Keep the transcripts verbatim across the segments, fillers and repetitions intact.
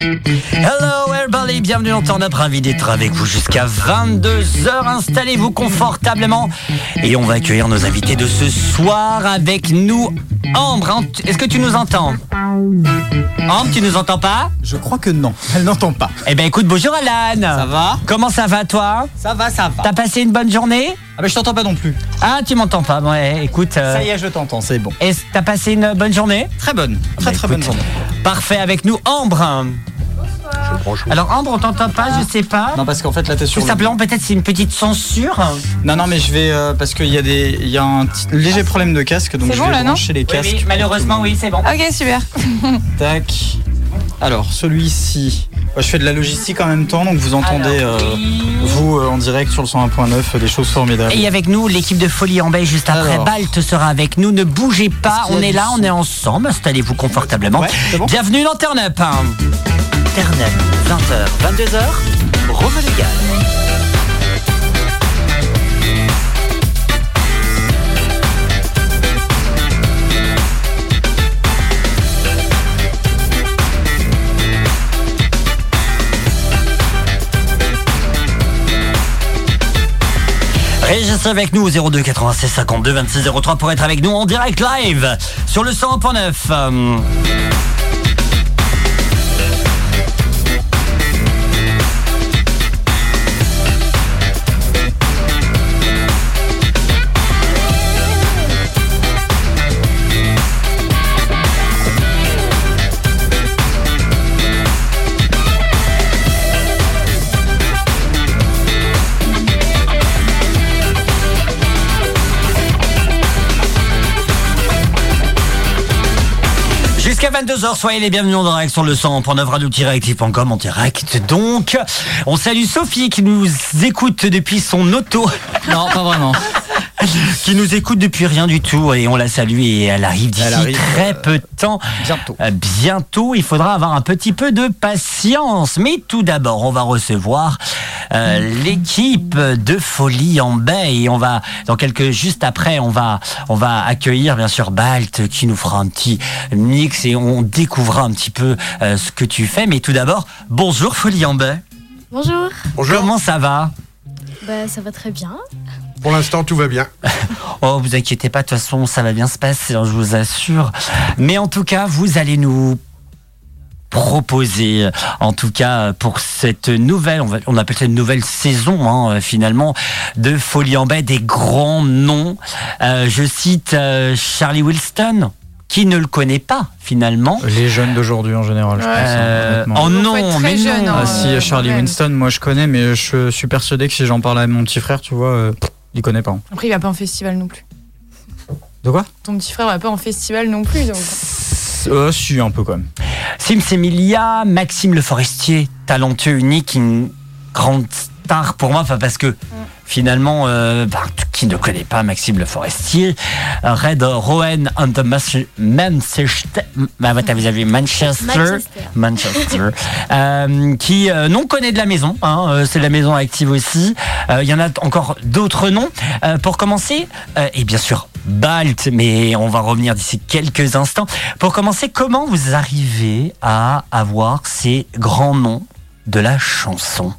Hello everybody, bienvenue dans Turn Up, ravi d'être avec vous jusqu'à vingt-deux heures. Installez-vous confortablement et on va accueillir nos invités de ce soir avec nous. Ambre, est-ce que tu nous entends? Ambre, tu nous entends pas? Je crois que non, elle n'entend pas. Eh ben écoute, bonjour Alan. Ça va? Comment ça va toi? Ça va, ça va. T'as passé une bonne journée? Ah ben je t'entends pas non plus. Ah, tu m'entends pas? Bon, ouais, écoute. Euh... Ça y est, je t'entends, c'est bon. Est-ce que t'as passé une bonne journée? Très bonne, très bah, très écoute, bonne journée. Parfait, avec nous Ambre. Alors Ambre, on t'entend pas, je sais pas. Non, parce qu'en fait là t'es sur. Tout le... simplement, peut-être c'est une petite censure. Non, non, mais je vais euh, parce qu'il y a des, il y a un t- léger problème de casque, donc c'est je bon, vais là, brancher les casques. Oui, oui, malheureusement, oui, c'est bon. Ok, super. Tac. Alors celui-ci, je fais de la logistique en même temps, donc vous entendez Alors, euh, oui. vous euh, en direct sur le cent un point neuf des choses formidables. Et avec nous, l'équipe de Folie en Baie juste après. Alors. Balt sera avec nous. Ne bougez pas, Est-ce qu'il y a on est du là, son? on est ensemble. Installez-vous confortablement. Ouais, c'est bon. Bienvenue dans Turn Up. Turn Up, vingt heures, vingt-deux heures, Rome Légal. Régissez avec nous au zéro deux quatre-vingt-seize cinquante-deux vingt-six zéro trois pour être avec nous en direct live sur le cent un point neuf. Jusqu'à vingt-deux heures, soyez les bienvenus en direct sur le cent un point neuf radio tiret active point com en direct. Donc, on salue Sophie qui nous écoute depuis son auto. Non, pas vraiment. Qui nous écoute depuis rien du tout et on la salue et elle arrive d'ici Elle arrive, très euh, peu de temps. bientôt. Euh, bientôt, il faudra avoir un petit peu de patience. Mais tout d'abord, on va recevoir euh, l'équipe de Folie en Baie et on va, dans quelques, juste après, on va, on va accueillir bien sûr Balt qui nous fera un petit mix et on découvrira un petit peu euh, ce que tu fais. Mais tout d'abord, bonjour Folie en Baie. Bonjour. Bonjour. Comment ça va? Bah ça va très bien. Pour l'instant, tout va bien. Oh, vous inquiétez pas, de toute façon, ça va bien se passer, hein, je vous assure. Mais en tout cas, vous allez nous proposer, en tout cas, pour cette nouvelle, on, va, on appelle ça une nouvelle saison, hein, finalement, de Folie en Baie, des grands noms. Euh, je cite euh, Charlie Wilson. Qui ne le connaît pas, finalement? Les jeunes d'aujourd'hui en général, je Ouais. pense. Euh, honnêtement. oh Vous non, faites très mais jeune, non. hein. Ah si, Charlie ouais. Winston, moi je connais, mais je suis persuadé que si j'en parle à mon petit frère, tu vois, euh, il connaît pas. Après, il va pas en festival non plus. De quoi? Ton petit frère va pas en festival non plus. Donc. Euh, si, un peu quand même. Sims Emilia, Maxime Le Forestier, talentueux, unique, une grande star pour moi, enfin parce que finalement, euh, bah, qui ne connaît pas Maxime Le Forestier, euh, Red Rowan and the Mas- Manchester, bah, vous avez Manchester, Manchester, Manchester, euh, qui euh, non connaît de la maison, hein, euh, c'est la maison active aussi. Euh, Il y en a encore d'autres noms. Euh, pour commencer, euh, et bien sûr Balt, mais on va revenir d'ici quelques instants. Pour commencer, comment vous arrivez à avoir ces grands noms de la chanson?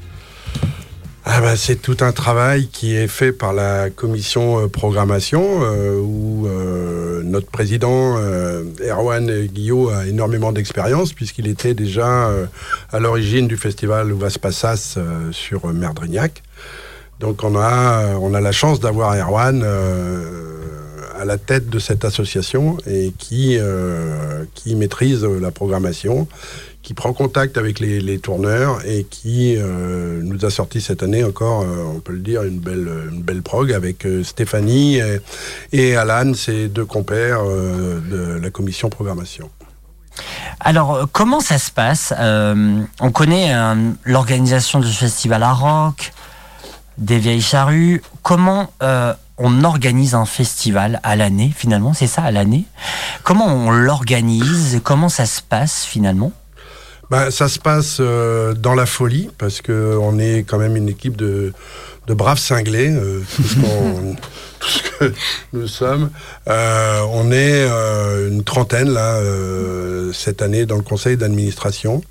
Ah bah, c'est tout un travail qui est fait par la commission euh, programmation euh, où euh, notre président euh, Erwan Guillot a énormément d'expérience puisqu'il était déjà euh, à l'origine du festival Uvas Passas euh, sur euh, Merdrignac. Donc on a, on a la chance d'avoir Erwan euh, à la tête de cette association et qui, euh, qui maîtrise la programmation, qui prend contact avec les, les tourneurs et qui euh, nous a sorti cette année encore, euh, on peut le dire, une belle, une belle prog avec euh, Stéphanie et, et Alan, ses deux compères euh, de la commission programmation. Alors, comment ça se passe? euh, On connaît euh, l'organisation du festival à rock, des Vieilles Charrues. Comment euh, on organise un festival à l'année, finalement? C'est ça, à l'année? Comment on l'organise? Comment ça se passe, finalement? Ben, ça se passe euh, dans la folie, parce qu'on est quand même une équipe de, de braves cinglés, euh, tout, ce qu'on, tout ce que nous sommes. Euh, on est euh, une trentaine, là, euh, cette année, dans le conseil d'administration.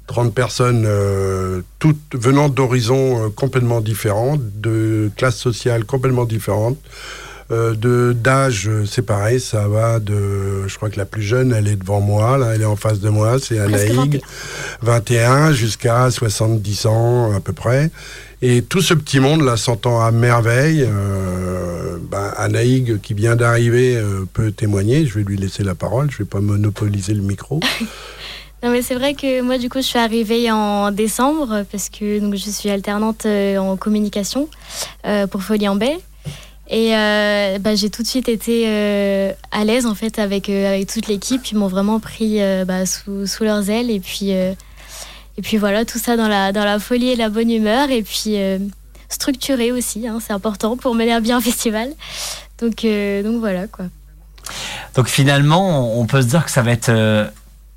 trente personnes, euh, toutes venant d'horizons euh, complètement différents, de classes sociales complètement différentes. Euh, de, d'âge, c'est pareil, ça va de... Je crois que la plus jeune, elle est devant moi, là, elle est en face de moi, c'est Anaïg, vingt et un, jusqu'à soixante-dix ans à peu près. Et tout ce petit monde, là, s'entend à merveille. Euh, ben, Anaïg, qui vient d'arriver, euh, peut témoigner. Je vais lui laisser la parole, je ne vais pas monopoliser le micro. Non mais c'est vrai que moi du coup je suis arrivée en décembre parce que donc, je suis alternante euh, en communication euh, pour Folie en Baie. Et euh, bah, j'ai tout de suite été euh, à l'aise en fait avec, euh, avec toute l'équipe. Ils m'ont vraiment pris euh, bah, sous, sous leurs ailes et puis, euh, et puis voilà, tout ça dans la, dans la folie et la bonne humeur et puis euh, structuré aussi, hein, c'est important pour mener à bien un festival. Donc, euh, donc voilà quoi. Donc finalement, on peut se dire que ça va être euh,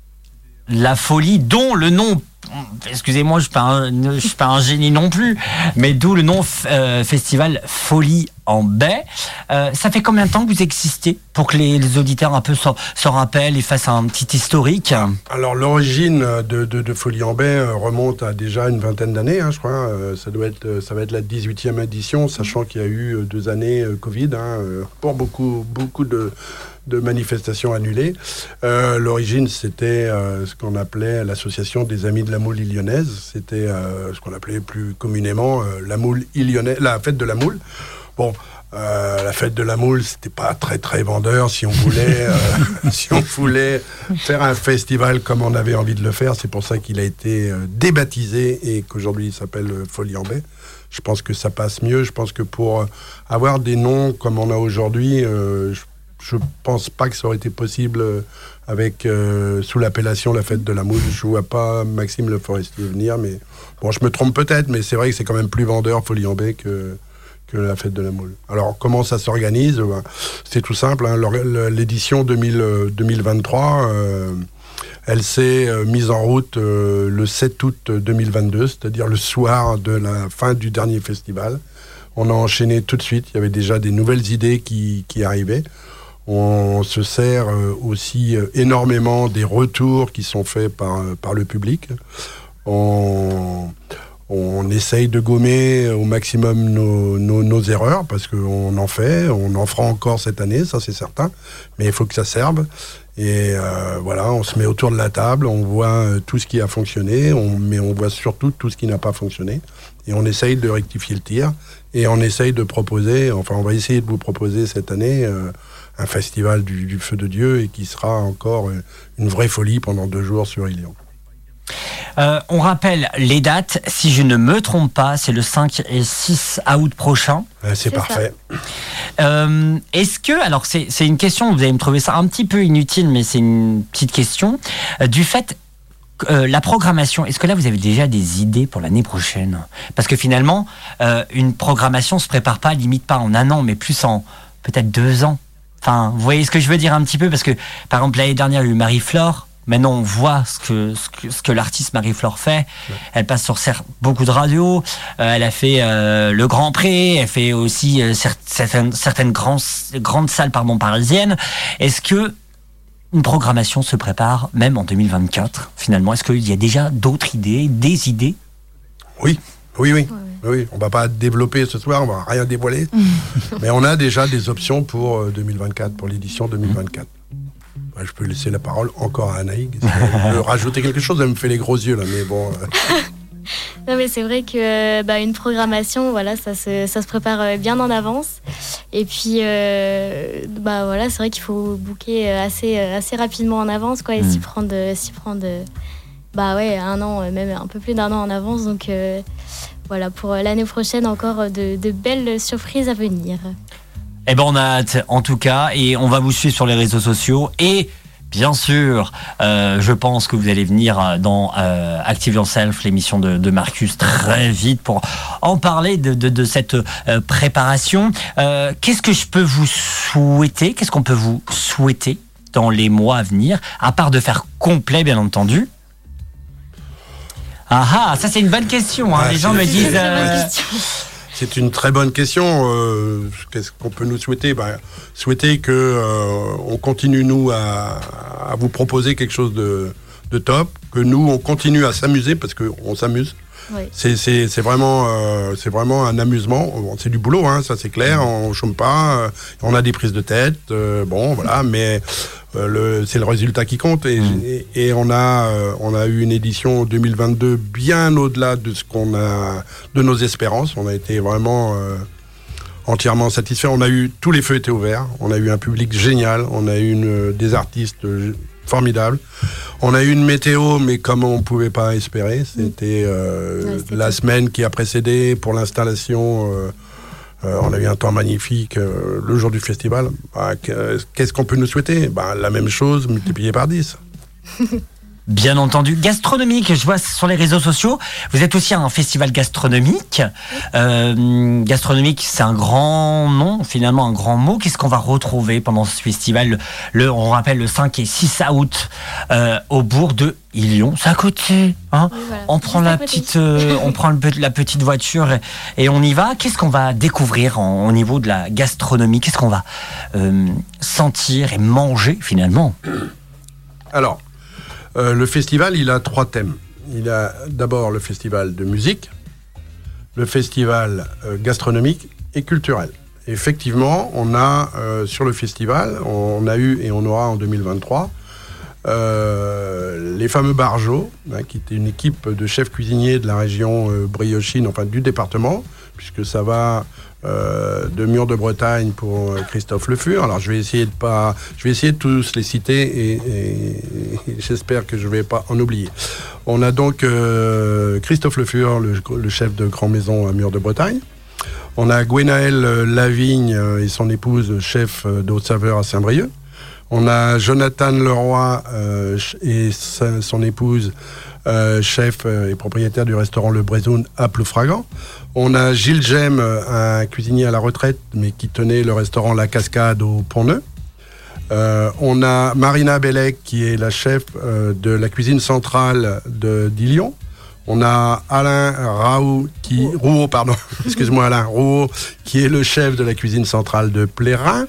la folie dont le nom... Excusez-moi, je ne suis pas un génie non plus, mais d'où le nom euh, Festival Folie en Baie. Euh, ça fait combien de temps que vous existez pour que les, les auditeurs un peu se, se rappellent et fassent un petit historique? Alors l'origine de, de, de Folie en Baie remonte à déjà une vingtaine d'années, hein, je crois. Euh, ça doit être, ça va être la dix-huitième édition, sachant qu'il y a eu deux années euh, Covid, hein, pour beaucoup, beaucoup de de manifestations annulées. Euh, l'origine, c'était euh, ce qu'on appelait l'association des Amis de la Moule Illionnaise. C'était euh, ce qu'on appelait plus communément euh, la moule illionnaise, la fête de la moule. Bon, euh, la fête de la moule, c'était pas très très vendeur. Si on voulait, euh, si on voulait faire un festival comme on avait envie de le faire, c'est pour ça qu'il a été euh, débaptisé et qu'aujourd'hui il s'appelle euh, Folie en Baie. Je pense que ça passe mieux. Je pense que pour euh, avoir des noms comme on a aujourd'hui, euh, je Je pense pas que ça aurait été possible avec euh, sous l'appellation la fête de la moule. Je vois pas Maxime Le Forestier venir, mais bon, je me trompe peut-être, mais c'est vrai que c'est quand même plus vendeur Folie en Baie que que la fête de la moule. Alors comment ça s'organise? Ben, c'est tout simple. Hein. L'édition deux mille vingt-trois, euh, elle s'est euh, mise en route euh, le sept août deux mille vingt-deux, c'est-à-dire le soir de la fin du dernier festival. On a enchaîné tout de suite. Il y avait déjà des nouvelles idées qui qui arrivaient. On se sert aussi énormément des retours qui sont faits par, par le public. On, on essaye de gommer au maximum nos, nos, nos erreurs, parce qu'on en fait, on en fera encore cette année, ça c'est certain, mais il faut que ça serve. Et euh, voilà, on se met autour de la table, on voit tout ce qui a fonctionné, on, mais on voit surtout tout ce qui n'a pas fonctionné. Et on essaye de rectifier le tir, et on essaye de proposer, enfin on va essayer de vous proposer cette année... Euh, un festival du, du Feu de Dieu et qui sera encore une vraie folie pendant deux jours sur Illion. Euh, on rappelle les dates, si je ne me trompe pas, c'est le cinq et six août prochain. Euh, c'est, c'est parfait. Euh, est-ce que, alors c'est, c'est une question, vous allez me trouver ça un petit peu inutile, mais c'est une petite question, euh, du fait... Euh, la programmation, est-ce que là vous avez déjà des idées pour l'année prochaine? Parce que finalement, euh, une programmation se prépare pas, limite pas en un an, mais plus en peut-être deux ans. Enfin, vous voyez ce que je veux dire un petit peu? Parce que, par exemple, l'année dernière, il y a eu Marie-Flore. Maintenant, on voit ce que, ce que, ce que l'artiste Marie-Flore fait. Ouais. Elle passe sur beaucoup de radios. Euh, elle a fait euh, le Grand Pré. Elle fait aussi euh, certaines, certaines grands, grandes salles pardon, parisiennes. Est-ce que une programmation se prépare, même en deux mille vingt-quatre, finalement? Est-ce qu'il y a déjà d'autres idées, des idées? Oui, oui, oui. Ouais. Oui, on ne va pas développer ce soir, on ne va rien dévoiler. Mais on a déjà des options pour deux mille vingt-quatre, pour l'édition deux mille vingt-quatre. Ouais, je peux laisser la parole encore à Anaïg. Si elle veut rajouter quelque chose, elle me fait les gros yeux là, mais bon... Euh... Non mais c'est vrai que bah, une programmation, voilà, ça se, ça se prépare bien en avance. Et puis, euh, bah voilà, c'est vrai qu'il faut booker assez, assez rapidement en avance, quoi, et mmh. s'y prendre, s'y prendre, bah ouais, un an, même un peu plus d'un an en avance. Donc euh, voilà, pour l'année prochaine, encore de, de belles surprises à venir. Eh ben on a hâte, en tout cas, et on va vous suivre sur les réseaux sociaux et. Bien sûr, euh, je pense que vous allez venir dans euh, Active Yourself, l'émission de, de Marcus, très vite pour en parler de, de, de cette euh, préparation. Euh, qu'est-ce que je peux vous souhaiter? Qu'est-ce qu'on peut vous souhaiter dans les mois à venir, à part de faire complet, bien entendu? Ah ah, ça c'est une bonne question. Hein. Ah, les gens me disent... Euh... C'est une très bonne question. Euh, qu'est-ce qu'on peut nous souhaiter? Ben, souhaiter que euh, on continue nous à, à vous proposer quelque chose de, de top, que nous, on continue à s'amuser parce qu'on s'amuse. Oui. C'est, c'est, c'est, vraiment, euh, c'est vraiment un amusement. C'est du boulot, hein, ça c'est clair. On ne chôme pas. Euh, on a des prises de tête. Euh, bon, voilà. Mais euh, le, c'est le résultat qui compte. Et, mmh. et, et on, a, euh, on a eu une édition deux mille vingt-deux bien au-delà de, ce qu'on a, de nos espérances. On a été vraiment euh, entièrement satisfaits. On a eu, tous les feux étaient ouverts. On a eu un public génial. On a eu une, des artistes formidables. On a eu une météo, mais comme on ne pouvait pas espérer, c'était, euh, ouais, c'était la tout. semaine qui a précédé pour l'installation. Euh, euh, on a eu un temps magnifique euh, le jour du festival. Bah, qu'est-ce qu'on peut nous souhaiter ? Bah, la même chose multipliée par dix. Bien entendu. Gastronomique, je vois sur les réseaux sociaux, vous êtes aussi un festival gastronomique. Euh, gastronomique, c'est un grand nom, finalement un grand mot. Qu'est-ce qu'on va retrouver pendant ce festival ? le, le, On rappelle le cinq et six août euh, au bourg de Illion. C'est à côté. Hein, oui, voilà. On prend la petite, euh, on prend le, la petite voiture et, et on y va. Qu'est-ce qu'on va découvrir en, au niveau de la gastronomie ? Qu'est-ce qu'on va euh, sentir et manger finalement ? Alors, Euh, le festival, il a trois thèmes. Il a d'abord le festival de musique, le festival euh, gastronomique et culturel. Et effectivement, on a euh, sur le festival, on a eu et on aura en deux mille vingt-trois euh, les fameux Barjots, hein, qui était une équipe de chefs cuisiniers de la région euh, briochine, enfin du département, puisque ça va euh, de Mur de Bretagne pour euh, Christophe Le Fur. Alors je vais essayer de pas, je vais essayer de tous les citer et, et, et j'espère que je vais pas en oublier. On a donc euh, Christophe Le Fur, le, le chef de Grand Maison à Mur de Bretagne. On a Gwenaël Lavigne et son épouse, chef de Haute-Saveur à Saint-Brieuc. On a Jonathan Leroy euh, et sa, son épouse, euh, chef et propriétaire du restaurant Le Brézoun à Ploufragan. On a Gilles Gemme, un cuisinier à la retraite, mais qui tenait le restaurant La Cascade au Pont-Neuf. Euh, on a Marina Bellec, qui est la chef euh, de la cuisine centrale de d'Illion. On a Alain Raoult, qui, Rouault, pardon, excuse-moi Alain Rouault, qui est le chef de la cuisine centrale de Plérin.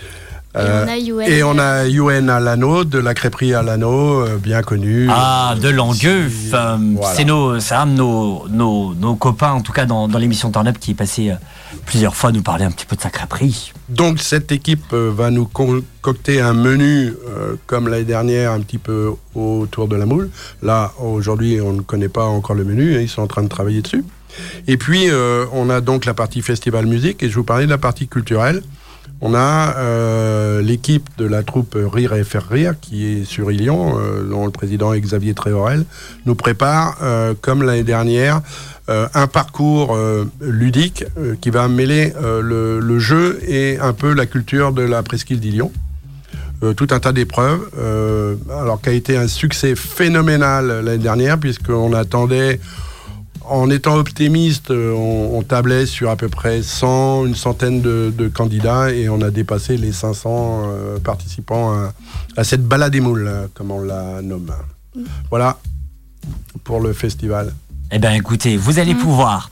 Euh, et on a Youen à l'anneau, de la crêperie à l'anneau, euh, bien connue. Ah, de Langueuf. Euh, voilà. C'est, nos, c'est un de nos, nos, nos copains, en tout cas dans, dans l'émission Turn Up, qui est passé euh, plusieurs fois nous parler un petit peu de sa crêperie. Donc cette équipe euh, va nous concocter un menu, euh, comme l'année dernière, un petit peu autour de la moule. Là, aujourd'hui, on ne connaît pas encore le menu, hein, ils sont en train de travailler dessus. Et puis, euh, on a donc la partie festival musique, et je vous parlais de la partie culturelle. On a euh, l'équipe de la troupe Rire et Faire Rire qui est sur Illion, euh, dont le président Xavier Tréhorel nous prépare, euh, comme l'année dernière, euh, un parcours euh, ludique euh, qui va mêler euh, le, le jeu et un peu la culture de la presqu'île d'Illion. Euh, tout un tas d'épreuves, euh, alors qu'a été un succès phénoménal l'année dernière, puisqu'on attendait... En étant optimiste, on, on tablait sur à peu près cent, une centaine de, de candidats et on a dépassé les cinq cents euh, participants à, à cette balade des moules, comme on la nomme. Voilà pour le festival. Eh bien écoutez, vous allez pouvoir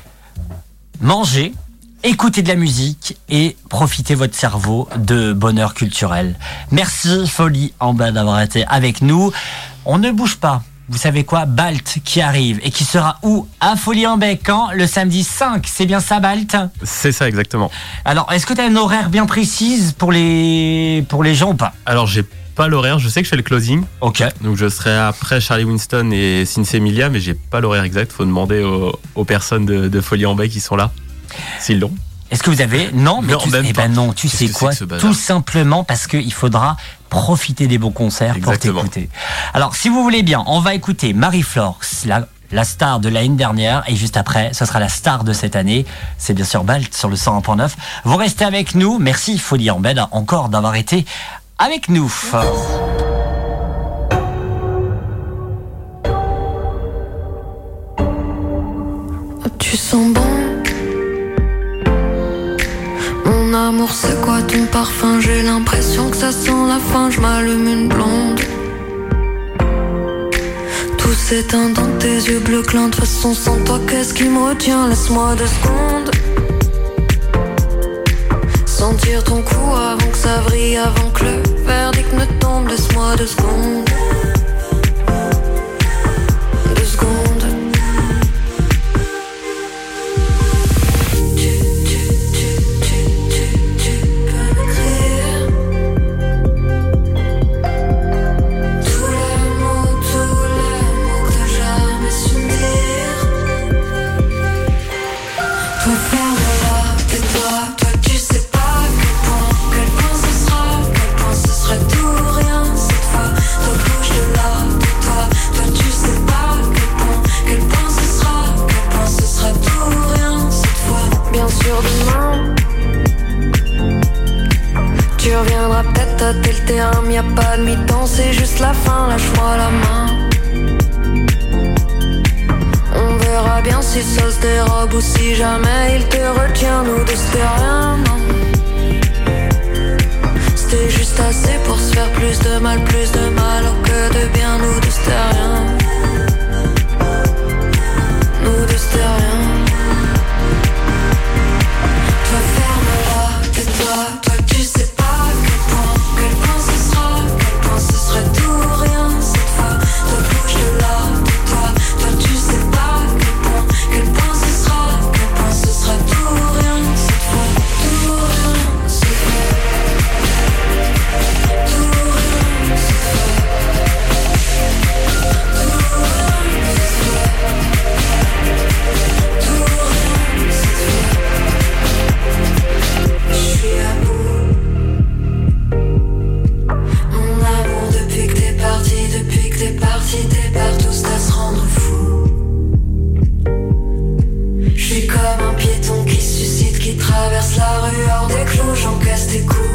manger, écouter de la musique et profiter votre cerveau de bonheur culturel. Merci Folie en bas d'avoir été avec nous. On ne bouge pas. Vous savez quoi ? Balt qui arrive et qui sera où ? À Folie-en-Bec, quand ? Le samedi cinq, c'est bien ça Balt ? C'est ça exactement. Alors, est-ce que tu as un horaire bien précis pour les, pour les gens ou pas ? Alors, j'ai pas l'horaire, je sais que je fais le closing. Ok. Donc je serai après Charlie Winston et Cincy Emilia, mais j'ai pas l'horaire exact, faut demander aux, aux personnes de, de Folie-en-Bec qui sont là, s'ils l'ont. Est-ce que vous avez... Non, mais non, tu... même eh ben non, tu sais quoi ? Tout simplement parce qu'il faudra profiter des bons concerts. Exactement. Pour t'écouter. Alors, si vous voulez bien, on va écouter Marie-Flore, la, la star de l'année dernière, et juste après, ce sera la star de cette année. C'est bien sûr Balt sur le cent un point neuf. Vous restez avec nous. Merci Folie-en-Bec encore d'avoir été avec nous. Tu sens bon. Mon amour, c'est quoi ton parfum ? J'ai l'impression que ça sent la fin, je m'allume une blonde. Tout s'éteint dans tes yeux bleus clins. De toute façon, sans toi, qu'est-ce qui me retient ? Laisse-moi deux secondes. Sentir ton cou avant que ça vrille, avant que le verdict ne tombe. Laisse-moi deux secondes. tâter le terrain, y a pas de mi-temps, c'est juste la fin, lâche-moi la main. On verra bien si ça se dérobe ou si jamais il te retient, nous deux c'était rien, non. C'était juste assez pour se faire plus de mal, plus de mal oh, que de bien, nous deux c'était rien. Nous deux c'était rien. Toi ferme-la, tais-toi, toi tu sais pas à quel point, quel point ce sera, quel point ce serait tout rien cette fois. Toi bouge de là, tais-toi, toi tu sais pas à quel point, quel point ce sera, quel point ce sera tout rien cette fois. Tout rien cette fois. Tout rien cette fois. Tout rien cette fois. Tout rien cette fois. Je suis à bout. Mon amour, depuis que t'es parti, depuis que t'es parti, t'es partout, c'est à se rendre fou. Je suis comme un piéton qui suscite, qui traverse la rue hors des clous, j'encaisse tes coups.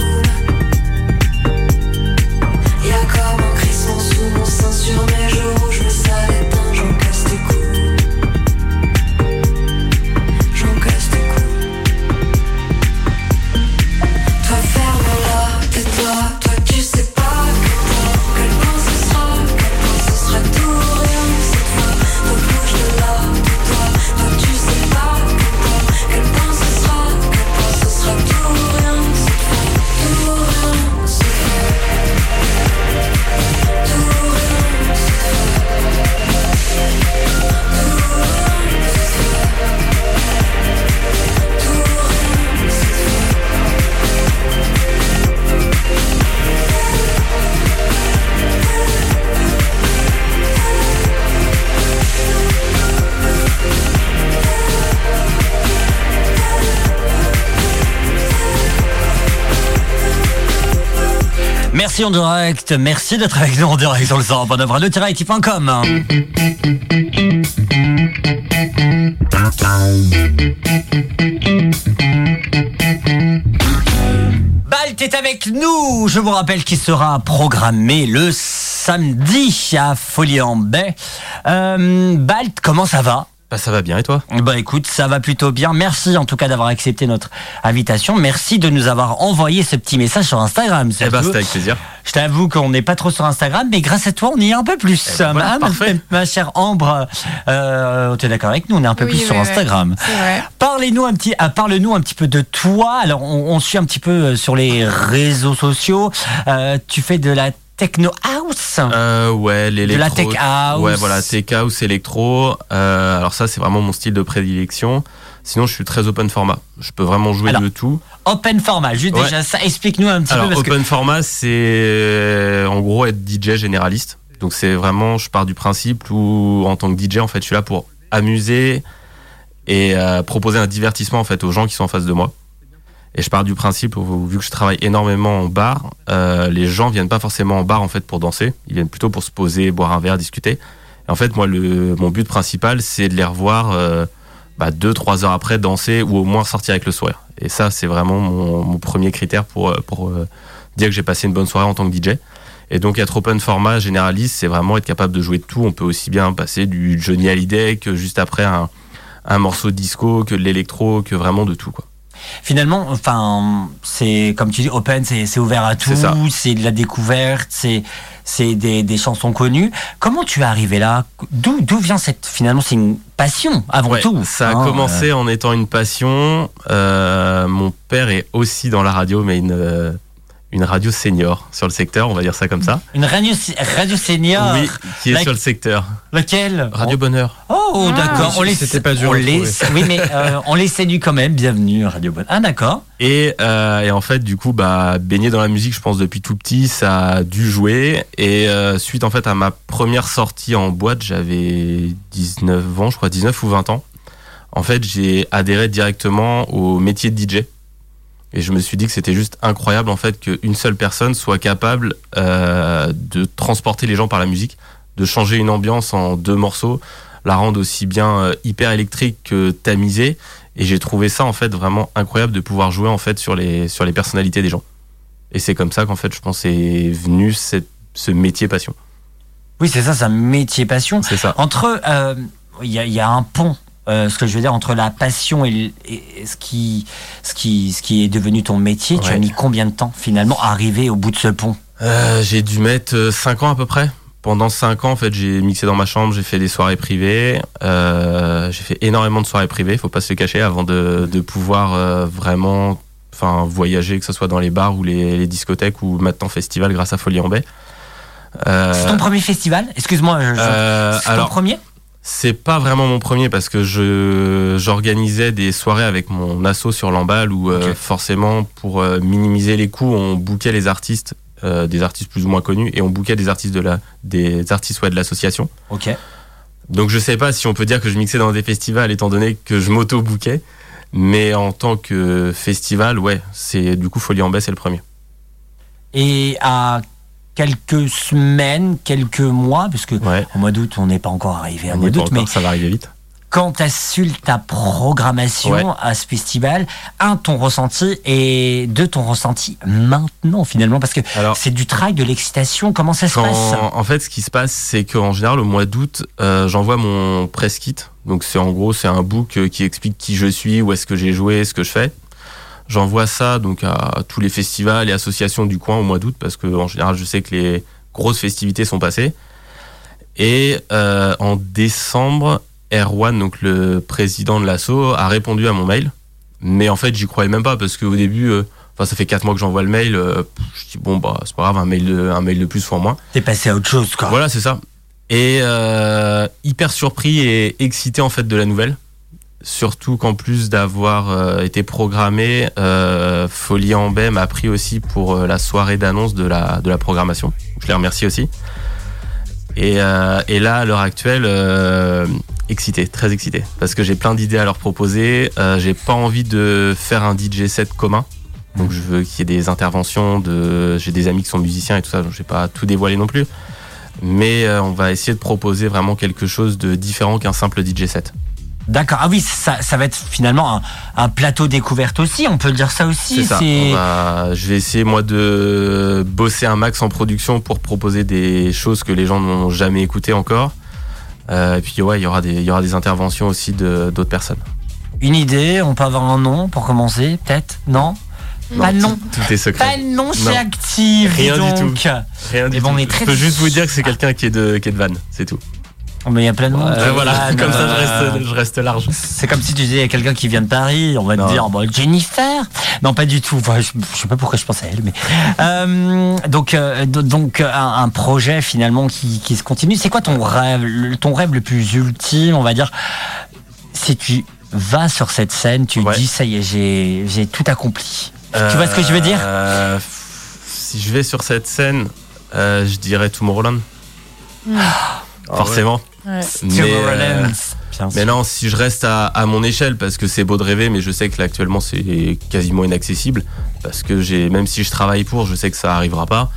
Y'a comme un crissement sous mon sein sur mes jours où je me sale éteint, j'encaisse tes coups. J'encaisse tes coups. Toi ferme-la, tais-toi, toi tu sais pas à quel point, quel point ce sera, quel point ce sera tout rien cette fois. Toi bouge de là, tais-toi, toi tu sais pas à quel point, quel point ce sera, quel point ce sera tout rien cette fois. Tout rien cette fois. Tout rien cette fois. Tout rien cette fois. Tout rien cette fois. Merci en direct, merci d'être avec nous en direct sur le cent point neuf radio tiret I T point com. Balt est avec nous. Je vous rappelle qu'il sera programmé le samedi à Folie-en-Baie. Euh, Balt, comment ça va ? Bah ça va bien et toi ? Bah écoute, ça va plutôt bien. Merci en tout cas d'avoir accepté notre invitation. Merci de nous avoir envoyé ce petit message sur Instagram. Eh bah c'était avec plaisir. Je t'avoue qu'on n'est pas trop sur Instagram, mais grâce à toi, on y est un peu plus. Eh ben voilà, ah, parfait. Ma, ma chère Ambre, euh, tu es d'accord avec nous, on est un peu Oui, plus oui, sur oui, Instagram. c'est vrai. Parlez-nous un petit, ah, parle-nous un petit peu de toi. Alors, on, on suit un petit peu sur les réseaux sociaux. Euh, tu fais de la techno house. Euh, ouais, l'électro. De la tech house. Ouais, voilà, tech house, électro. Euh, alors ça, c'est vraiment mon style de prédilection. Sinon, je suis très open format. Je peux vraiment jouer Alors, de tout. Open format, juste Ouais. déjà ça, explique-nous un petit Alors, peu. Parce open que... format, c'est euh, en gros être D J généraliste. Donc c'est vraiment, je pars du principe où en tant que D J, en fait, je suis là pour amuser et euh, proposer un divertissement en fait aux gens qui sont en face de moi. Et je pars du principe, où, vu que je travaille énormément en bar, euh, les gens viennent pas forcément en bar en fait pour danser. Ils viennent plutôt pour se poser, boire un verre, discuter. Et en fait, moi, le, mon but principal, c'est de les revoir euh, bah, deux, trois heures après danser ou au moins sortir avec le sourire. Et ça, c'est vraiment mon, mon premier critère pour, pour euh, dire que j'ai passé une bonne soirée en tant que D J. Et donc, être open format généraliste, c'est vraiment être capable de jouer de tout. On peut aussi bien passer du Johnny Hallyday que juste après un, un morceau de disco, que de l'électro, que vraiment de tout, quoi. Finalement, enfin, c'est comme tu dis, open, c'est, c'est ouvert à tout, C'est ça. c'est de la découverte, c'est, c'est des, des chansons connues. Comment tu es arrivé là ? D'où, d'où vient cette, finalement, c'est une passion avant Ouais, tout. ça a hein, commencé en étant une passion. Euh, mon père est aussi dans la radio, mais une, euh, une radio senior sur le secteur, on va dire ça comme ça. Une radio, radio senior. Oui, qui est La- sur le secteur. Laquelle ? Radio Bonheur. Oh, Ah, d'accord. On les, c'était pas dur on à les, trouver. oui, mais euh, on les séduit quand même. Bienvenue, Radio Bonheur. Ah, d'accord. Et, euh, et en fait, du coup, bah, baigné dans la musique, je pense depuis tout petit, ça a dû jouer. Et euh, suite en fait à ma première sortie en boîte, j'avais dix-neuf ans, je crois dix-neuf ou vingt ans. En fait, j'ai adhéré directement au métier de D J. Et je me suis dit que c'était juste incroyable en fait qu'une seule personne soit capable euh, de transporter les gens par la musique, de changer une ambiance en deux morceaux, la rendre aussi bien euh, hyper électrique que tamisée. Et j'ai trouvé ça en fait vraiment incroyable de pouvoir jouer en fait sur les sur les personnalités des gens. Et c'est comme ça qu'en fait, je pense, est venu cette, ce métier passion. Oui, c'est ça, c'est un métier passion. C'est ça. Entre, euh, il y, a- il y a un pont. Euh, ce que je veux dire entre la passion et, le- et ce qui, ce qui, ce qui est devenu ton métier. Tu Ouais. as mis combien de temps finalement à arriver au bout de ce pont? Euh, j'ai dû mettre cinq ans à peu près. Pendant cinq ans, en fait, j'ai mixé dans ma chambre, j'ai fait des soirées privées. Euh, j'ai fait énormément de soirées privées, faut pas se le cacher, avant de, de pouvoir euh, vraiment enfin, voyager, que ce soit dans les bars ou les, les discothèques ou maintenant festival grâce à Folie en Baie. Euh, C'est ton premier festival? Excuse-moi, je- je- euh, c'est ton alors, premier? c'est pas vraiment mon premier parce que je j'organisais des soirées avec mon asso sur l'emballe où euh, Ok. forcément pour euh, minimiser les coûts, on bookait les artistes, euh, des artistes plus ou moins connus et on bookait des artistes de la des artistes ouais, de l'association. Ok. Donc je sais pas si on peut dire que je mixais dans des festivals étant donné que je m'auto-bookais, mais en tant que festival, ouais, c'est du coup Folie en Baie, c'est le premier. Et à quelques semaines, quelques mois, parce que Ouais. au mois d'août, on n'est pas encore arrivé à On mois y est pas d'août, mais encore, ça va arriver vite. quand tu as su ta programmation Ouais. à ce festival, un, ton ressenti, et deux, ton ressenti maintenant finalement, parce que Alors, c'est du travail, de l'excitation, comment ça se Quand- passe? en fait, ce qui se passe, c'est qu'en général, au mois d'août, euh, j'envoie mon press kit. Donc, c'est en gros, c'est un book euh, qui explique qui je suis, où est-ce que j'ai joué, ce que je fais. J'envoie ça donc à tous les festivals et associations du coin au mois d'août parce que en général, je sais que les grosses festivités sont passées. Et euh, en décembre, Erwan, donc le président de l'asso, a répondu à mon mail. Mais en fait, j'y croyais même pas parce qu'au début, euh, enfin, ça fait quatre mois que j'envoie le mail. euh, je dis bon bah c'est pas grave, un mail, de, un mail de plus ou en moins. T'es passé à autre chose, quoi. Voilà, c'est ça. Et euh, hyper surpris et excité en fait de la nouvelle. Surtout qu'en plus d'avoir euh, été programmé, euh, Folie en Baie m'a pris aussi pour euh, la soirée d'annonce de la, de la programmation. Je les remercie aussi. Et, euh, et là, à l'heure actuelle, euh, excité, très excité. Parce que j'ai plein d'idées à leur proposer. Euh, j'ai pas envie de faire un D J set commun. Donc je veux qu'il y ait des interventions. De... J'ai des amis qui sont musiciens et tout ça, donc je vais pas tout dévoiler non plus. Mais euh, on va essayer de proposer vraiment quelque chose de différent qu'un simple D J set. D'accord. Ah oui, ça, ça va être finalement un, un plateau découverte aussi, on peut dire ça aussi. C'est ça. On va- Je vais essayer moi de bosser un max en production pour proposer des choses que les gens n'ont jamais écoutées encore. Euh, et puis ouais, il y aura des, il y aura des interventions aussi de d'autres personnes. Une idée, on peut avoir un nom pour commencer, peut-être? Non? Pas de nom. Tout est secret. Pas de nom chez Non. Active, dis Rien du donc. tout. Rien du Et bon, tout. on est très- Je peux juste vous dire que c'est quelqu'un qui est de qui est de Vannes, c'est tout. Oh, mais il y a plein de monde. Euh, voilà, Ah, comme non. ça je reste, je reste large. C'est comme si tu disais à quelqu'un qui vient de Paris, on va Non. te dire bon, Jennifer. Non, pas du tout. Enfin, je, je sais pas pourquoi je pense à elle, mais euh, donc euh, do- donc un, un projet finalement qui, qui se continue. C'est quoi ton rêve, le- ton rêve le plus ultime, on va dire, si tu vas sur cette scène, tu Ouais. dis ça y est, j'ai j'ai tout accompli. Tu vois ce que je veux dire? Euh, Si je vais sur cette scène, euh, je dirais Tomorrowland. Forcément. Ouais. Mais, euh, Tomorrowland. Bien mais sûr. non, si je reste à, à mon échelle, parce que c'est beau de rêver, mais je sais que là actuellement c'est quasiment inaccessible, parce que j'ai, même si je travaille pour, je sais que ça arrivera pas.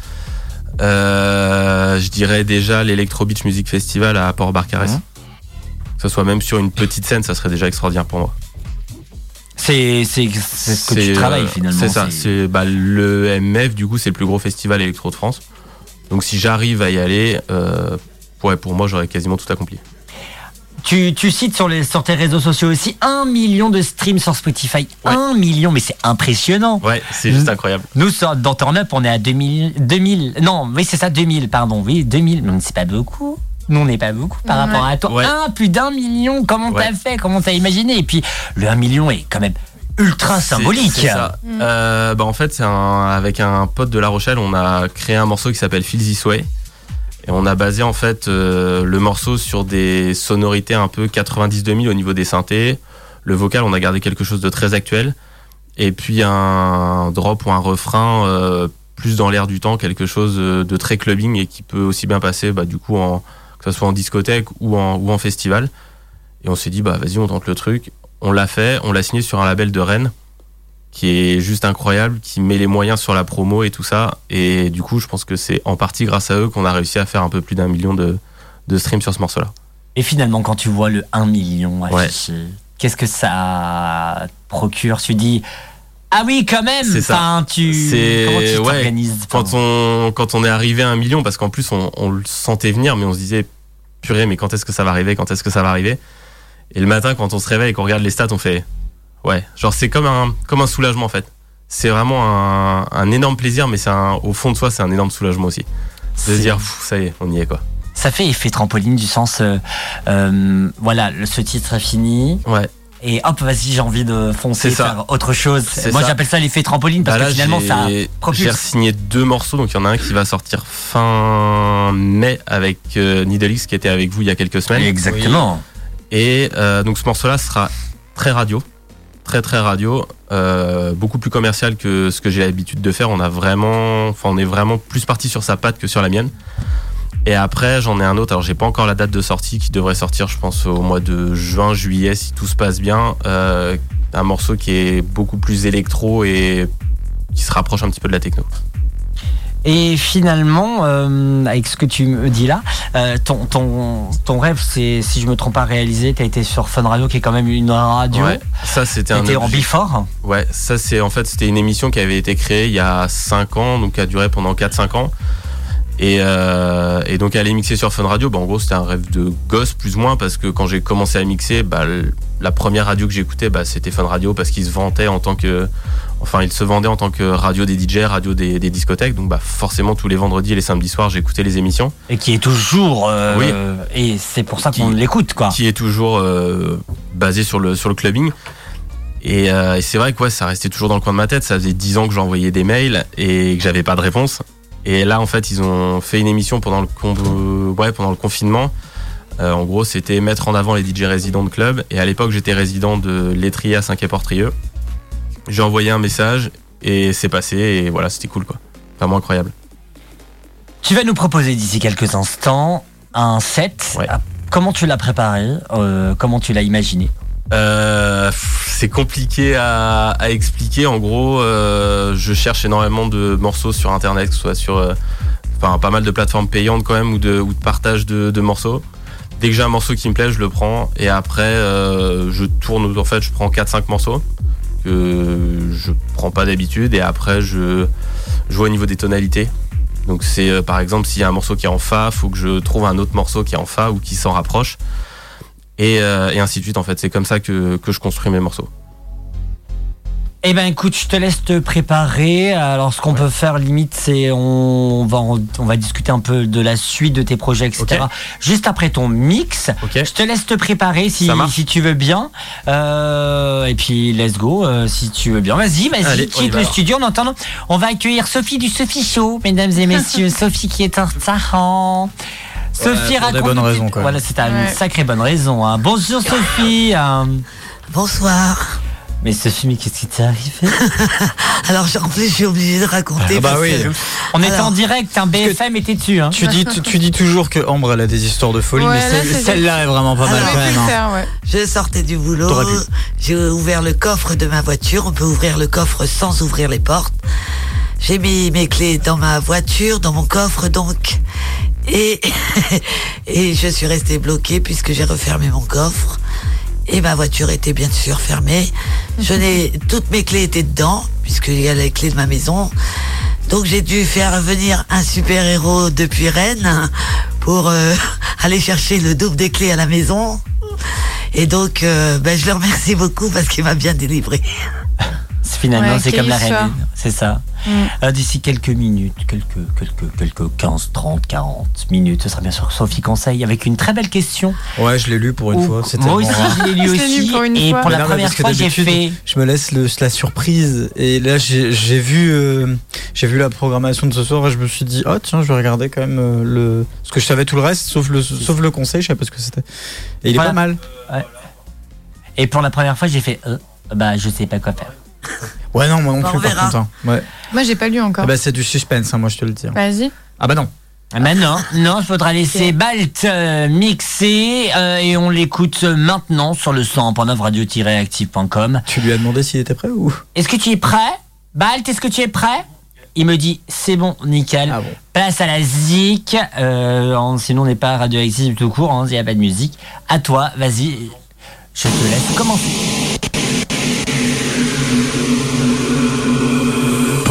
Euh, je dirais déjà l'Electro Beach Music Festival à Port-Barcarès. Mhm. Que ce soit même sur une petite scène, ça serait déjà extraordinaire pour moi. C'est c'est c'est ce que tu C'est, travailles euh, finalement. C'est ça. C'est bah, le M F du coup c'est le plus gros festival électro de France. Donc si j'arrive à y aller, euh, ouais, pour moi j'aurais quasiment tout accompli. Tu, tu cites sur, les, sur tes réseaux sociaux aussi un million de streams sur Spotify. Ouais. Un million, mais c'est impressionnant. Ouais, c'est juste Mm. incroyable. Nous, sur- dans Turn Up, on est à deux mille. deux mille non, oui, c'est ça, deux mille, pardon. Oui, deux mille. Mais c'est pas beaucoup. Nous, on n'est pas beaucoup par Ouais. rapport à toi. Ouais. Un, plus d'un million. Comment Ouais. t'as fait? Comment t'as imaginé? Et puis, le un million est quand même ultra C'est- symbolique. C'est ça. Euh, bah en fait, c'est un, avec un pote de La Rochelle, on a créé un morceau qui s'appelle Feel This Way. Et on a basé en fait euh, le morceau sur des sonorités un peu quatre-vingt-dix deux mille au niveau des synthés. Le vocal, on a gardé quelque chose de très actuel. Et puis un drop ou un refrain euh, plus dans l'air du temps, quelque chose de très clubbing et qui peut aussi bien passer bah, du coup en, que ce soit en discothèque ou en, ou en festival. Et on s'est dit, bah vas-y, on tente le truc. On l'a fait, on l'a signé sur un label de Rennes qui est juste incroyable, qui met les moyens sur la promo et tout ça. Et du coup, je pense que c'est en partie grâce à eux qu'on a réussi à faire un peu plus d'un million de, de streams sur ce morceau-là. Et finalement, quand tu vois le un million Ouais. affiché, qu'est-ce que ça procure? Tu dis, Ah oui, quand même. C'est ça. Enfin, tu. C'est- Comment tu ouais. t'organises Quand on, quand on est arrivé à un million, parce qu'en plus on, on le sentait venir, mais on se disait purée, mais quand est-ce que ça va arriver, quand est-ce que ça va arriver. Et le matin, quand on se réveille et qu'on regarde les stats, on fait ouais, genre c'est comme un, comme un soulagement en fait. C'est vraiment un, un énorme plaisir, mais c'est un, au fond de soi, c'est un énorme soulagement aussi. De se C'est- dire pff, ça y est, on y est quoi. Ça fait effet trampoline du sens, euh, euh, voilà, le- ce titre est fini. Ouais. Et hop, vas-y, j'ai envie de foncer, C'est ça. faire autre chose. C'est Moi, ça. j'appelle ça l'effet trampoline parce Bah que là, finalement, j'ai- ça j'ai propulse. signé deux morceaux, donc il y en a un qui va sortir fin mai avec euh, Needle X qui était avec vous il y a quelques semaines. Exactement. Et euh, donc ce morceau-là sera très radio, très très radio, euh, beaucoup plus commercial que ce que j'ai l'habitude de faire. On a vraiment, enfin on est vraiment plus parti sur sa patte que sur la mienne. Et après j'en ai un autre. Alors j'ai pas encore la date de sortie qui devrait sortir, je pense au mois de juin, juillet si tout se passe bien. Euh, un morceau qui est beaucoup plus électro et qui se rapproche un petit peu de la techno. Et finalement, euh, avec ce que tu me dis là, euh, ton, ton, ton rêve, c'est, si je me trompe pas, réalisé. Tu as été sur Fun Radio, qui est quand même une radio. Ouais, ça c'était un T'étais en objet- before. Ouais, ça c'est en fait c'était une émission qui avait été créée il y a cinq ans, donc qui a duré pendant quatre cinq ans. Et, euh, et donc aller mixer sur Fun Radio, bah en gros c'était un rêve de gosse plus ou moins parce que quand j'ai commencé à mixer, bah, l- la première radio que j'écoutais bah, c'était Fun Radio parce qu'ils se vantaient en tant que, enfin ils se vendaient en tant que radio des D J, radio des, des discothèques, donc bah forcément tous les vendredis et les samedis soirs j'écoutais les émissions. Et qui est toujours. euh, Oui. Et c'est pour ça Qui- qu'on l'écoute, quoi. Qui est toujours euh, basé sur le, sur le clubbing. Et, euh, et c'est vrai que ouais, ça restait toujours dans le coin de ma tête. Ça faisait dix ans que j'envoyais des mails et que j'avais pas de réponse. Et là, en fait, ils ont fait une émission pendant le, con- euh, ouais, pendant le confinement. Euh, en gros, c'était mettre en avant les D J résidents de club. Et à l'époque, j'étais résident de l'Étrier à Saint-Quay-Portrieux. J'ai envoyé un message et c'est passé. Et voilà, c'était cool, quoi. Vraiment incroyable. Tu vas nous proposer d'ici quelques instants un set. Ouais. Ah, Comment tu l'as préparé euh, Comment tu l'as imaginé Euh, pff, c'est compliqué à, à expliquer. En gros, euh, je cherche énormément de morceaux sur Internet, que ce soit sur euh, enfin, pas mal de plateformes payantes quand même ou de, ou de partage de, de morceaux. Dès que j'ai un morceau qui me plaît, je le prends et après euh, je tourne. En fait, je prends quatre cinq morceaux que je prends pas d'habitude et après je joue au niveau des tonalités. Donc c'est euh, par exemple s'il y a un morceau qui est en fa, faut que je trouve un autre morceau qui est en fa ou qui s'en rapproche. Et, euh, et ainsi de suite en fait, c'est comme ça que, que je construis mes morceaux. Eh ben écoute, je te laisse te préparer. Alors ce qu'on peut faire limite, c'est on va on va discuter un peu de la suite de tes projets, et cetera. Ok. Juste après ton mix. Ok. Je te laisse te préparer si Ça marche. si tu veux bien. Euh, et puis let's go euh, si tu veux bien. Vas-y, vas-y, Allez, on y quitte va le alors. studio. En attendant, on va accueillir Sophie du Sophie Show, mesdames et messieurs. Sophie qui est en retard. Sophie pour des raconte. bonnes raisons, quoi. Voilà, c'est une Ouais. sacrée bonne raison. Hein. Bonjour Sophie. euh, Bonsoir. Mais Sophie, mais qu'est-ce qui t'est arrivé? Alors en plus je suis obligée de raconter. Ah bah parce oui. que- On était Alors, en direct, un B F M était dessus. Hein. Tu dis, tu, tu dis toujours que Ambre elle a des histoires de folie, Ouais, mais là, celle- c'est- celle-là est vraiment pas Ah, mal ouais, quand J'aurais pu même. le hein. faire, ouais. Je sortais du boulot, T'aurais pu. j'ai ouvert le coffre de ma voiture. On peut ouvrir le coffre sans ouvrir les portes. J'ai mis mes clés dans ma voiture, dans mon coffre donc. Et, et je suis restée bloquée puisque j'ai refermé mon coffre. Et ma voiture était bien sûr fermée. Je n'ai, toutes mes clés étaient dedans, puisqu'il y a les clés de ma maison. Donc j'ai dû faire venir un super-héros depuis Rennes pour euh, aller chercher le double des clés à la maison. Et donc, euh, ben, je le remercie beaucoup parce qu'il m'a bien délivré. Finalement, Ouais, c'est quelle comme la histoire. reine, c'est ça. Mm. Euh, D'ici quelques minutes, quelques, quelques, quelques quinze, trente, quarante minutes, ce sera bien sûr Sophie Conseil avec une très belle question. Ouais, je l'ai lu pour une Où- fois. C'était moi aussi, vraiment rare. je l'ai lu Je l'ai aussi. lu pour une et fois. pour Mais la non, mais première parce que fois, j'ai d'habitude, fait. Je me laisse le- la surprise et là j'ai j'ai vu euh, j'ai vu la programmation de ce soir et je me suis dit oh tiens je vais regarder quand même euh, le parce que je savais tout le reste sauf le sauf le conseil, je savais pas ce que c'était et il Voilà. est pas mal. Et pour la première fois, j'ai fait. Euh, bah, je sais pas quoi faire. Ouais non moi non Bah, on plus par verra. contre. hein. Ouais. Moi, j'ai pas lu encore. Ah bah c'est du suspense hein, moi je te le dis. hein. Vas-y. Ah bah non. Ah bah non, non, il faudra laisser Ok. Balt euh, mixer euh, et on l'écoute maintenant sur le cent point neuf radio tiret active point com. Tu lui as demandé s'il était prêt ou Est-ce que tu es prêt? Balt, est-ce que tu es prêt? Il me dit c'est bon, nickel. Ah bon. Place à la zik. Euh, en- sinon, on n'est pas radioactif tout court, il n'y a pas de musique. À toi, vas-y. Je te laisse commencer.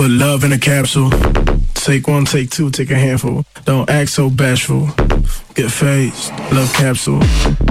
Put love in a capsule. Take one, take two, take a handful. Don't act so bashful. Get phased. Love capsule.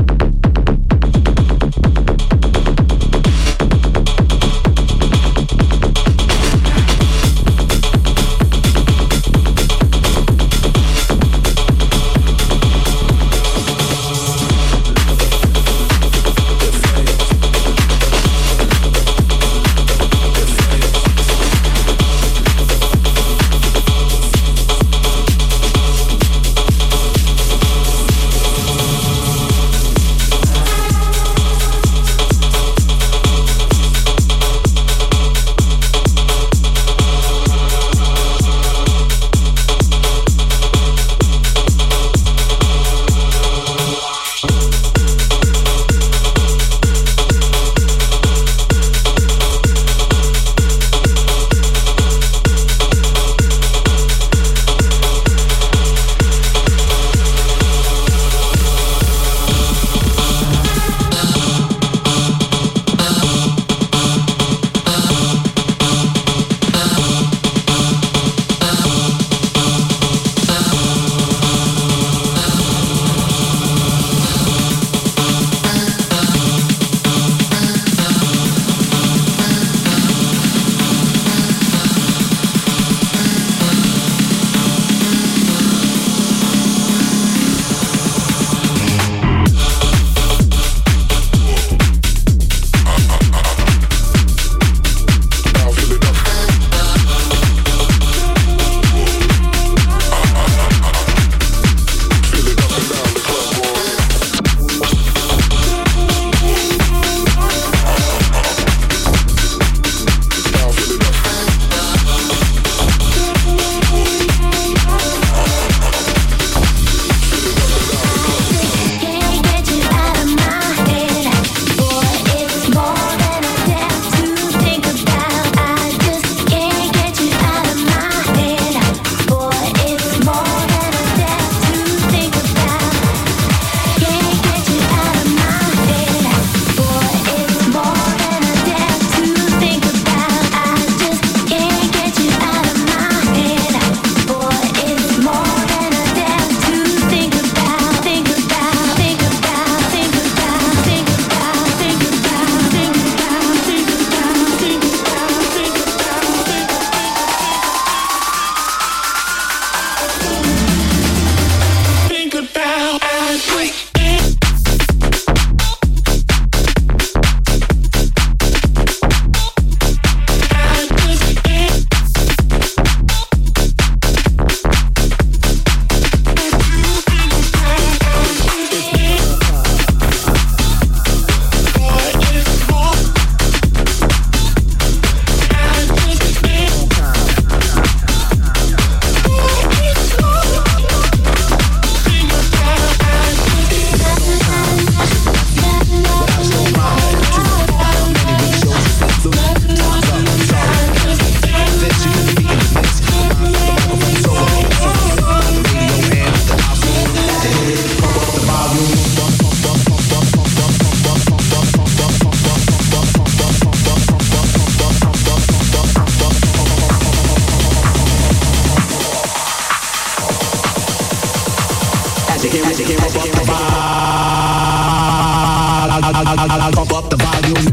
Pump up the volume.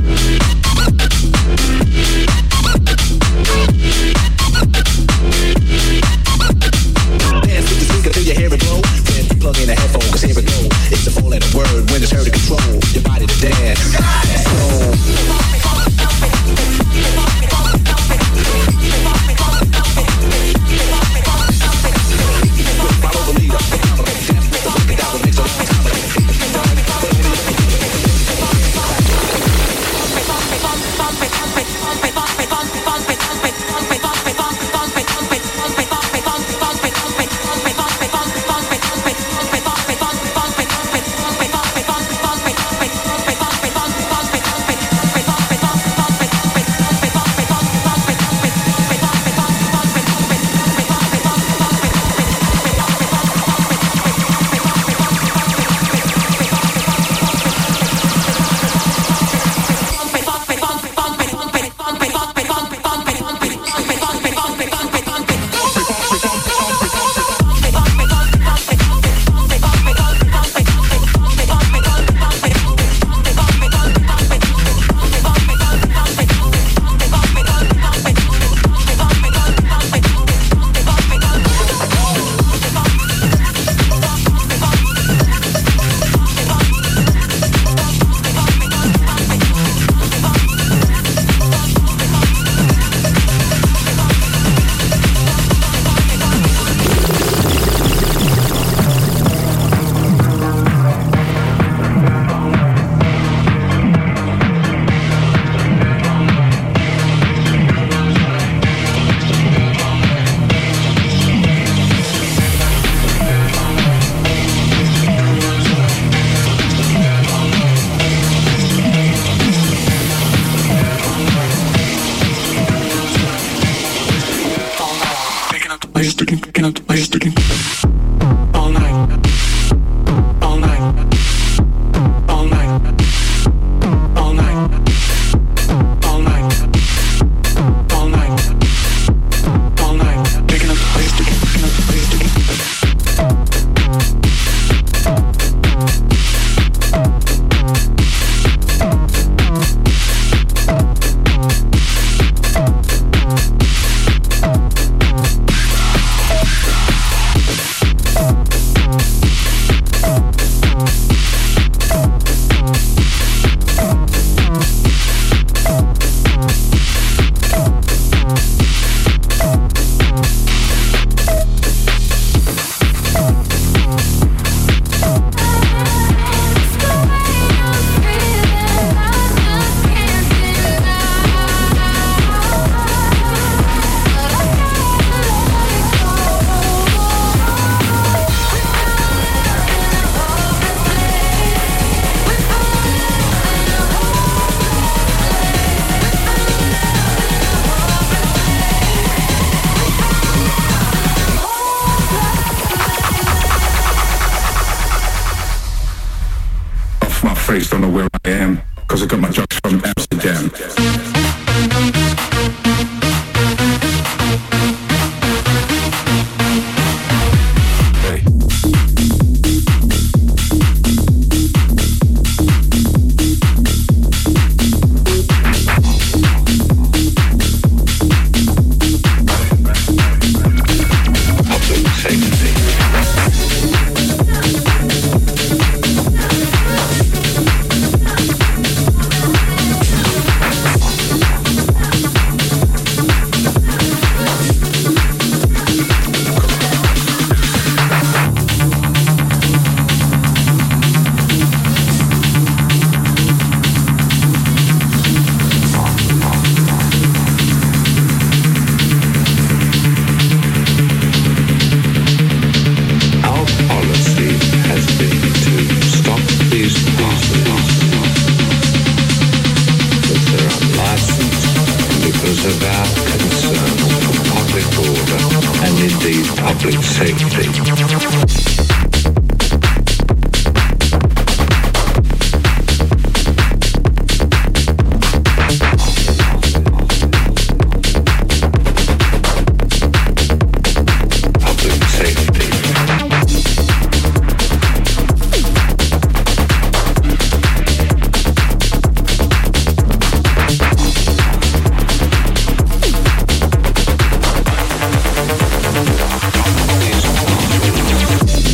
Dance with the speaker till you hear it blow. Then plug in a headphone, cause here it go. It's a four letter word when it's heard to control your body to dance. So sticking, picking up the pace, sticking. All night, all night, all night, all night, all night, all night, all night, picking up the pace, sticking, picking up the pace, sticking. Don't know where I am, cause I got my drugs from Amsterdam. These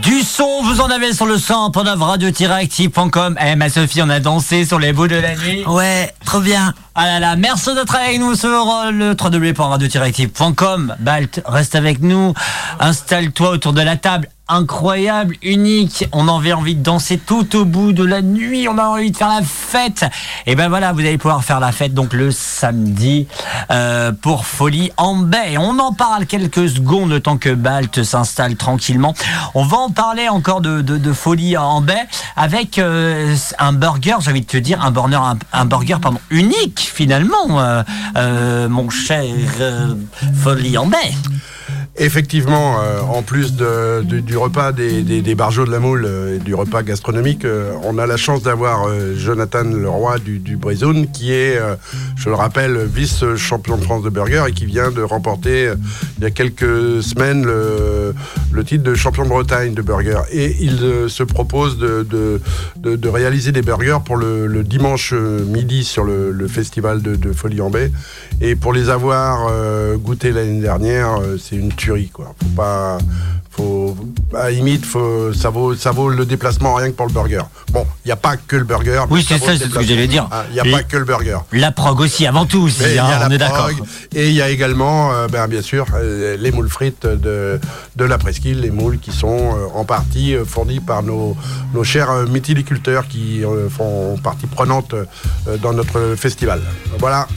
Du son, vous en avez sur le cent point neuf radio tiret active point com. Eh, ma Sophie, on a dansé sur les bouts de la nuit. Ouais, trop bien. Ah là là, merci d'être avec nous sur euh, le w w w point radio tiret active point com. Balt, reste avec nous. Installe-toi autour de la table. Incroyable, unique. On avait envie de danser tout au bout de la nuit. On a envie de faire la fête. Et ben voilà, vous allez pouvoir faire la fête donc le samedi euh, pour Folie en Baie. On en parle quelques secondes le temps que Balt s'installe tranquillement. On va en parler encore de, de, de Folie en Baie avec euh, un burger, j'ai envie de te dire, un burger, un, un burger pardon, unique finalement, euh, euh, mon cher euh, Folie en Baie. Effectivement, euh, en plus de, de, du repas des, des, des barjots de la Moule euh, et du repas gastronomique, euh, on a la chance d'avoir euh, Jonathan Leroy du, du Brézoun, qui est, euh, je le rappelle, vice-champion de France de burger et qui vient de remporter euh, il y a quelques semaines le, le titre de champion de Bretagne de burger. Et il euh, se propose de, de, de, de réaliser des burgers pour le, le dimanche midi sur le, le festival de, de Folie en Baie. Et pour les avoir euh, goûtés l'année dernière, euh, c'est une tuerie, quoi. Faut pas, faut, à la limite, faut, ça vaut, ça vaut le déplacement rien que pour le burger. Bon, il n'y a pas que le burger. Oui, c'est ça, c'est ce que j'allais dire. Il n'y a et pas que le burger. La prog aussi, avant tout aussi, hein, on est d'accord. Et il y a également, euh, ben, bien sûr, euh, les moules frites de, de la Presqu'île, les moules qui sont euh, en partie euh, fournis par nos, nos chers euh, méthyliculteurs qui euh, font partie prenante euh, dans notre festival. Voilà.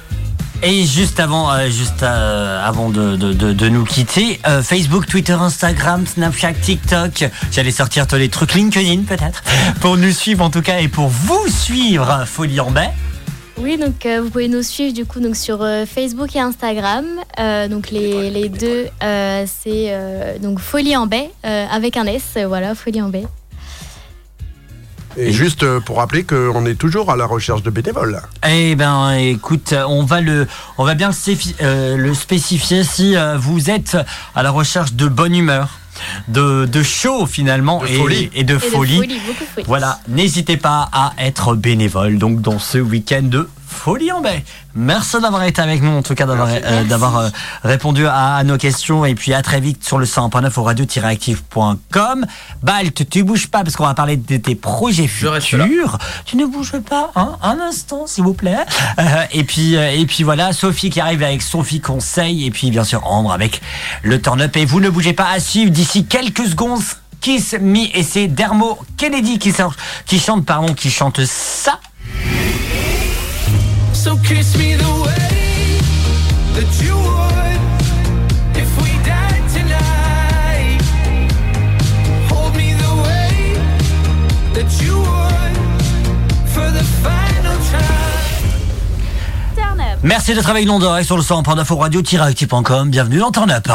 Et juste avant, euh, juste euh, avant de, de, de, de nous quitter, euh, Facebook, Twitter, Instagram, Snapchat, TikTok. J'allais sortir tous les trucs LinkedIn peut-être pour nous suivre en tout cas et pour vous suivre Folie en Baie. Oui, donc euh, vous pouvez nous suivre du coup donc sur euh, Facebook et Instagram. Euh, donc les, les deux, euh, c'est euh, donc Folie en Baie euh, avec un S. Euh, voilà, Folie en Baie. Et juste pour rappeler qu'on est toujours à la recherche de bénévoles. Eh ben, écoute, on va le, on va bien le, spécifier, euh, le spécifier si euh, vous êtes à la recherche de bonne humeur, de, de show finalement de et, folie. et de et folie. De folie, beaucoup de folie. Voilà, n'hésitez pas à être bénévole donc dans ce week-end de Folie en Baie. Merci d'avoir été avec nous, en tout cas d'avoir, euh, d'avoir euh, répondu à, à nos questions et puis à très vite sur le cent point neuf au radio tiret active point com. Balt, tu bouges pas parce qu'on va parler de tes projets futurs. Tu ne bouges pas, hein, un instant s'il vous plaît. Euh, et puis euh, et puis voilà, Sophie qui arrive avec Sophie Conseil et puis bien sûr Ambre avec le turn up et vous ne bougez pas à suivre d'ici quelques secondes. Kiss Me et c'est Dermot Kennedy qui, qui chante pardon qui chante ça. So kiss me the way that you would if we died tonight. Hold me the way that you would for the final time. Turn up. Merci d'être avec nous en direct sur le cent point neuf au radio tiret active point com. Bienvenue dans Turn Up.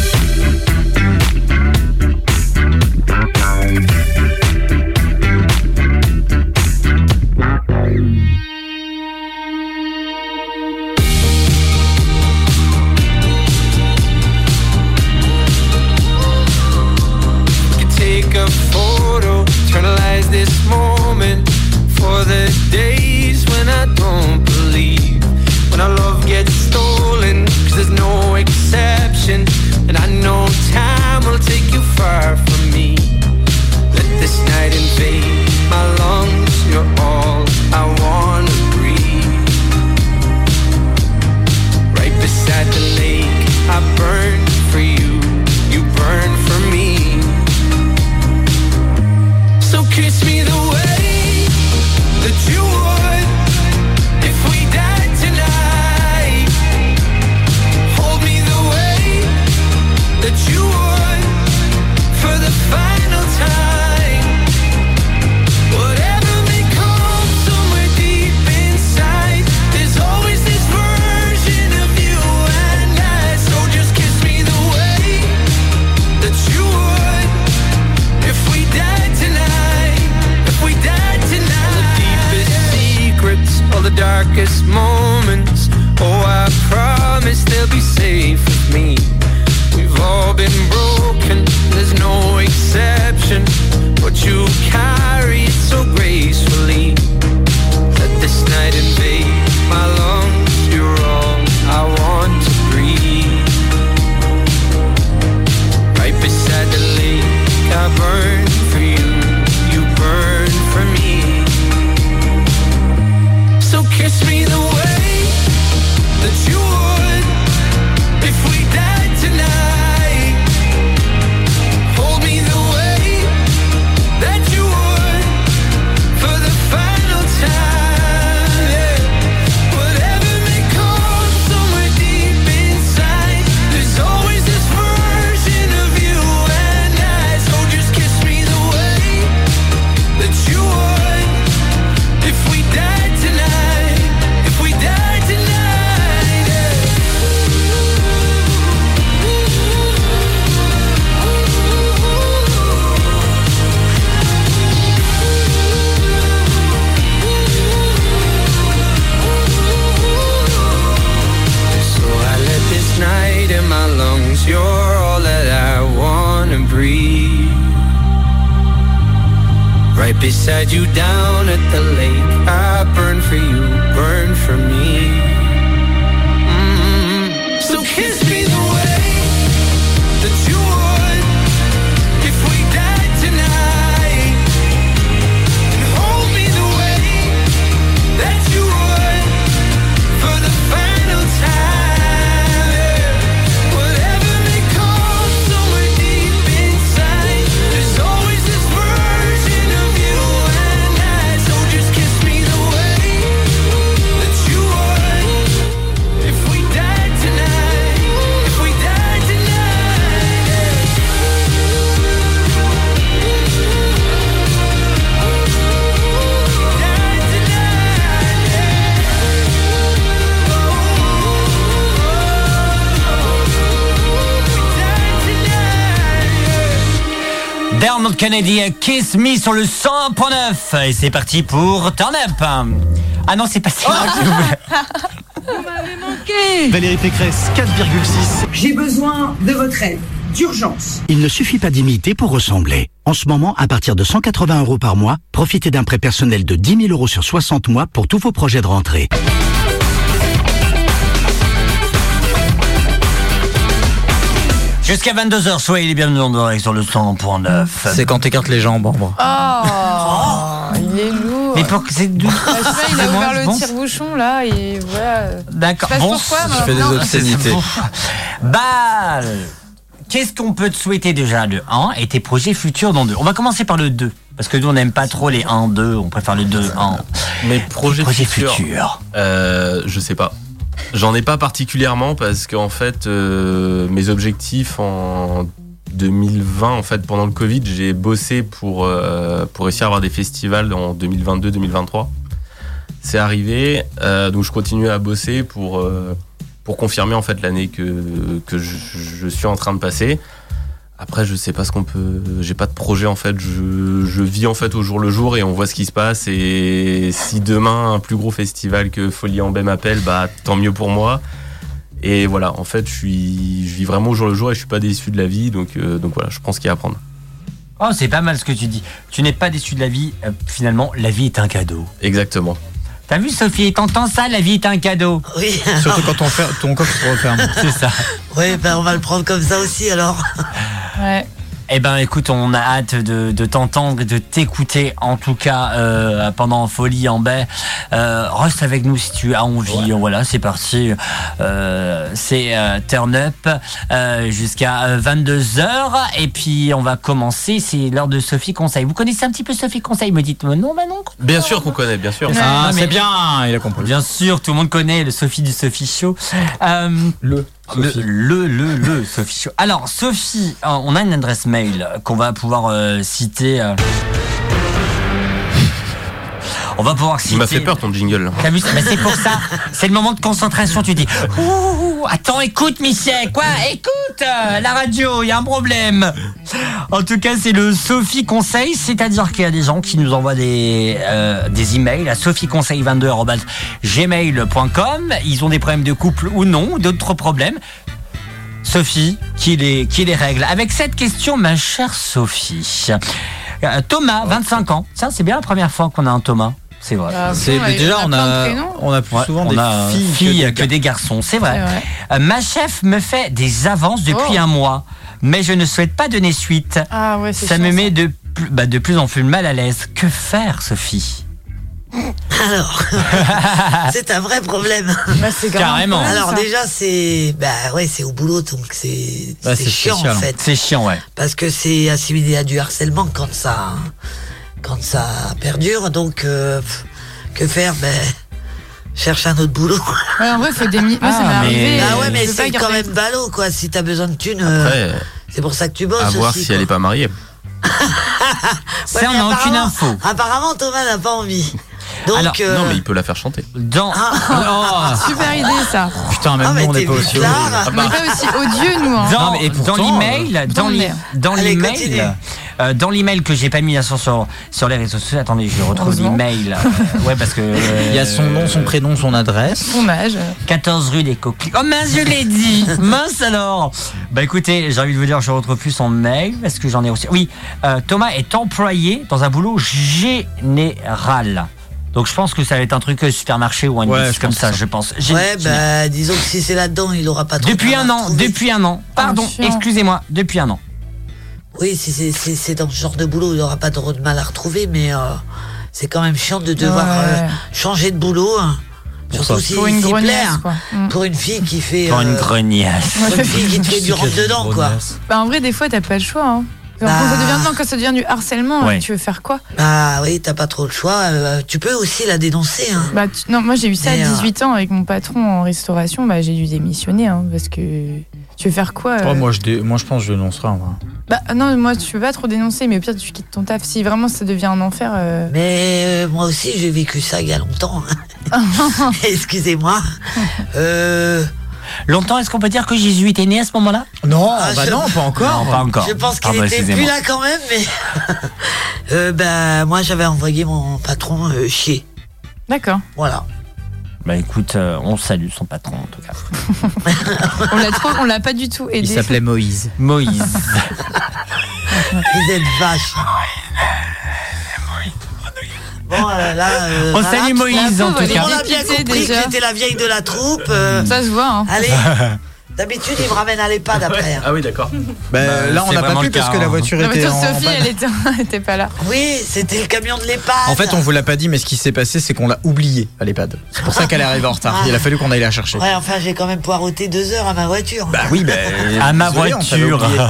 A photo, eternalize this moment for the days when I don't believe, when our love gets stolen, cause there's no exception, and I know time will take you far from me. Let this night invade my lungs, you're all I wanna breathe. Right beside the lake, I burn for you, you burn for me. So kiss me the way that you would if we died tonight. Hold me the way that you would for the final time. Whatever may come somewhere deep inside, there's always this version of you and I. So just kiss me the way that you would if we died tonight. We died tonight. All the deepest secrets, all the darkest moments. Oh, I promise they'll be safe with me. We've all been broken, there's no exception. But you carry it so gracefully. Let this night invade my lungs. You're all I want to breathe. Right beside the lake, I burn. Right beside you down at the lake. I burn for you, burn for me. Mm-hmm. So kiss me the way that you would if we died tonight, and hold me the way that you would for the final time. Whatever may come somewhere deep inside, there's always this version of you and I. So just kiss me the way that you would if we died tonight, if we died tonight. Died Dermot Kennedy, Kiss Me sur le cent point neuf. Et c'est parti pour Turn Up. Ah non, c'est pas ça. Valérie Pécresse, quatre virgule six. J'ai besoin de votre aide, d'urgence. Il ne suffit pas d'imiter pour ressembler. En ce moment, à partir de cent quatre-vingts euros par mois, profitez d'un prêt personnel de dix mille euros sur soixante mois pour tous vos projets de rentrée. Jusqu'à vingt-deux heures, soyez les bienvenus en direct sur le cent point neuf. C'est quand t'écartes les jambes, en bras. Oh, il est lourd. Mais pour que c'est doux. Bah, je sais pas, il a Excusez-moi, ouvert le bon. tire-bouchon là et voilà. D'accord. Je sais pas Bon, pourquoi, Je mais- fais des non. obscénités. Bah, qu'est-ce qu'on peut te souhaiter déjà le un et tes projets futurs dans deux. On va commencer par le deux. Parce que nous, on n'aime pas trop les un deux. On préfère le deux un. Mes projets, projets futurs, futurs. euh, je sais pas. J'en ai pas particulièrement parce qu'en fait, euh, mes objectifs en deux mille vingt, en fait, pendant le Covid, j'ai bossé pour, euh, pour réussir à avoir des festivals en deux mille vingt-deux deux mille vingt-trois. C'est arrivé, euh, donc je continue à bosser pour, euh, pour confirmer en fait l'année que, que je, je suis en train de passer. Après, je sais pas ce qu'on peut. J'ai pas de projet en fait. Je, je vis en fait au jour le jour et on voit ce qui se passe. Et si demain un plus gros festival que Folie en Baie m'appelle, bah tant mieux pour moi. Et voilà, en fait, je suis, je vis vraiment au jour le jour et je suis pas déçu de la vie. Donc, euh, donc voilà, je pense qu'il y a à prendre. Oh, c'est pas mal ce que tu dis. Tu n'es pas déçu de la vie. Euh, finalement, la vie est un cadeau. Exactement. T'as vu, Sophie, t'entends ça? La vie est un cadeau. Oui. Surtout quand ton, fer- ton coffre se referme. C'est ça. Oui, ben on va le prendre comme ça aussi alors. Ouais. Eh ben, écoute, on a hâte de, de t'entendre et de t'écouter, en tout cas, euh, pendant Folie en Baie. Euh, reste avec nous si tu as envie. Ouais. Voilà, c'est parti. Euh, c'est euh, Turn Up euh, jusqu'à vingt-deux heures. Et puis, on va commencer. C'est l'heure de Sophie Conseil. Vous connaissez un petit peu Sophie Conseil? Me dites non, bah non. Bien sûr qu'on connaît, bien sûr. Ah, mais- c'est bien, il a compris. Bien sûr, tout le monde connaît le Sophie du Sophie Show. Euh, Le. Le, Sophie. le, le, le, Sophie Show. Alors, Sophie, euh, on a une adresse mail qu'on va pouvoir euh, citer. euh, On va pouvoir citer. Il m'a fait peur ton jingle. T'as vu ça? Mais c'est pour ça. C'est le moment de concentration. Tu dis ouh, attends, écoute, Michel. Quoi? Écoute, euh, la radio, il y a un problème. En tout cas, c'est le Sophie Conseil, c'est-à-dire qu'il y a des gens qui nous envoient des euh, des emails à sophieconseil vingt-deux arobase gmail point com. Ils ont des problèmes de couple ou non, d'autres problèmes. Sophie, qui les qui les règle. Avec cette question, ma chère Sophie. Euh, Thomas, vingt-cinq ans. Tiens, c'est bien la première fois qu'on a un Thomas. C'est vrai. Bah, C'est, bon, mais il y déjà, a on plein de a, prénoms. on a plus Ouais, souvent on des a filles, filles que que, des des garçons, c'est vrai. C'est vrai. Euh, ma chef me fait des avances depuis Oh. un mois, mais je ne souhaite pas donner suite. Ah ouais, c'est Ça me chiant, met de, plus- bah, de plus en plus mal à l'aise. Que faire, Sophie? Alors, c'est un vrai problème. Bah, c'est grave Carrément. un problème, Alors ça. déjà, c'est bah ouais, c'est au boulot, donc c'est Bah, c'est c'est chiant spécial, en hein. fait, C'est chiant, ouais. parce que c'est assimilé à du harcèlement quand ça quand ça perdure. Donc euh, pff, que faire? Ben cherche un autre boulot. Ouais, en vrai, faut démi... Moi, ça Ah, m'est mais- arrivé. Ah ouais, je mais peux pas c'est quand garder- même ballot quoi. Si t'as besoin de thunes, euh, Après, c'est pour ça que tu bosses à voir aussi, si quoi. elle est pas mariée. Ça, Ouais, on mais n'a aucune apparemment- info. Apparemment, Thomas n'a pas envie. Donc, Alors, euh, Non, mais il peut la faire chanter. Dans. Ah, super idée ça. Putain, même Ah, nous, mais on n'est t'es pas aussi bizarre. horrible. On n'est pas aussi odieux nous. Hein. Dans, Non, mais et pourtant, dans l'email, dans on l'e- est. dans Allez, l'email, continue. euh, dans l'email que j'ai pas mis à sur, sur sur les réseaux sociaux. Attendez, je retrouve Heureusement. l'email. Euh, ouais, parce que euh, Il y a son nom, son prénom, son adresse. Son âge. quatorze rue des Coquelicots. Oh mince, je l'ai dit. Mince alors. Bah écoutez, j'ai envie de vous dire, je retrouve plus son mail parce que j'en ai aussi. Oui, euh, Thomas est employé dans un boulot général. Donc je pense que ça va être un truc euh, supermarché ou un Ouais, truc je comme pense ça, que je pense. Gé- Ouais, géné- bah, disons que si c'est là-dedans, il aura pas trop. Depuis de un mal à an, retrouver. depuis un an. Pardon, Ah, chiant. excusez-moi, depuis un an. Oui, si c'est si c'est dans ce genre de boulot, il aura pas trop de mal à retrouver, mais euh, c'est quand même chiant de devoir Ouais. euh, changer de boulot. hein. Surtout si Pour une s'y grognasse, plaire. quoi. Mm. Pour une fille qui fait. Pour une euh, grognasse. pour une fille qui te fait du rentre-dedans, quoi. Bah, en vrai, des fois, t'as pas le choix. Hein. Quand, Bah. ça devient, non, quand ça devient du harcèlement, Ouais. tu veux faire quoi? Bah oui, t'as pas trop le choix. euh, tu peux aussi la dénoncer. Hein. Bah, tu- non, moi j'ai eu ça à Mais, euh, dix-huit ans avec mon patron en restauration. Bah, j'ai dû démissionner hein, parce que tu veux faire quoi euh Oh, moi, je dé- moi, je pense que je dénoncerai. en vrai. Bah, non, moi tu veux pas trop dénoncer, mais au pire tu quittes ton taf. Si vraiment ça devient un enfer. euh, Mais euh, moi aussi, j'ai vécu ça il y a longtemps. hein. Excusez-moi. Euh, Longtemps, est-ce qu'on peut dire que Jésus était né à ce moment-là? Non, Ah, bah je- non, pas encore. Non, pas encore. je pense qu'il Ah bah, était plus excusez-moi. là quand même, mais. euh, bah, moi, j'avais envoyé mon patron euh, chier. D'accord. Voilà. Bah écoute, euh, on salue son patron en tout cas. On l'a trop, on l'a pas du tout aidé. Il s'appelait Moïse. Moïse. Vous êtes vache. Bon, euh, là. euh, On voilà, salue tout- Moïse la en pauvre, tout elle est cas. On a bien Dépité, compris déjà. que j'étais la vieille de la troupe. euh, Ça se voit. Hein. Allez. D'habitude, il me ramène à l'EHPAD après. hein. Ah oui, d'accord. Bah, Bah, là, on c'est n'a pas vraiment pu le cas, parce que la hein. voiture La était voiture en de Sophie, panne. elle était, elle était pas là. Oui, c'était le camion de l'EHPAD. En fait, on vous l'a pas dit, mais ce qui s'est passé, c'est qu'on l'a oublié à l'EHPAD. C'est pour ça qu'elle est arrivée en retard. Il a fallu qu'on aille la chercher. Ouais, enfin, j'ai quand même poireauté deux heures à ma voiture. Bah oui, bah. À ma désolé, on t'avait voiture. oublié.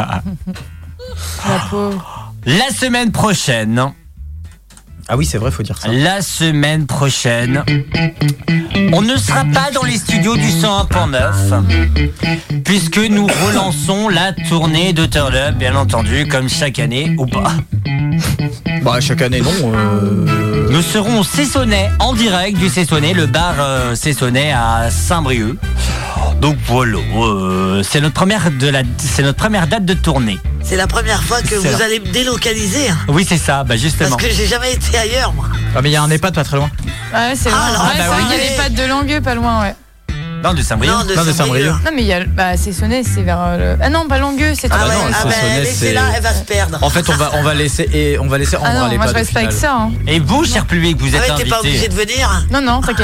La pauvre. La semaine prochaine, Ah oui, c'est vrai, faut dire ça. la semaine prochaine, on ne sera pas dans les studios du cent un point neuf puisque nous relançons la tournée de Turn Up, bien entendu, comme chaque année ou pas. Bah, chaque année, non. euh, Nous serons au Cessonnet, en direct du Cessonnet, le bar euh, Cessonnet à Saint-Brieuc. Donc voilà, euh, c'est notre première de la, c'est notre première date de tournée. C'est la première fois que C'est vous là. allez me délocaliser. hein, Oui, c'est ça, bah justement. Parce que j'ai jamais été ailleurs, moi. Ah, mais il y a un EHPAD pas très loin. Ouais, c'est vrai. Ah, alors, ouais, bah c'est vrai oui. qu'il y a les pattes de Langueux, pas loin, ouais. Non, de Saint-Brieuc. Non, de Non, de Saint-Brieuc. Saint-Brieuc. Non, mais il y a. Bah, c'est sonné, c'est vers euh, le. Ah non, pas Langueux, c'est Ah, trop ouais, non, le ah bah, Cessonnet, laissez-la, c'est- elle va se perdre. En fait, on va, on va laisser, et on va laisser Ambre Ah à non, l'EHPAD. moi je au reste pas avec final. ça. Hein. Et vous, cher public, vous Ah êtes ouais, t'es pas obligé invité. de venir. Non, non, t'inquiète.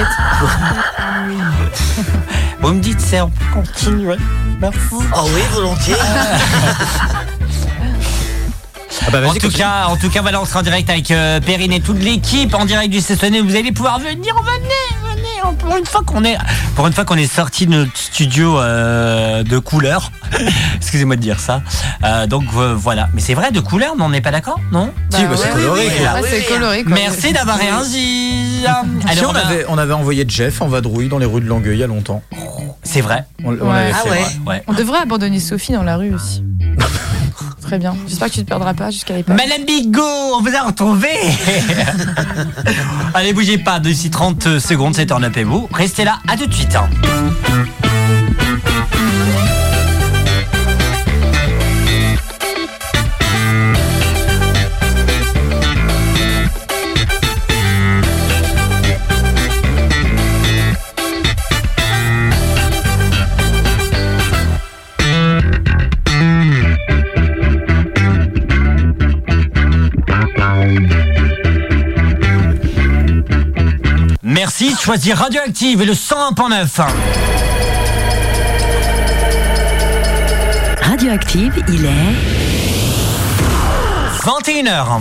Vous me dites, c'est on peut continuer. Merci. Oh oui, volontiers. Ah bah, En vas-y, tout continue. cas, en tout cas, voilà, on sera en direct avec euh, Perrine et toute l'équipe en direct du Cessonnet. Vous allez pouvoir venir, venez, venez. Pour une fois qu'on est, pour une fois qu'on est sorti de notre studio euh, de couleur. Excusez-moi de dire ça. Euh, donc euh, voilà. Mais c'est vrai de couleur, mais on n'est pas d'accord, non? Si, bah, c'est ouais, coloré, oui, oui, quoi. ouais, Oui, c'est oui. coloré. Quoi. Merci d'avoir réagi. Si, Alors, on, on a- avait, on avait envoyé Jeff en vadrouille dans les rues de Langueux il y a longtemps. C'est vrai. On, on Ouais. l'avait Ah fait. ouais. Ouais. On devrait abandonner Sophie dans la rue aussi. Très bien. J'espère que tu te perdras pas jusqu'à l'époque. Madame Bigot, on vous a retrouvé. Allez, bougez pas, d'ici trente secondes, c'est Turn Up et vous. Restez là, à tout de suite. hein. Merci de choisir Radioactive et le cent un point neuf. Radioactive, il est vingt et une heures.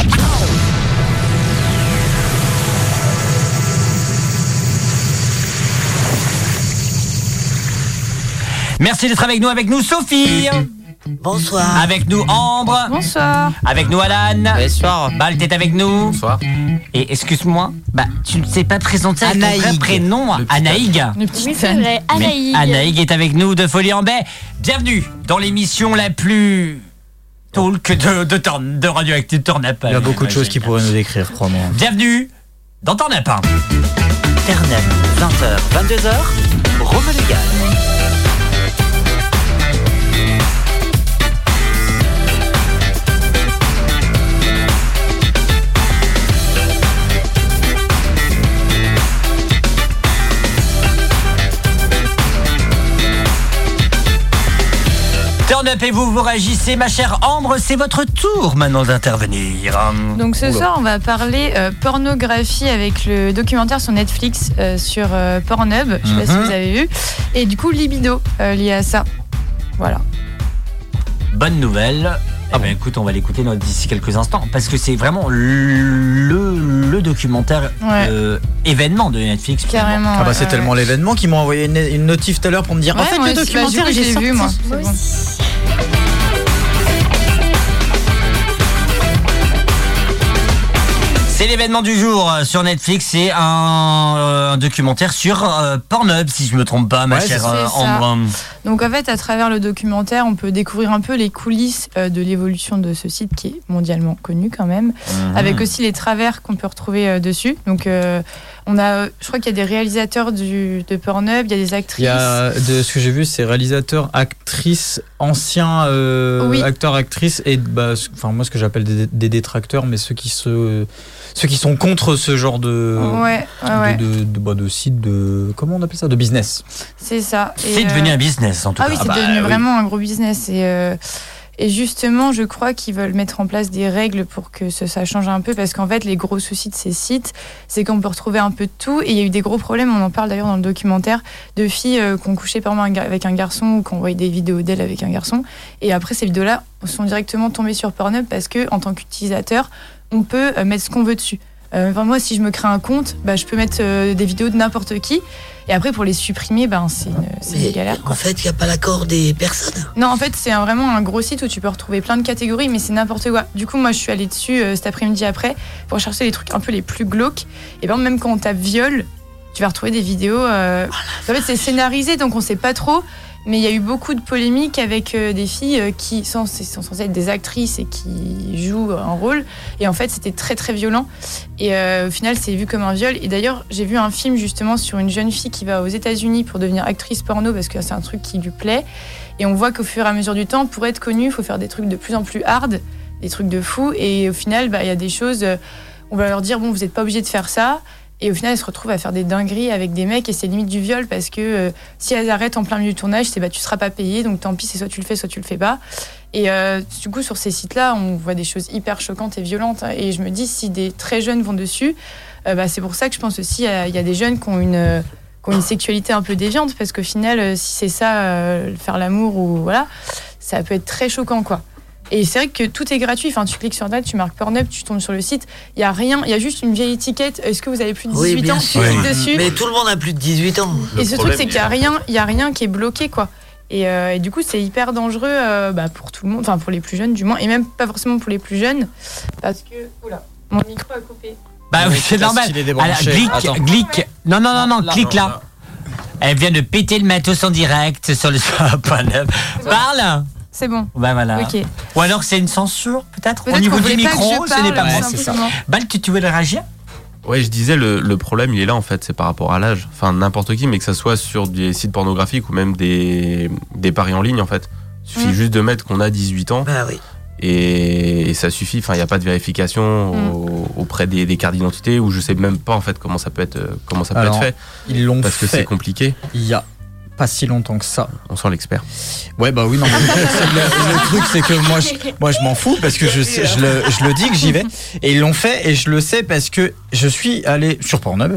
Merci d'être avec nous, avec nous Sophie. Bonsoir. Avec nous Ambre. Bonsoir. Avec nous Alan. Bonsoir. Bal, t'es avec nous. Bonsoir. Et excuse-moi, bah tu ne sais pas présenter avec ton vrai Anaïg. prénom, Le petit Anaïg. Le petit Oui, c'est fan. vrai. Mais Anaïg. Anaïg est avec nous de Folie en Baie. Bienvenue dans l'émission la plus talk de, de, Turn- de Radioactive Turn Up. Il y a beaucoup de choses qui pourraient nous décrire, crois-moi. Bienvenue dans Turn-Up. Turn-Up, vingt heures, vingt-deux heures, Rome Légal. Turn Up et vous, vous réagissez, ma chère Ambre, c'est votre tour maintenant d'intervenir. Donc ce Oula. soir, on va parler euh, pornographie avec le documentaire sur Netflix euh, sur euh, Pornhub, je sais pas si Mhm. vous avez vu, et du coup libido euh, lié à ça. Voilà. Bonne nouvelle. Eh ben, écoute, on va l'écouter dans- d'ici quelques instants parce que c'est vraiment le, le documentaire Ouais. euh, événement de Netflix. Carrément. Ah bah ouais, c'est ouais. tellement l'événement qu'ils m'ont envoyé une, une notif tout à l'heure pour me dire en Ouais, fait moi le aussi, bah, documentaire du coup, il est j'ai sorti. vu moi. C'est Moi bon. aussi. C'est l'événement du jour euh, sur Netflix. C'est un, euh, un documentaire sur euh, Pornhub, si je me trompe pas, ma Ouais, chère c'est euh, ça. Ambre. Donc en fait, à travers le documentaire, on peut découvrir un peu les coulisses euh, de l'évolution de ce site qui est mondialement connu quand même, Mhm. avec aussi les travers qu'on peut retrouver euh, dessus. Donc euh, on a, je crois qu'il y a des réalisateurs du, de Pornhub, il y a des Il actrices. y a de ce que j'ai vu, c'est réalisateur, actrice, ancien euh, Oui. acteur, actrice et bah, ce- enfin moi ce que j'appelle des, des détracteurs, mais ceux qui se, ceux qui sont contre ce genre de Ouais, ouais, ouais. de, de, de, bah, de site de comment on appelle ça, de business. C'est ça. Et, C'est euh, devenu un business en tout Ah cas. oui, c'est bah, devenu oui. vraiment un gros business. Et, euh, et justement, je crois qu'ils veulent mettre en place des règles pour que ça, ça change un peu. Parce qu'en fait, les gros soucis de ces sites, c'est qu'on peut retrouver un peu de tout. Et il y a eu des gros problèmes, on en parle d'ailleurs dans le documentaire, de filles euh, qui ont couché par exemple avec un garçon ou qui ont envoyé des vidéos d'elles avec un garçon. Et après, ces vidéos-là sont directement tombées sur Pornhub parce qu'en tant qu'utilisateur, on peut euh, mettre ce qu'on veut dessus. Euh, enfin, moi, si je me crée un compte, bah, je peux mettre euh, des vidéos de n'importe qui. Et après, pour les supprimer, ben, c'est une, c'est une Mais galère. en fait, il n'y a pas l'accord des personnes. Non, en fait, c'est un- vraiment un gros site où tu peux retrouver plein de catégories, mais c'est n'importe quoi. Du coup, moi, je suis allée dessus euh, cet après-midi après pour chercher les trucs un peu les plus glauques. Et ben, même quand on tape viol, tu vas retrouver des vidéos. euh, En fait, c'est scénarisé, donc on sait pas trop. Mais il y a eu beaucoup de polémiques avec euh, des filles euh, qui sont, sont censées être des actrices et qui jouent un rôle. Et en fait, c'était très très violent. Et euh, au final, c'est vu comme un viol. Et d'ailleurs, j'ai vu un film justement sur une jeune fille qui va aux États-Unis pour devenir actrice porno parce que c'est un truc qui lui plaît. Et on voit qu'au fur et à mesure du temps, pour être connu, il faut faire des trucs de plus en plus hard, des trucs de fou. Et au final, bah, il y a des choses. euh, on va leur dire bon, vous n'êtes pas obligé de faire ça. Et au final, elles se retrouvent à faire des dingueries avec des mecs et c'est limite du viol parce que euh, si elles arrêtent en plein milieu du tournage, c'est bah tu seras pas payé, donc tant pis, c'est soit tu le fais, soit tu le fais pas. Et euh, du coup, sur ces sites-là, on voit des choses hyper choquantes et violentes. Et je me dis, si des très jeunes vont dessus, euh, bah, c'est pour ça que je pense aussi il y a des jeunes qui ont une euh, qui ont une sexualité un peu déviante parce qu'au final, euh, si c'est ça, euh, faire l'amour ou voilà, ça peut être très choquant, quoi. Et c'est vrai que tout est gratuit. Enfin, tu cliques sur Internet, tu marques Pornhub, tu tombes sur le site. Il y a rien. Il y a juste une vieille étiquette. Est-ce que vous avez plus de dix-huit Oui, bien ans? sûr. Tu cliques dessus. Mais tout le monde a plus de dix-huit ans. Et ce truc, c'est qu'il y a rien. Il y a rien qui est bloqué, quoi. Et, euh, et du coup, c'est hyper dangereux euh, bah, pour tout le monde. Enfin, pour les plus jeunes, du moins, et même pas forcément pour les plus jeunes, parce que oula, mon micro a coupé. Bah oui, Oui, c'est parce normal. qu'il est Alors, débranché. clique, Attends. clique. Non, non, non, non, Là, clique là. Elle vient de péter le matos en direct sur le Pornhub. Parle. C'est bon. Bah voilà. Ok. Ou alors c'est une censure, peut-être au Peut-être niveau qu'on du voulait pas que micro, je ce n'est pas parle, moi. tout C'est ça. simplement. Bal, tu, tu veux réagir? Ouais, je disais, le, le problème, il est là, en fait, c'est par rapport à l'âge. Enfin, n'importe qui, mais que ça soit sur des sites pornographiques ou même des, des paris en ligne, en fait. Il suffit Mm. juste de mettre qu'on a dix-huit ans. Bah oui. Et, et ça suffit. Enfin, il n'y a pas de vérification au- auprès des, des cartes d'identité, ou je sais même pas, en fait, comment ça peut être, euh, comment ça peut Alors, être fait. Ils l'ont Parce que fait c'est compliqué. il y a pas si longtemps que ça. On sent l'expert. Ouais, bah oui, non, mais le, le- le truc, c'est que moi, je, moi, je m'en fous parce que je, sais, je, le, je le dis que j'y vais. Et ils l'ont fait et je le sais parce que je suis allé sur Pornhub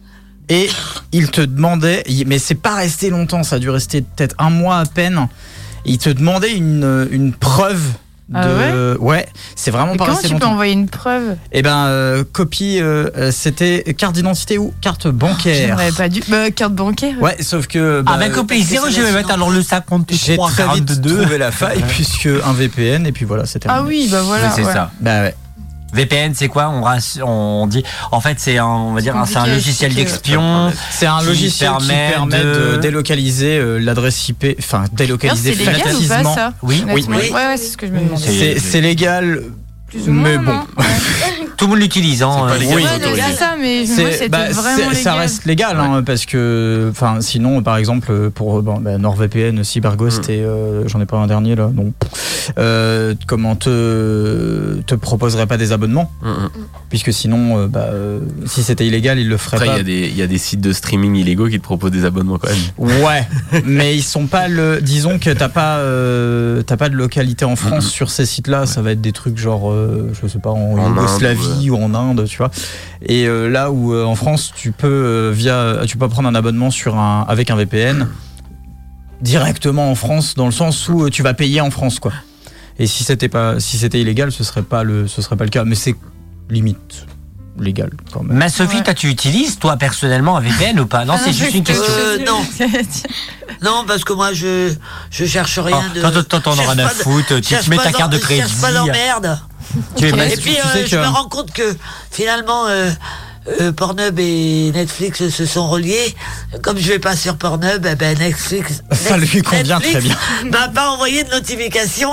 et ils te demandaient, mais c'est pas resté longtemps, ça a dû rester peut-être un mois à peine. Ils te demandaient une, une preuve. De... Ah ouais, c'est vraiment Et pas comment resté tu peux longtemps. envoyer une preuve? Eh ben, euh, copie, euh, euh, c'était carte d'identité ou carte bancaire. J'aurais pas dû. Bah, carte bancaire. Ouais, sauf que. bah, Avec au plaisir, je vais mettre alors le cinquante-trois J'ai très vite quarante-deux. trouvé la faille puisque un V P N et puis voilà, c'était. Ah oui, bah voilà. Oui, c'est ouais. ça. Bah ouais. V P N, c'est quoi? On, rass- on dit. En fait, c'est un, on va dire, un- c'est un compliqué à logiciel expliquer. d'expion. C'est un qui logiciel qui permet permet de, de- délocaliser euh, l'adresse I P, enfin D'ailleurs, délocaliser c'est légal ou pas facilement. ça? Oui, oui, Honnêtement. oui. Ouais, ouais, c'est ce que je me demandais. C'est c'est légal, Plus ou moins, mais bon. non Ouais. Tout le monde l'utilise. Hein. C'est pas légal, Oui. Ouais, non, c'est ça, mais moi, c'était bah, vraiment c'est- légal. ça reste légal hein, parce que enfin sinon par exemple pour bon, bah, NordVPN, CyberGhost Mm. et euh, j'en ai pas un dernier là non euh, comment te te proposerait pas des abonnements Mm, mm. puisque sinon euh, bah, euh, si c'était illégal ils le feraient Après, il y, pas. a des- il y a des sites de streaming illégaux qui te proposent des abonnements quand même. Ouais, mais ils sont pas le. Disons que t'as pas, euh, t'as pas de localité en France Mhm. sur ces sites-là. Ça va être des trucs genre, euh, je sais pas, en, En Yougoslavie ou, en Inde, tu vois. Et euh, là où euh, en France, tu peux euh, via, tu peux prendre un abonnement sur un avec un V P N directement en France, dans le sens où euh, tu vas payer en France, quoi. Et si c'était pas, si c'était illégal, ce serait pas le, ce serait pas le cas. Mais c'est limite légal quand même. Ma Sophie, Ouais. toi, tu utilises, toi, personnellement, un V P N ou pas? Non, c'est juste une question. Euh, non. Non, parce que moi, je je cherche rien Oh, de. toi, toi, toi, t'en je auras cherche rien à pas de- foutre, tu je cherche te mets pas ta carte de d'en- je cherche crédit. pas d'emmerde. Tu- bah, Et tu- puis, tu euh, sais je que- me rends compte que finalement, euh, euh, Pornhub et Netflix se sont reliés. Comme je vais pas sur Pornhub, eh ben Netflix. Ça lui convient Netflix très bien. m'a pas envoyé de notification.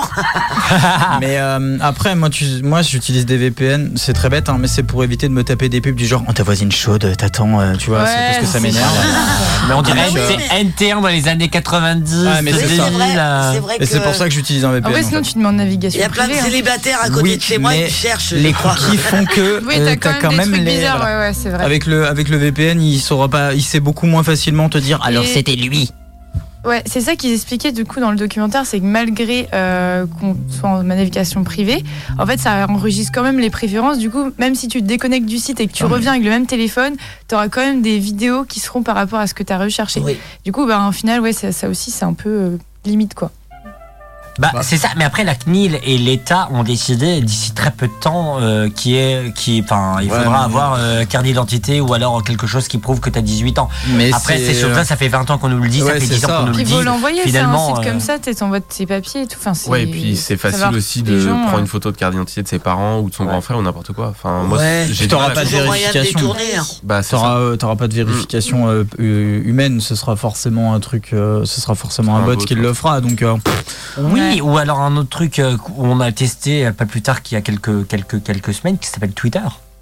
Mais euh, après, moi, tu, moi, j'utilise des V P N. C'est très bête, hein, mais c'est pour éviter de me taper des pubs du genre, oh, ta voisine chaude, t'attends, euh, tu vois, Ouais, c'est parce que ça c'est m'énerve. Mais on dirait Ah, que oui, c'est mais- N T un dans les années quatre-vingt-dix. Ah, mais Oui, c'est c'est ça. vrai, là. c'est vrai Et c'est que- pour ça que j'utilise un V P En N. vrai, en sinon, fait. tu demandes Il navigation y a plein de privée, hein. célibataires à côté Oui, de chez moi mais qui cherchent. les je crois. cookies font que Oui, euh, t'as quand même des trucs les. bizarres, voilà. ouais, ouais, c'est vrai. Avec le, avec le V P N, il saura pas, il sait beaucoup moins facilement te dire. Alors Et- c'était lui. Ouais, c'est ça qu'ils expliquaient du coup dans le documentaire, c'est que malgré euh, qu'on soit en navigation privée, en fait ça enregistre quand même les préférences. Du coup, même si tu te déconnectes du site et que tu Ah, mais- reviens avec le même téléphone, tu auras quand même des vidéos qui seront par rapport à ce que tu as recherché. Oui. Du coup, bah, au final, ouais, ça, ça aussi c'est un peu euh, limite quoi. Bah, Bah. c'est ça, mais après la C N I L et l'État ont décidé d'ici très peu de temps euh, qui est, qui, enfin, il Ouais, faudra mais- avoir euh, carte d'identité ou alors quelque chose qui prouve que tu as dix-huit ans. Mais Après, c'est sur ça, ça fait vingt ans qu'on nous le dit, Ouais, ça fait c'est dix ans ça. qu'on nous Puis le il faut dit. l'envoyer, c'est un Finalement, site euh, comme ça, tu t'envoies tes papiers et tout. Enfin, c'est- Ouais, et puis c'est ça va facile aussi de les gens, prendre euh, une photo de carte d'identité de ses parents ou de son grand frère ou n'importe quoi. Enfin, moi, Ouais. j'ai Tu du t'auras mal à pas de Toujours moyen de vérification. détourner. hein. Bah, c'est T'auras, ça. euh, t'auras pas de vérification euh, euh, humaine, ce sera forcément un truc, euh, ce sera forcément un Un bot bot, qui ouais. le fera. Donc euh, Oui, Ouais. ou alors un autre truc euh, où on a testé euh, pas plus tard qu'il y a quelques, quelques, quelques semaines qui s'appelle Twitter.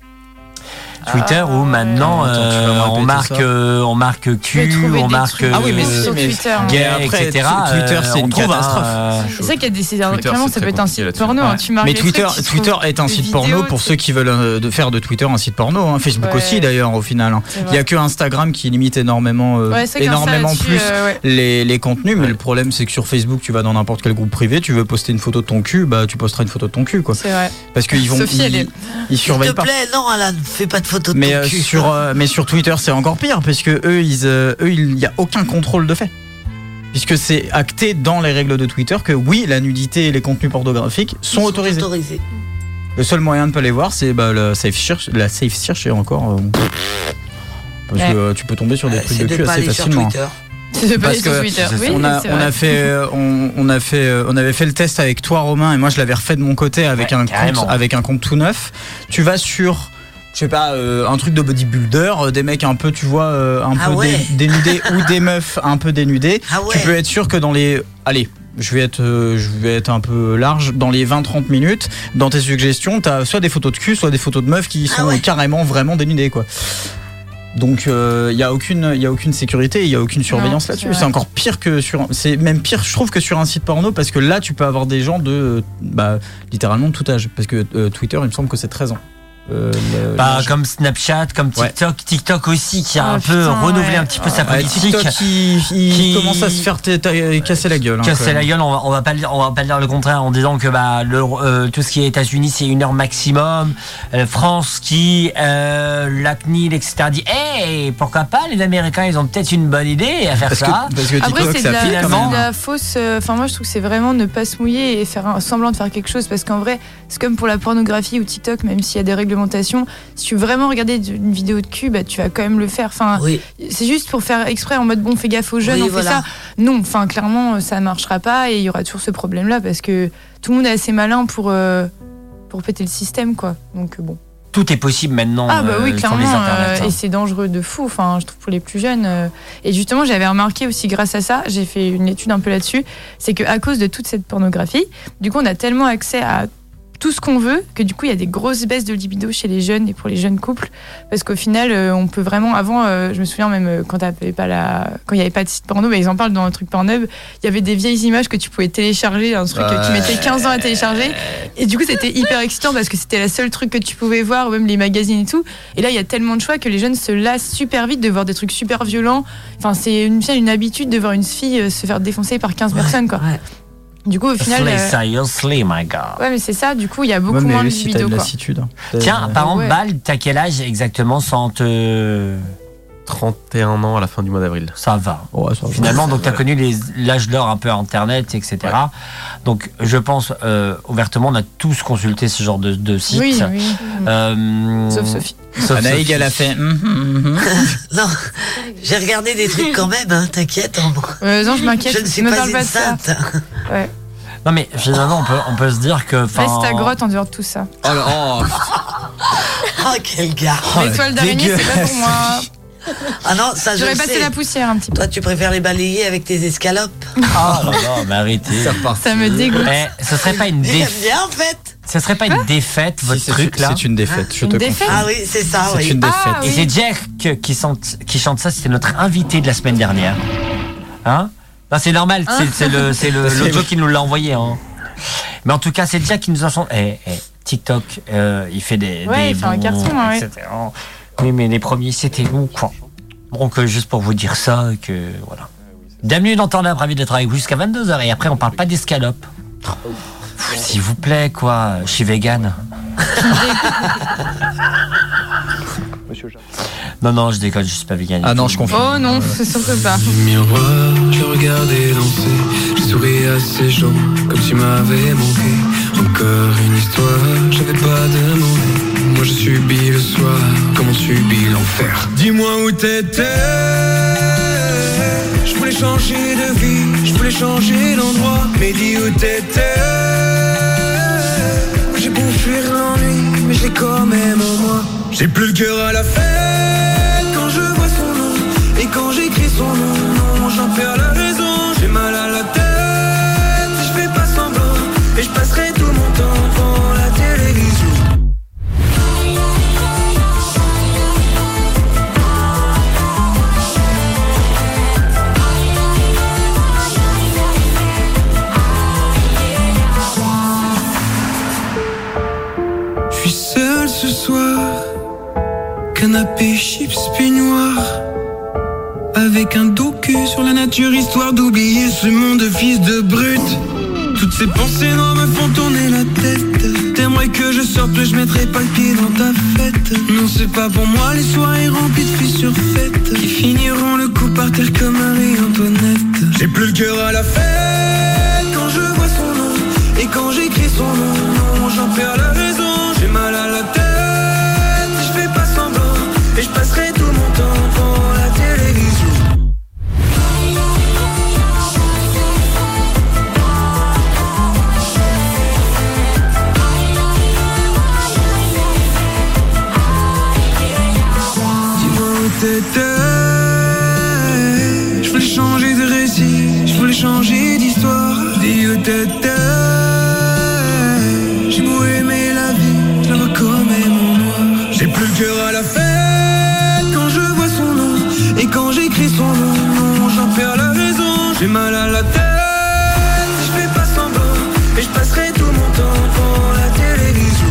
Twitter Ah, où maintenant Attends, tu vas me euh, on répéter marque ça euh, on marque peux Q, trouver on des marque trucs Ah oui, mais euh, si, sur mais- Twitter. hein. Mais gay, après, et cetera. Twitter, euh, c'est on une trouve, hein, catastrophe. euh, C'est ça qu'il y a des c'est- Twitter, clairement c'est ça très peut être un compliqué site là-dessus. porno. hein. Ouais. Tu marques Mais des Twitter, trucs, tu Twitter trouves est un des site porno vidéos, pour tu- ceux qui veulent euh, de faire de Twitter un site porno. hein. Facebook Ouais. aussi d'ailleurs au final. hein. C'est Il vrai. y a que Instagram qui limite énormément, euh, Ouais, c'est qu'un ça énormément là-dessus, plus euh, ouais. les, les contenus. Mais Ouais. le problème c'est que sur Facebook, tu vas dans n'importe quel groupe privé, tu veux poster une photo de ton cul, bah tu posteras une photo de ton cul quoi. C'est vrai. Parce qu'ils vont, Sophie, ils, elle est- ils S'il surveillent te pas. plaît, non, Alan, fais pas de photos de Mais ton euh, cul. sur euh, mais sur Twitter c'est encore pire parce que eux ils euh, eux il y a aucun contrôle de fait. Puisque c'est acté dans les règles de Twitter que oui, la nudité et les contenus pornographiques sont autorisés. autorisés. Le seul moyen de pas les voir, c'est bah, la safe search, la safe search et encore. euh, parce Ouais. que euh, tu peux tomber sur des Euh, trucs c'est de de cul pas assez aller sur facilement. Twitter. C'est de pas Parce aller sur que Twitter. Oui, on a, c'est on vrai. a fait, euh, on, on a fait, euh, on avait fait le test avec toi, Romain, et moi je l'avais refait de mon côté avec Ouais, un carrément. compte, avec un compte tout neuf. Tu vas sur, je sais pas, euh, un truc de bodybuilder, euh, des mecs un peu, tu vois, euh, un Ah peu ouais. dé- dénudés ou des meufs un peu dénudées. Ah ouais. Tu peux être sûr que dans les, allez. Je vais, être, euh, je vais être un peu large. Dans les vingt trente minutes, dans tes suggestions, t'as soit des photos de cul, soit des photos de meufs qui Ah sont ouais. carrément vraiment dénudées, quoi. Donc il euh, y a aucune il y a aucune sécurité, il y a aucune surveillance c'est là-dessus. vrai. C'est encore pire que sur c'est même pire je trouve que sur un site porno parce que là tu peux avoir des gens de euh, bah littéralement de tout âge parce que euh, Twitter il me semble que c'est treize ans. Euh, le- Bah, l'âge. comme Snapchat, comme Ouais. TikTok, TikTok aussi qui a Ah, un peu putain, renouvelé ouais. un petit peu sa Ouais, politique. TikTok il, il qui- commence à se faire t- t- casser la gueule. hein, quand Casser même. la gueule, on va, on va pas le dire, on va pas dire le contraire en disant que bah le, euh, tout ce qui est États-Unis c'est une heure maximum. Euh, France qui euh, la C N I L et cetera dit hey pourquoi pas les Américains ils ont peut-être une bonne idée à faire Parce que, ça. parce que Après, TikTok c'est de, ça la, pique c'est quand finalement. de même. la fausse. euh, Enfin, moi, je trouve que c'est vraiment ne pas se mouiller et faire un semblant de faire quelque chose. Parce qu'en vrai, c'est comme pour la pornographie ou TikTok, même s'il y a des réglementations, si tu veux vraiment regarder une vidéo de cul, bah, tu vas quand même le faire. Enfin, Oui. c'est juste pour faire exprès en mode bon, fais gaffe aux jeunes, Oui, on fait voilà. ça. Non, enfin, clairement, ça ne marchera pas et il y aura toujours ce problème-là parce que tout le monde est assez malin pour, euh, pour péter le système, quoi. Donc, euh, bon. Tout est possible maintenant Ah bah oui, euh, sur les clairement, internets. euh, hein. et c'est dangereux de fou, enfin, je trouve pour les plus jeunes. euh. Et justement, j'avais remarqué aussi grâce à ça, j'ai fait une étude un peu là-dessus, c'est qu'à cause de toute cette pornographie, du coup, on a tellement accès à tout ce qu'on veut, que du coup, il y a des grosses baisses de libido chez les jeunes et pour les jeunes couples. Parce qu'au final, euh, on peut vraiment. Avant, euh, je me souviens même euh, quand t'avais pas la, quand il n'y avait pas de site porno, bah, ils en parlent dans un truc Pornhub, il y avait des vieilles images que tu pouvais télécharger, un truc euh, qui mettait quinze ans à télécharger. Et du coup, c'était hyper excitant parce que c'était la seule truc que tu pouvais voir, même les magazines et tout. Et là, il y a tellement de choix que les jeunes se lassent super vite de voir des trucs super violents. Enfin, c'est une, une habitude de voir une fille se faire défoncer par quinze ouais, personnes, quoi. Ouais. Du coup, au final. Slay, euh... seriously, my God. Ouais, mais c'est ça, du coup, il y a beaucoup ouais, mais moins de si libido, t'as de quoi. lassitude. Tiens, par exemple, ouais. Bal, t'as quel âge exactement sans te. trente et un ans à la fin du mois d'avril. Ça va. Ouais, ça va. Finalement, donc tu as connu les, l'âge d'or un peu Internet, et cetera. Ouais. Donc, je pense, euh, ouvertement, on a tous consulté ce genre de, de site. Oui, oui. Euh, Sauf Sophie. Sauf Anaïg, Sophie. elle a fait. Mm-hmm, mm-hmm. Non, j'ai regardé des trucs quand même, hein, t'inquiète. En... Euh, non, je m'inquiète. Je ne suis ne pas parle une pas de ça. sainte. Ouais. Non, mais finalement, on peut, on peut se dire que. Reste ta grotte en dehors de tout ça. Oh, oh, oh quel gars. Oh, l'étoile d'araignée, c'est pas pour moi. Ah non, ça je J'aurais le passé sais. la poussière un petit peu. Toi, tu préfères les balayer avec tes escalopes. Oh là là, mais arrêtez. Ça, ça me dégoûte. Eh, ce serait pas une J'aime défaite. bien en fait. Ce serait pas une défaite, votre si, truc c'est, là. C'est une défaite, je une te défaite confirme. Ah oui, c'est ça, c'est oui. une défaite. Ah, Et oui. c'est Jack qui chante, qui chante ça, c'était notre invité de la semaine dernière. Hein? Non, c'est normal, c'est, c'est le, c'est le, l'audio qui nous l'a envoyé. Hein. Mais en tout cas, c'est Jack qui nous a chanté. Eh, eh, TikTok, euh, il fait des. Ouais, des il fait bons, un carton, hein, et cetera. Oui, mais les premiers, c'était nous, quoi. Donc, euh, juste pour vous dire ça, que voilà. Bienvenue dans Turn Up, ravi d'être avec vous jusqu'à vingt-deux heures. Et après, on parle pas d'escalope. Pff, s'il vous plaît, quoi. Je suis vegan. Non, non, je déconne, je suis pas vegan. Ah non, je confirme. Oh non, c'est sûr que pas. Miroir, je regardais danser, je souris à ces gens comme tu m'avais manqué. Encore une histoire, j'avais pas demandé. Moi je subis le soir, comme on subit l'enfer. Dis-moi où t'étais. Je voulais changer de vie, je voulais changer d'endroit. Mais dis où t'étais. J'ai beau fuir l'ennui, mais j'ai quand même en moi. J'ai plus le cœur à la fête quand je vois son nom. Et quand j'écris son nom, non, j'en perds la raison. J'ai mal à la tête, et je fais pas semblant. Et je passerai tout mon temps devant la télévision. Je suis seul ce soir, canapé, chips, peignoir, avec un docu sur la nature, histoire d'oublier ce monde de fils de brute. Toutes ces pensées noires me font tourner la tête. T'aimerais que je sorte, mais je mettrai pas le pied dans ta fête. Non, c'est pas pour moi les soirées remplies de filles surfaites qui finiront le coup par terre comme Marie-Antoinette. J'ai plus le cœur à la fête quand je vois son nom. Et quand j'écris son nom, non, j'en perds la raison. J'ai mal à la tête, et je fais pas semblant. Et je passerai tout mon temps devant la télévision. T'étais. Je voulais changer de récit, je voulais changer d'histoire. Dis où t'étais. J'ai beau aimer la vie, je la vois quand même en noir. J'ai plus le cœur à la fête quand je vois son nom. Et quand j'écris son nom, non, j'en perds la raison. J'ai mal à la tête, je fais pas semblant. Et je passerai tout mon temps devant la télévision.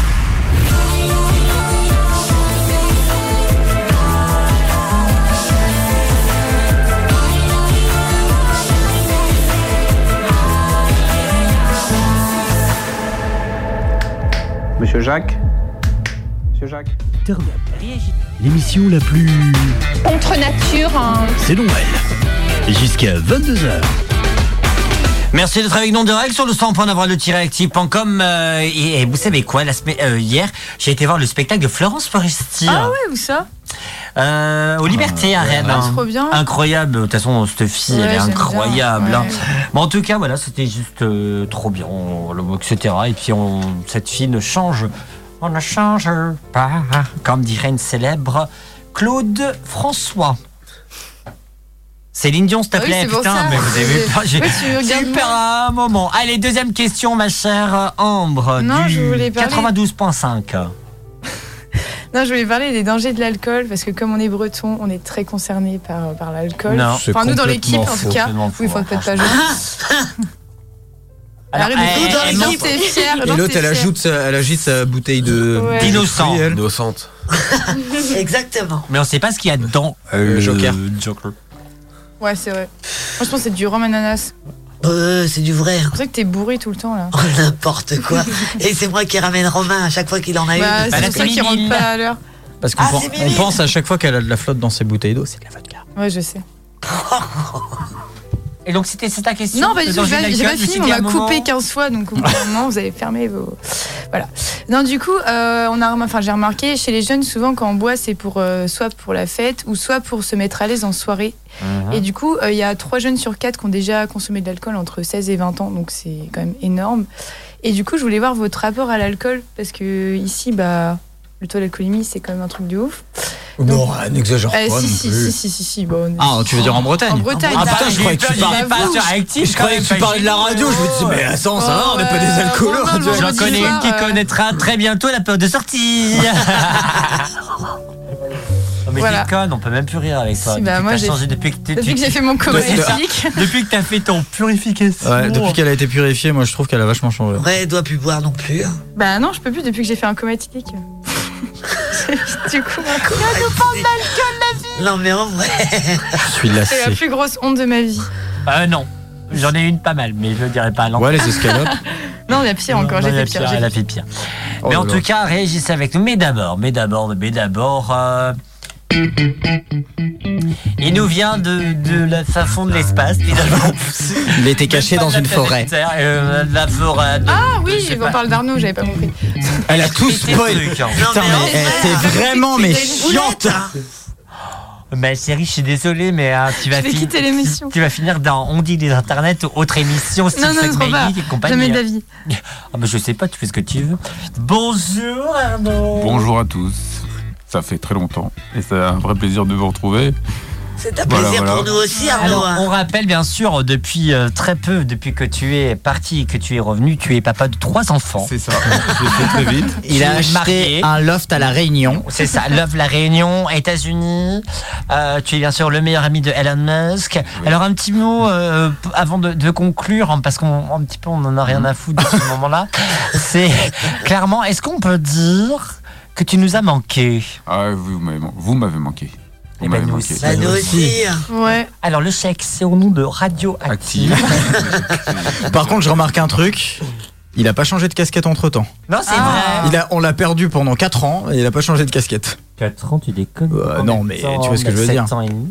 Monsieur Jacques Monsieur Jacques Turn Up, l'émission la plus contre nature. Hein. C'est Noël. Jusqu'à vingt-deux heures. Merci d'être avec nous en direct sur le cent point d'avoir le tiret actif point com. Euh, et, et vous savez quoi, la semaine, euh, hier, j'ai été voir le spectacle de Florence Foresti. Ah ouais, où ça? Euh, au Liberté, à Rennes. Ah, trop bien. Incroyable. De toute façon, cette fille, Ouais, elle est j'aime incroyable. bien. Hein. Ouais. Bon, en tout cas, voilà, c'était juste euh, trop bien, et cetera. Et puis, on, cette fille ne change, on ne change pas, comme dirait une célèbre Claude François. Céline Dion, s'il te Ah oui, plaît, c'est pour putain, ça. mais vous avez vu, Ouais, j'ai tu regardes super un moment. Allez, deuxième question, ma chère Ambre, Non, du je voulais parler- quatre-vingt-douze point cinq. Non, je voulais parler des dangers de l'alcool parce que comme on est breton, on est très concerné par, par l'alcool. Non, c'est enfin, nous dans l'équipe en complètement tout cas. Complètement faux, Oui, il faut hein, peut-être pas jouer. Alors, Arrête eh, de eh, dans eh, l'équipe, t'es fière. Et l'autre, elle ajoute, sa- elle agite sa bouteille de Ouais. D'innocent. de fruits, elle. Innocente. Exactement. Mais on sait pas ce qu'il y a dedans. Euh, le Joker. Joker. Ouais, c'est vrai. Moi, je pense que c'est du rhum ananas. Euh, c'est du vrai. C'est pour ça que t'es bourré tout le temps là. Oh, n'importe quoi. Et c'est moi qui ramène Romain à chaque fois qu'il en a Bah, une. Bah, c'est là, pour ça c'est qu'il rentre Mimile. pas à l'heure. Parce qu'on Ah, pen- c'est on Mimi. pense à chaque fois qu'elle a de la flotte dans ses bouteilles d'eau, c'est de la vodka. Ouais, je sais. Et donc, c'était c'est ta question. Non, pas le du tout, danger de j'ai l'alcool, j'ai pas je me fini, suis on dit à m'a un coupé moment- quinze fois, donc au bout d'un moment, vous avez fermé vos. Voilà. Non, du coup, euh, on a, remar- enfin, j'ai remarqué chez les jeunes, souvent quand on boit, c'est pour euh, soit pour la fête ou soit pour se mettre à l'aise en soirée. Mhm. Et du coup, euh, il y a trois jeunes sur quatre qui ont déjà consommé de l'alcool entre seize et vingt ans, donc c'est quand même énorme. Et du coup, je voulais voir votre rapport à l'alcool, parce que ici, bah, le taux d'alcoolémie, c'est quand même un truc de ouf. Non, n'exagère Euh, pas si, non si, plus. si, si, si, si, bon. Ah, tu veux dire en Bretagne En Bretagne. Ah bah, putain, je croyais que tu Il parlais est pas sur actif. Je croyais que tu parlais de la radio, je me disais, mais attends, ça va, on n'est pas des Euh, alcoolos. bon, radio. non, J'en vendredi connais une soir, qui euh, connaîtra très bientôt la peur de sortie. Non, mais Voilà. déconne, on peut même plus rire avec toi. Si, depuis bah, que moi, t'as j'ai- changé, depuis que t'es- Depuis tu- que j'ai fait mon coma éthique. depuis que t'as fait ton purification. Ouais, depuis qu'elle a été purifiée, moi je trouve qu'elle a vachement changé. Ouais, elle doit plus boire non plus. Bah non, je peux plus depuis que j'ai fait un coma éthylique. Du coup, maintenant, Non, mais en vrai. Je suis c'est la lassé. plus grosse honte de ma vie. Euh, non, j'en ai une pas mal, mais je ne dirais pas à l'antenne. Ouais, les escalopes. Non, il y a pire encore, Non, j'ai il y a fait pire. pire, j'ai Elle a fait fait pire. Oh mais là en là. tout cas, réagissez avec nous. Mais d'abord, mais d'abord, mais d'abord. euh, Il nous vient de, de la fin fond de l'espace, finalement. Il était caché dans une forêt. Euh, la forêt. de- Ah de- oui, je sais on pas. parle d'Arnaud, j'avais pas compris. Elle a tout C'était spoil. le truc, hein. Putain, Non, mais mais en elle vrai, était vraiment mais C'était une chiante. boulette, hein. Ma chérie, je suis désolée, mais euh, tu vas Je vais fi- quitter l'émission. Tu vas finir dans On dit des internets ou autre émission, style Non, non, trop pas. Segmail et compagnie. Jamais d'avis. Ah, bah, je sais pas, tu fais ce que tu veux. Bonjour Arnaud. Bonjour à tous. Ça fait très longtemps et c'est un vrai plaisir de vous retrouver. C'est un Voilà, plaisir voilà. pour nous aussi, Arnaud. Alors, hein. on rappelle bien sûr, depuis euh, très peu, depuis que tu es parti et que tu es revenu, tu es papa de trois enfants. C'est ça. J'ai fait très vite. Il a Tu es acheté marié. un loft à La Réunion. C'est ça, Love La Réunion, États-Unis. Euh, tu es bien sûr le meilleur ami de Elon Musk. Alors un petit mot euh, p- avant de, de conclure, hein, parce qu'on un petit peu on en a rien à foutre de ce moment-là. C'est clairement, est-ce qu'on peut dire que tu nous as manqué? Ah, vous m'avez man- vous m'avez manqué. Vous Eh ben, m'avez nous manqué. aussi. Bah, nous aussi. Ouais. Alors le chèque, c'est au nom de Radioactive. Active. Par contre, je remarque un truc. Il a pas changé de casquette entre temps. Non, c'est Ah. vrai. Il a, on l'a perdu pendant quatre ans et il a pas changé de casquette. quatre ans, tu déconnes. Euh, non, mais tu vois ce que je veux dire. sept ans et demi.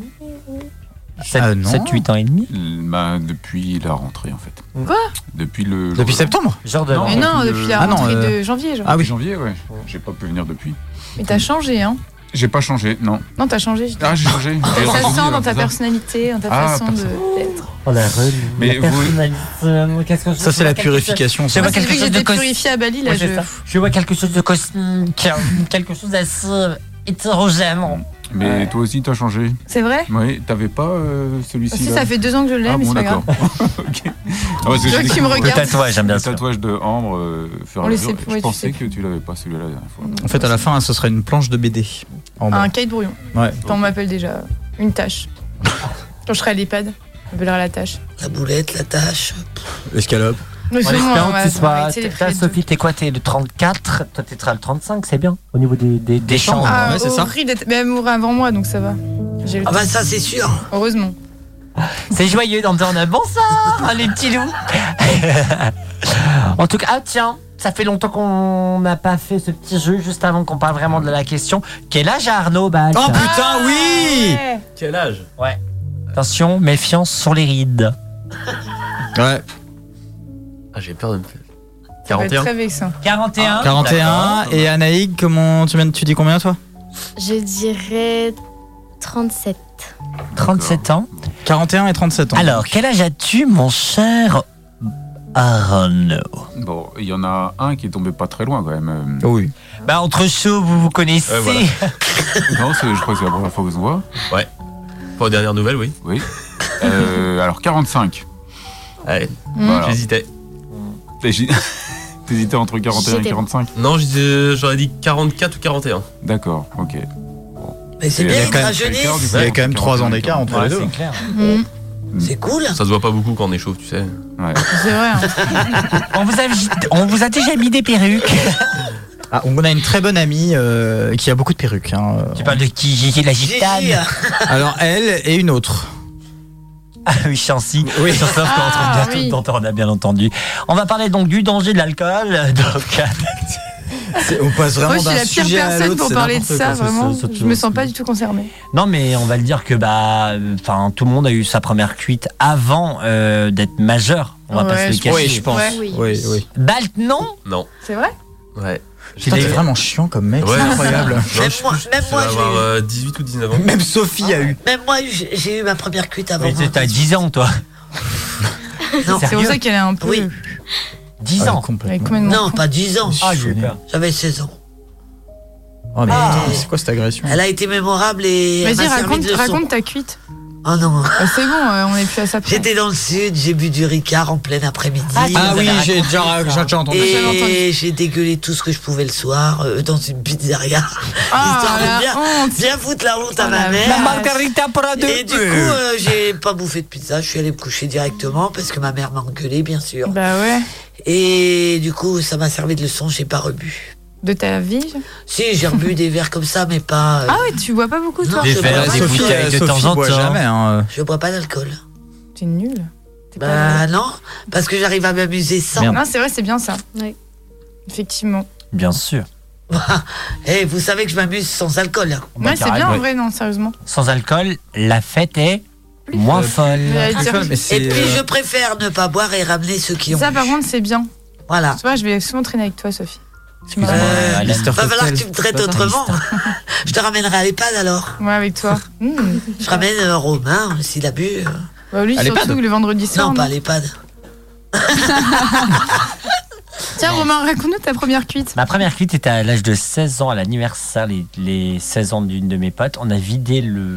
sept, Ah, non. sept, huit ans et demi. Bah, depuis la rentrée en fait. Quoi Depuis le. Depuis septembre. Genre de. Non, Mais non, depuis depuis le- la Ah non, rentrée euh, de janvier, genre. Ah oui. janvier, ouais. J'ai pas pu venir depuis. Mais t'as changé, hein. J'ai pas changé, non. Non, t'as changé. je dis. Ah, j'ai changé. J'ai Ça rebondi, sent là, dans ta c'est ça. personnalité, dans ta Ah, façon de- personne. d'être. Oh la relu. Mais la vous- personnalité, euh, qu'est-ce que je- Ça, c'est je la vois quelque chose- purification. Je ça. vois Moi, c'est quelque depuis que chose de j'étais cos- purifiée à Bali, là, Ouais, c'est je. ça. Je vois quelque chose de cosmique, quelque chose d'assez hétérogène. Mais toi aussi, t'as changé. C'est vrai? Oui, t'avais pas euh, celui-ci. Si, là ça fait deux ans que je l'ai, Ah mais bon, c'est pas grave. d'accord. Ok. Ah, parce Je veux j'ai que tu me découvert- regardes. Le tatouage, j'aime bien Le ça. tatouage de Ambre, euh, fur et On à le mesure. sait plus, ouais, Je tu pensais sais que tu l'avais pas celui-là la dernière fois. En fait, à la fin, ce serait une planche de B D. En bas. Un cahier de brouillon. Ouais. On m'appelle déjà une tâche. Quand je serai à l'EHPAD, on m'appellera la tâche. La boulette, la tâche. Escalope. Mais En c'est bon, espérant on que va- tu on va sois. arrêter les Toi, privés de Sophie, t'es quoi? T'es le trente-quatre. Toi, t'es le trente-cinq, c'est bien. Au niveau des, des, des chambres. Ah, Ouais, c'est ça. horrible d'être- Mais elle mourra avant moi, donc ça va. J'ai le Ah bah temps. ça, c'est sûr. Heureusement. C'est joyeux d'entendre un bonsoir, hein, les petits loups. En tout cas, ah tiens, ça fait longtemps qu'on n'a pas fait ce petit jeu juste avant qu'on parle vraiment de la question. Quel âge a Arnaud Bach? Oh putain, oui. Ouais. Quel âge? Ouais. Attention, méfiance sur les rides. Ouais. Ah, j'ai peur de me faire. Ça va être quarante et un. très vexant. quarante et un. quarante et un. D'accord. Et Anaïg, comment tu, tu dis combien toi? Je dirais trente-sept. trente-sept ans. quarante et un et trente-sept ans. Alors, quel âge as-tu, mon cher Arnaud? Bon, il y en a un qui est tombé pas très loin quand même. Oh oui. Bah, entre chaud, vous vous connaissez. Ouais, voilà. Non, c'est- je crois que c'est la première fois que je vous vois. Ouais. Pas aux dernières nouvelles, oui. Oui. Euh, alors quarante-cinq. Allez, Voilà. j'hésitais. T'hési- T'hésitais entre quarante et un et J'étais- quarante-cinq. Non, je disais- j'aurais dit quarante-quatre ou quarante et un. D'accord, ok. Mais c'est Et bien, il y a ils quand même- rajeunissent. Il y a quand même trois ans d'écart entre Ouais, les deux. c'est clair. Mm. C'est cool. Ça se voit pas beaucoup quand on est chauve, tu sais. Ouais. C'est vrai. hein. On vous a, on vous a déjà mis des perruques. Ah, on a une très bonne amie euh, qui a beaucoup de perruques. Hein. Tu parles de qui? Gigi la gitane. Gigi. Alors elle et une autre. Ah oui, Chancy. Oui. Sur Sauf qu'on Ah, entend bien oui. tout le temps, on a bien entendu. On va parler donc du danger de l'alcool. Donc, C'est- On passe vraiment Moi, je suis d'un la pire sujet à personne l'autre, pour c'est parler de n'importe ça, quoi, c'est- vraiment. c'est- c'est- Je me sens pas du tout concernée. non, mais on va le dire que bah, enfin, tout le monde a eu sa première cuite avant euh, d'être majeur. On va pas Ouais, se le je cacher. Oui, je pense. Ouais. Oui, oui. oui. Balt, non. Non. C'est vrai? Ouais. Putain, t'es vraiment chiant comme mec, Ouais. c'est incroyable. Non, Même je, moi- je- même je moi, vais j'ai avoir eu- euh, dix-huit ou dix-neuf ans. Même Sophie a eu. Même moi, j'ai j'ai eu ma première cuite avant. Oui, moi. t'as dix ans, toi. Non. C'est pour ça qu'elle est un peu. Oui. dix Ah, ans. Elle est complètement. complètement Non, con. pas dix ans. Ah, j'ai eu peur. J'avais seize ans. Oh, mais Ah. putain, c'est quoi cette agression? Elle a été mémorable et elle Vas-y, m'a servi raconte, de leçon. raconte ta cuite. Oh non. Ah, c'est bon, euh, on est plus à ça près. J'étais dans le sud, j'ai bu du Ricard en plein après-midi. Ah, tu Ah nous oui, avais j'ai raconté déjà, ça. j'ai déjà entendu. J'avais entendu. Et j'ai dégueulé tout ce que je pouvais le soir euh, dans une pizzeria. Ah, histoire la de bien, honte. bien foutre la honte à Oh, ma la mère. La margarita pour deux. Et du coup, euh, j'ai pas bouffé de pizza, je suis allée me coucher directement parce que ma mère m'a engueulé, bien sûr. Bah ouais. Et du coup, ça m'a servi de leçon, j'ai pas rebu. De ta vie. Si, j'ai rebu des verres comme ça, mais pas. euh, Ah ouais, tu bois pas beaucoup, toi? Non, Des je verres, bois des pas, Sophie, bouteilles de Sophie temps en boit temps. jamais. Hein. je bois pas d'alcool. T'es nul. T'es pas Bah non, parce que j'arrive à m'amuser sans. Merde. Non, c'est vrai, c'est bien ça. Oui. Effectivement. Bien sûr. Eh, vous savez que je m'amuse sans alcool. Hein. Bah, Ouais, c'est bien en ouais. vrai, non, sérieusement. Sans alcool, la fête est moins folle. Ouais, Plus dire- fun, mais Et c'est, puis euh, je préfère ne pas boire et ramener ceux qui ont. Ça, bu. par contre, c'est bien. Voilà. Tu vois, je vais souvent traîner avec toi, Sophie. Excuse-moi, Euh, Alan. Mister Va falloir que Cocktail. tu me traites C'est pas ça, autrement. Je te ramènerai à l'EHPAD alors. Ouais, avec toi. Mmh. Je ramène euh, Romain s'il a bu. euh. Bah, lui, À surtout l'EHPAD le vendredi soir. Non, pas à non l'EHPAD. Tiens, Romain, raconte-nous ta première cuite. Ma première cuite était à l'âge de seize ans, à l'anniversaire, les, les seize ans d'une de mes potes. On a vidé le,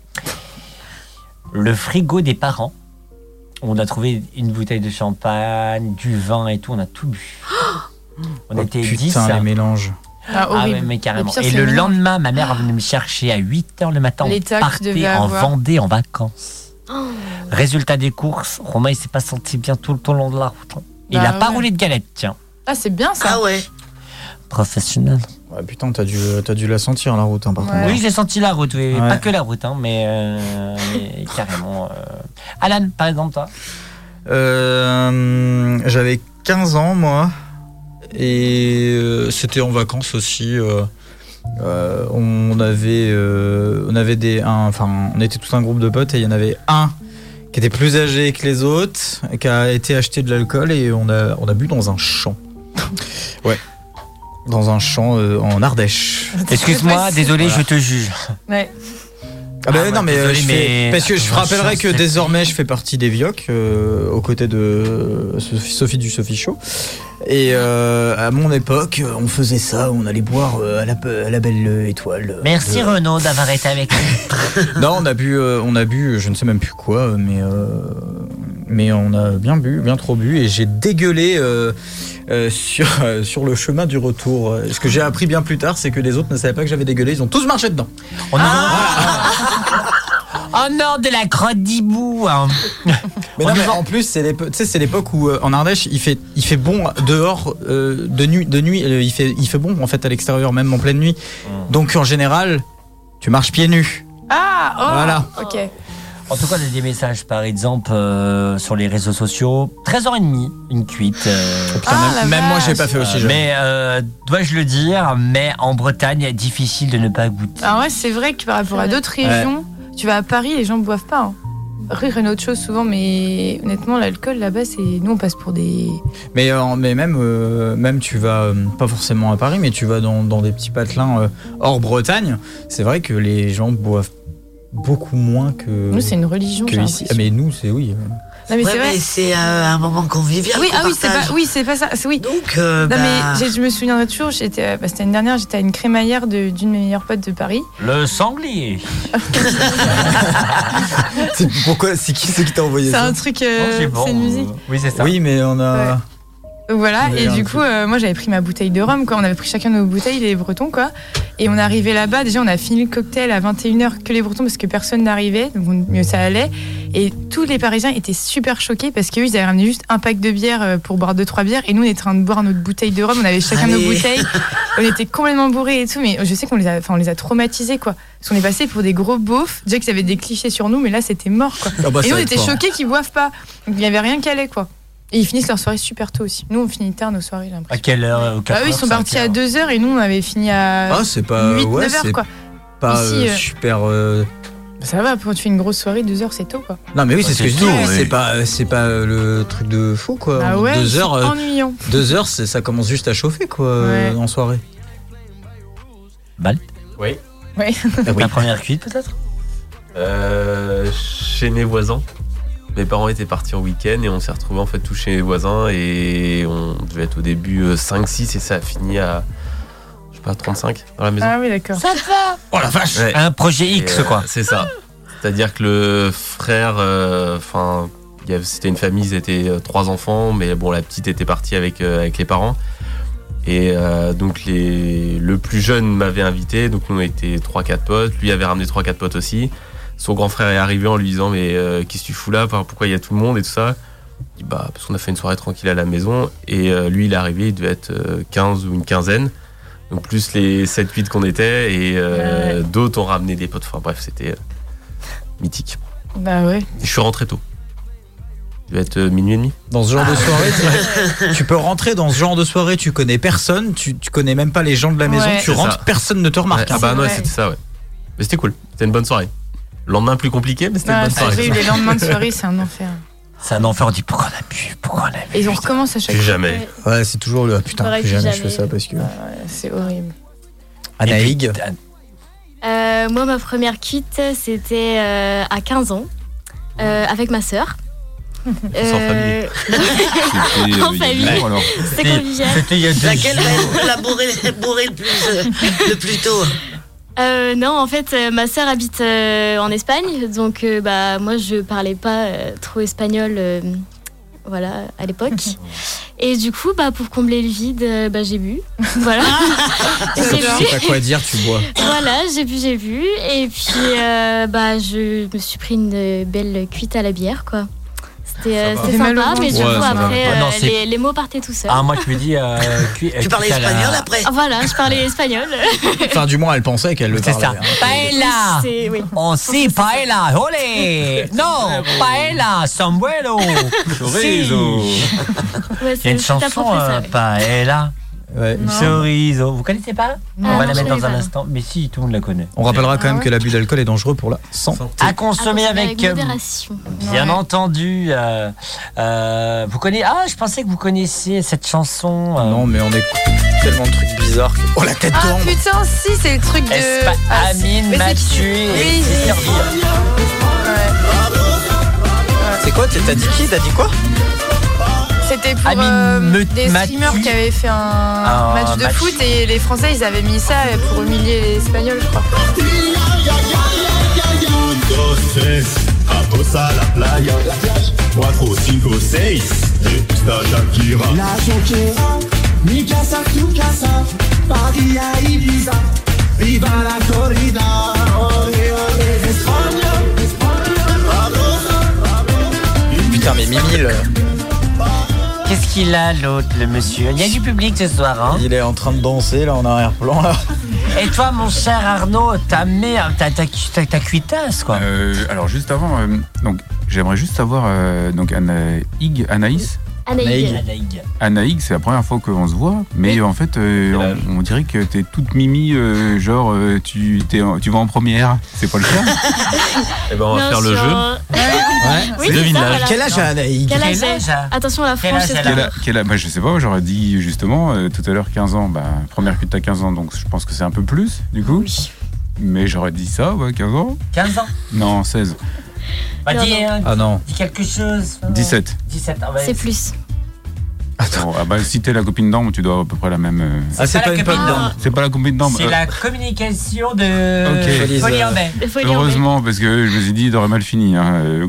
le frigo des parents. On a trouvé une bouteille de champagne, du vin et tout, on a tout bu. On oh, était putain, dix. les hein. mélanges. Ah, Ah ouais, horrible. mais carrément. Le pire, Et c'est le le mélange. lendemain, ma mère venait me chercher à huit heures le matin. L'état On que tu devais partait en avoir. Vendée en vacances. Résultat des courses, Romain il s'est pas senti bien tout, tout le long de la route. Il Bah a pas ouais. roulé de galette, tiens. Ah, c'est bien ça. Ah ouais. Professionnel. Ouais, putain, t'as dû, t'as dû la sentir la route, hein, par Ouais. contre. Oui, j'ai senti la route, oui, oui. Ouais. Pas que la route, hein, mais, euh, mais carrément. euh. Alan, par exemple, toi. Euh, j'avais quinze ans, moi. Et euh, c'était en vacances aussi. euh, euh, on avait, euh, on avait des, un- enfin, on était tout un groupe de potes et il y en avait un qui était plus âgé que les autres, qui a été acheter de l'alcool et on a, on a bu dans un champ. Ouais. Dans un champ euh, en Ardèche. Excuse-moi, désolé, Voilà. je te juge. Ouais. Ah bah Ah, non ouais, mais, euh, désolé, je fais- mais- parce que je Dans un rappellerai champ, que c'est- désormais je fais partie des Vioc euh, aux côtés de Sophie, Sophie du Sophie Show et euh, à mon époque on faisait ça, on allait boire euh, à, la, à la belle étoile. Merci De- Renaud d'avoir été avec nous. Non, on a bu, euh, on a bu, je ne sais même plus quoi, mais euh, mais on a bien bu, bien trop bu et j'ai dégueulé euh, euh, sur euh, sur le chemin du retour. Ce que j'ai appris bien plus tard, c'est que les autres ne savaient pas que j'avais dégueulé, ils ont tous marché dedans. On Oh non, de la crotte d'hibou. Hein. Mais non, mais en plus, c'est l'époque, tu sais, c'est l'époque où euh, en Ardèche, il fait, il fait bon dehors euh, de nuit, de nuit, euh, il fait, il fait bon en fait à l'extérieur, même en pleine nuit. Donc en général, tu marches pieds nus. Ah, oh, Voilà. ok. En tout cas, on a des messages, par exemple, euh, sur les réseaux sociaux. treize heures trente, une cuite. euh, Putain, Ah, même, la même moi, vache. j'ai pas fait aussi euh, jeune. mais euh, dois-je le dire, mais en Bretagne, difficile de ne pas goûter. Alors ouais, c'est vrai que par rapport à d'autres Ouais. régions, tu vas à Paris, les gens ne boivent pas. Hein. Rire une autre chose souvent, mais honnêtement, l'alcool là-bas, c'est nous on passe pour des. Mais, euh, mais même, euh, même tu vas, euh, pas forcément à Paris, mais tu vas dans, dans des petits patelins euh, hors Bretagne. C'est vrai que les gens boivent beaucoup moins que. Nous, c'est une religion. que j'ai ici. Ah, l'impression. mais nous, c'est oui. Non, mais Ouais, c'est vrai. mais c'est euh, un moment convivial. Oui, qu'on ah oui, c'est partage. pas, oui, c'est pas ça. C'est oui. Donc, euh, non, bah, mais j'ai- je me souviendrai toujours. J'étais, bah, c'était l'année dernière. J'étais à une crémaillère de- d'une de mes meilleures potes de Paris. Le sanglier. C'est pourquoi C'est qui c'est qui t'a envoyé C'est ça un truc. euh, Oh, c'est bon. c'est une musique. Oui, c'est ça. Oui, mais on a. Voilà, Ouais, et un du truc. coup, euh, moi j'avais pris ma bouteille de rhum, quoi. On avait pris chacun nos bouteilles, les Bretons, quoi. Et on est arrivé là-bas, déjà on a fini le cocktail à vingt et une heures que les Bretons parce que personne n'arrivait, donc on- mieux ça allait. Et tous les Parisiens étaient super choqués parce qu'eux ils avaient ramené juste un pack de bière euh, pour boire deux trois bières, et nous on était en train de boire notre bouteille de rhum, on avait chacun nos Allez. bouteilles, on était complètement bourrés et tout, mais je sais qu'on les a, enfin on les a traumatisés, quoi. Parce qu'on est passé pour des gros beaufs, déjà qu'ils avaient des clichés sur nous, mais là c'était mort, quoi. Ah bah, et ça nous on va être était fort. choqués qu'ils boivent pas, donc il y avait rien qui allait, quoi. Et ils finissent leur soirée super tôt aussi. Nous, on finit tard nos soirées, j'ai À l'impression. quelle heure? Bah, eux, ils sont partis à deux heures et nous, on avait fini à Ah, c'est pas. huit ouais, neuf heures, c'est quoi. pas Ici, euh, euh, super. euh, Ça va, quand tu fais une grosse soirée, deux heures, c'est tôt, quoi. Non, mais oui, Bah, c'est ce c'est que je dis. tout, oui, oui. C'est pas, c'est pas euh, le truc de fou, quoi. Ah ouais, deux ils heures, sont euh, ennuyants. deux heures, c'est- ça commence juste à chauffer, quoi, euh, Ouais. en soirée. Bal. Oui. Ouais. La première cuite, peut-être? Euh, chez mes voisins. Mes parents étaient partis en week-end et on s'est retrouvés en fait tous chez mes voisins et on devait être au début cinq six et ça a fini à, je sais pas, trente-cinq dans la maison. Ah oui, d'accord. Ça va. Oh la vache. Ouais. Un projet X, Et, euh, quoi. C'est ça. C'est-à-dire que le frère, enfin, c'était une famille, ils étaient euh, trois enfants, mais bon, la petite était partie avec, euh, avec les parents. Et euh, donc les, le plus jeune m'avait invité, donc nous on était trois quatre potes, lui avait ramené trois quatre potes aussi. Son grand frère est arrivé en lui disant mais euh, qu'est-ce que tu fous là, pourquoi il y a tout le monde et tout ça. Il dit bah parce qu'on a fait une soirée tranquille à la maison et euh, lui il est arrivé, il devait être euh, quinze ou une quinzaine. Donc plus les sept huit qu'on était et euh, Ouais. d'autres ont ramené des potes. Enfin bref, c'était euh, mythique. Bah ouais. Et je suis rentré tôt. Il devait être euh, minuit et demi. Dans ce genre de soirée, tu- tu peux rentrer dans ce genre de soirée, tu connais personne, tu, tu connais même pas les gens de la maison, Ouais. tu C'est rentres, ça. personne ne te remarque. Ouais, ah bah c'est non, vrai. c'était ça ouais. Mais c'était cool, c'était une bonne soirée. Le lendemain plus compliqué, mais c'était Ah, une bonne c'est soirée. vrai, les lendemains de soirée, c'est un enfer. C'est un enfer, on dit pourquoi on a bu, pourquoi on a bu. Et ils en recommencent à chaque Plus fois. jamais. Ouais, c'est toujours le ah, putain, Pareil, plus plus jamais, je jamais. fais ça parce que. Ouais, c'est horrible. Anaïg, Euh, moi, ma première quitte, c'était euh, à quinze ans, euh, avec ma sœur. Sans famille. C'était, En euh, il y a famille. deux jours, alors. C'était convivial. C'était il y a deux Laquelle jours. va la bourrer, bourrer le plus, euh, le plus tôt? Euh, non, en fait, euh, ma sœur habite euh, en Espagne, donc euh, bah moi je parlais pas euh, trop espagnol, euh, voilà, à l'époque. Et du coup, bah pour combler le vide, euh, bah j'ai bu, voilà. quand j'ai tu bu, sais pas quoi dire, tu bois. voilà, j'ai bu, j'ai bu, et puis euh, bah je me suis pris une belle cuite à la bière, quoi. C'était euh, Ça va. c'était Ça fait mal au sympa, mais du ventre. coup Ouais, ça va. après Ouais, non, euh, c'est- les, les mots partaient tout seuls. Ah, moi, tu me dis. Euh, cui- Tu parlais cuite à la- espagnol après? Ah, voilà, je parlais espagnol. Enfin, du moins, elle pensait qu'elle le C'est parlait. ça. hein. Paella. C'est- oui. Oh, si, paella, olé. Non, paella, sombrero. Chorizo. Ouais, Il y a une c'est- c'est à peu chanson, près ça, euh, ouais. paella, Ouais. Non. chorizo. Vous connaissez pas? Non, On va non, la je mettre dans connais un pas. instant. Mais si, tout le monde la connaît. On rappellera quand Ah même ouais. que l'abus d'alcool est dangereux pour la santé. À consommer avec. euh, modération. Bien Ouais. entendu. euh, euh, vous connaissez. Ah, je pensais que vous connaissiez cette chanson. euh, Non, mais on écoute tellement de trucs bizarres. Que... Oh, la tête Ah tourne. putain, si, c'est le truc de. Espa- Ah, c'est- Amine mais c'est- Mathieu et Oui, Sister oui. Bill. C'est quoi? T'as dit qui? T'as dit quoi? C'était pour Amine euh, Me- des Mathieu. streamers qui avaient fait un Un match de match. foot et les Français ils avaient mis ça pour humilier les Espagnols, je crois. Entonces, vamos a la playa. cuatro, cinco, seis. Está Shakira. La Shakira, mi casa, tu casa, Paris à Ibiza, viva la corrida. Olé, olé, Espagne, Putain, mais Mimi, le- Qu'est-ce qu'il a l'autre, le monsieur? Il y a du public ce soir, hein? il est en train de danser là en arrière-plan là. Et toi, mon cher Arnaud, ta mère, ta, ta, ta, ta cuitasse, quoi. Euh, alors juste avant, euh, donc j'aimerais juste savoir euh, donc Anaïg, Anaïs, Anaïg. Anaïg. Anaïg, c'est la première fois qu'on se voit, mais en fait euh, on, on dirait que t'es toute mimi, euh, genre euh, tu t'es en- tu vas en première, c'est pas le cas? Et ben on va Non, faire le sur- jeu. Oui, Devine c'est ça, l'âge. voilà. Quel âge a Anaïg? Quel âge Quel âge a- Attention à la Quel franche. âge c'est elle a ça. Quel a- quel a- bah, je sais pas, j'aurais dit justement euh, tout à l'heure quinze ans, bah, première cuite à quinze ans, donc je pense que c'est un peu plus du coup, Oui. mais j'aurais dit ça, ouais, quinze ans? quinze ans. Non, seize. Bah, Non, dis, non. hein, Ah non. dis quelque chose. dix-sept. dix-sept. Ah, bah, C'est plus. Bon, ah bah, si t'es la copine d'Ambre, tu dois avoir à peu près la même. euh, Ah, c'est pas pas la une copine pomme d'Ambre. d'Ambre. C'est pas la copine d'Ambre. C'est euh, la communication de Ok. Folie en baie. Des folies en baie. Heureusement, parce que je me suis dit, il aurait mal fini. Hein, euh,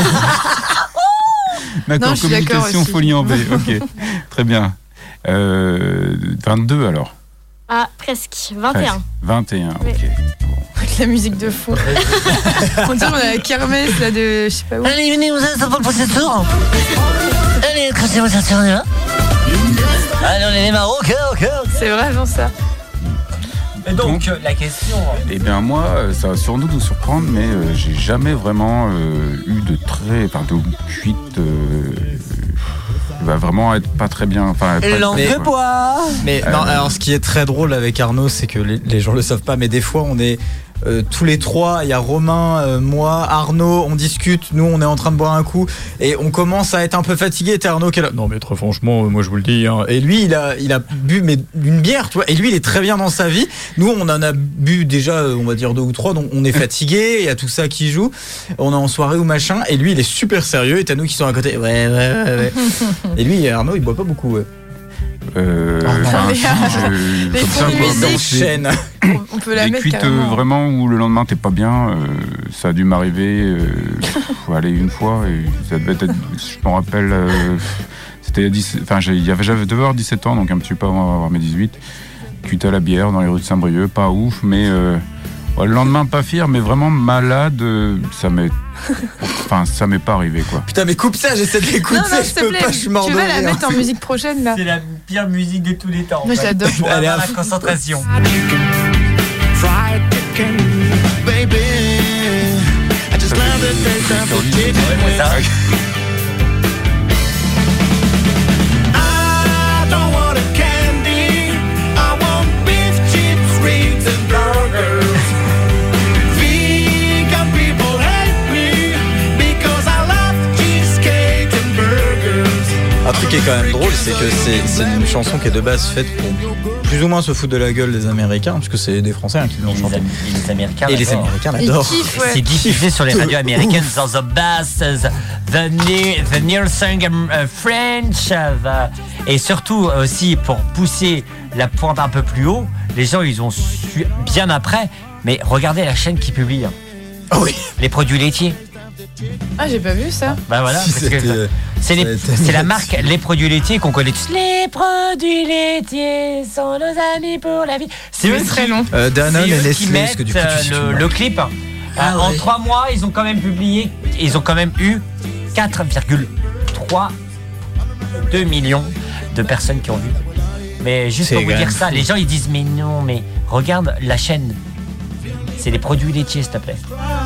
D'accord, Non, je suis d'accord communication aussi. folie en baie. Ok, très bien. Euh, vingt-deux alors. Ah, presque. vingt et un. vingt et un, Oui. ok. Avec la musique de fond. On dirait qu'on a la kermesse là de je sais pas où. Allez, venez, vous êtes pour le prochain tour. Allez, crachez votre ceinture, on y va. Allez, on est les marrons, ok, ok. C'est vraiment ça. Et donc, euh, la question. Eh bien moi, euh, ça va sans doute vous surprendre, mais euh, j'ai jamais vraiment euh, eu de très, enfin de cuite. Euh, va vraiment être pas très bien. Enfin, pas- Langue mais- de bois. Mais Euh, non, alors ce qui est très drôle avec Arnaud, c'est que les, les gens le savent pas, mais des fois on est euh, tous les trois, il y a Romain, euh, moi, Arnaud, on discute, nous on est en train de boire un coup et on commence à être un peu fatigué. Et t'es Arnaud qui est là. Non mais très franchement, euh, moi je vous le dis. Hein. Et lui il a, il a bu mais une bière, tu vois. Et lui il est très bien dans sa vie. Nous on en a bu déjà, euh, on va dire deux ou trois, donc on est fatigué. Il y a tout ça qui joue. On est en soirée ou machin. Et lui il est super sérieux. Et t'as nous qui sont à côté. Ouais ouais ouais. ouais. Et lui Arnaud il boit pas beaucoup. Ouais. Euh, Oh, non. enfin, Mais, si, euh, je- les comme fonds ça, de quoi, musique. bon, c'est- Chaîne. On peut la les mettre cuites euh, carrément. vraiment où le lendemain t'es pas bien, euh, ça a dû m'arriver euh, pff, aller une fois et ça devait être, je me rappelle, euh, c'était à dix, enfin j'ai- il y avait j'avais devais avoir dix-sept ans donc un petit peu avant d'avoir mes dix-huit, cuite à la bière dans les rues de Saint-Brieuc, pas ouf, mais euh, ouais, le lendemain pas fier, mais vraiment malade, euh, ça m'est, enfin ça m'est pas arrivé quoi. Putain mais coupe ça, j'essaie de l'écouter, Non, non, je s'il te peux plaît, pas, je suis mort tu de vas la rire. mettre en musique prochaine là. C'est la pire musique de tous les temps. Moi, je l'adore. Pour Allez, avoir à la concentration. Fried chicken, baby. I just love the taste of the chicken. I don't want a candy. I want beef, chips, ribs, and burgers. Vegan people hate me because I love cheesecake and burgers. Un truc qui est quand même drôle, c'est que c'est c'est une chanson qui est de base faite pour plus ou moins se foutre de la gueule des Américains, parce que c'est des Français hein, qui l'ont Et les, chanté. Am- et les Américains. Et les l'adorent. Américains Ils l'adorent. kiffent, ouais. C'est diffusé sur les radios américaines dans The Bass, The, Ni- the Nielsen uh, French. uh, the- Et surtout aussi pour pousser la pointe un peu plus haut, les gens ils ont su bien après. Mais regardez la chaîne qui publie hein. Ah oui. les produits laitiers. Ah, j'ai pas vu ça. Bah voilà, Si, parce que c'était- c'est les- c'était- c'est la marque Les Produits Laitiers qu'on connaît tous. Les produits laitiers sont nos amis pour la vie. C'est eux C'est très qui- long. Euh, Danone c'est et eux qui Nestlé, mettent parce que du coup, tu euh, sais, tu le, vois. le clip. Ah Euh, en ouais. trois mois, ils ont quand même publié, ils ont quand même eu quatre virgule trois deux millions de personnes qui ont vu. Mais juste C'est pour vous quand dire même ça, fou. les gens ils disent mais non, mais regarde la chaîne. C'est les produits laitiers, s'il te plaît.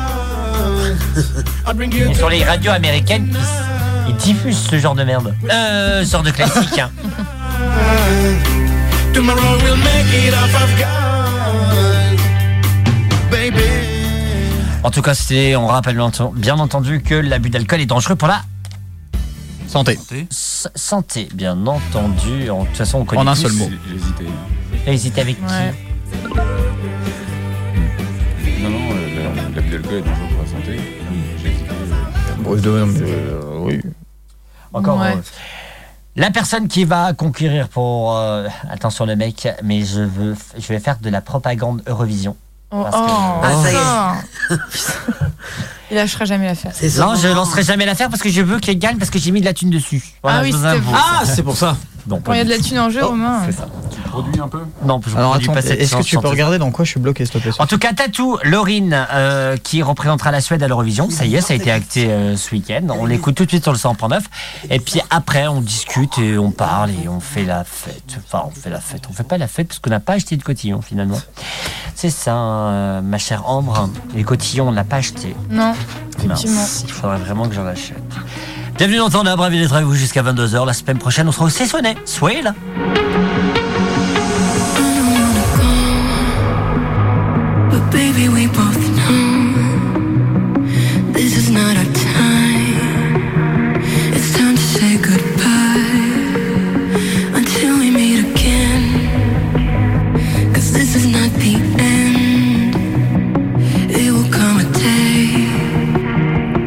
Et sur les radios américaines, ils, ils diffusent ce genre de merde. Euh, ce genre de classique. Hein. Tomorrow we'll make it off of God, baby. En tout cas, c'est, on rappelle bien entendu que l'abus d'alcool est dangereux pour la Santé. s- santé, bien entendu. En, de toute façon, on connaît En un tous. seul mot. J'ai hésité. T'as hésité avec Ouais. Non, non, euh, la- l'abus d'alcool est dangereux pour la santé. J'ai hésité. Bon, de- euh, oui. qui Encore. Ouais. euh, la personne qui va conquérir pour euh, attention le mec, mais je veux, je vais faire de la propagande Eurovision. Oh, Parce que- oh, Ah, ça y est. putain. Il lâchera jamais l'affaire. C'est son Non, je moment. lancerai jamais l'affaire parce que je veux qu'elle gagne parce que j'ai mis de la thune dessus. Voilà, Ah oui, je vous c'était avoue. vous. Ah, c'est pour ça. Non, Quand il y a de la thune en jeu, Oh, Romain. c'est ça. Tu produis un peu? Non, je Alors produis attends, pas cette est-ce que tu peux chanteuse. regarder dans quoi je suis bloqué, s'il te plaît? En tout cas, Tatou, Laurine, euh, qui représentera la Suède à l'Eurovision. Ça y est, ça a été acté euh, ce week-end. On l'écoute tout de suite sur le cent neuf. Et puis après, on discute et on parle et on fait la fête. Enfin, on fait la fête. On fait pas la fête parce qu'on n'a pas acheté de cotillon finalement. C'est ça, euh, ma chère Ambre. Les cotillons, on l'a pas acheté. Non, effectivement. Mince, il faudrait vraiment que j'en achète. Bienvenue dans ton arbre, ravi d'être avec vous jusqu'à vingt-deux heures. La semaine prochaine, on sera au Cessonnet. Soyez là. But baby, we both know this is not our time. It's time to say goodbye until we meet again. 'Cause this is not the end. It will come a day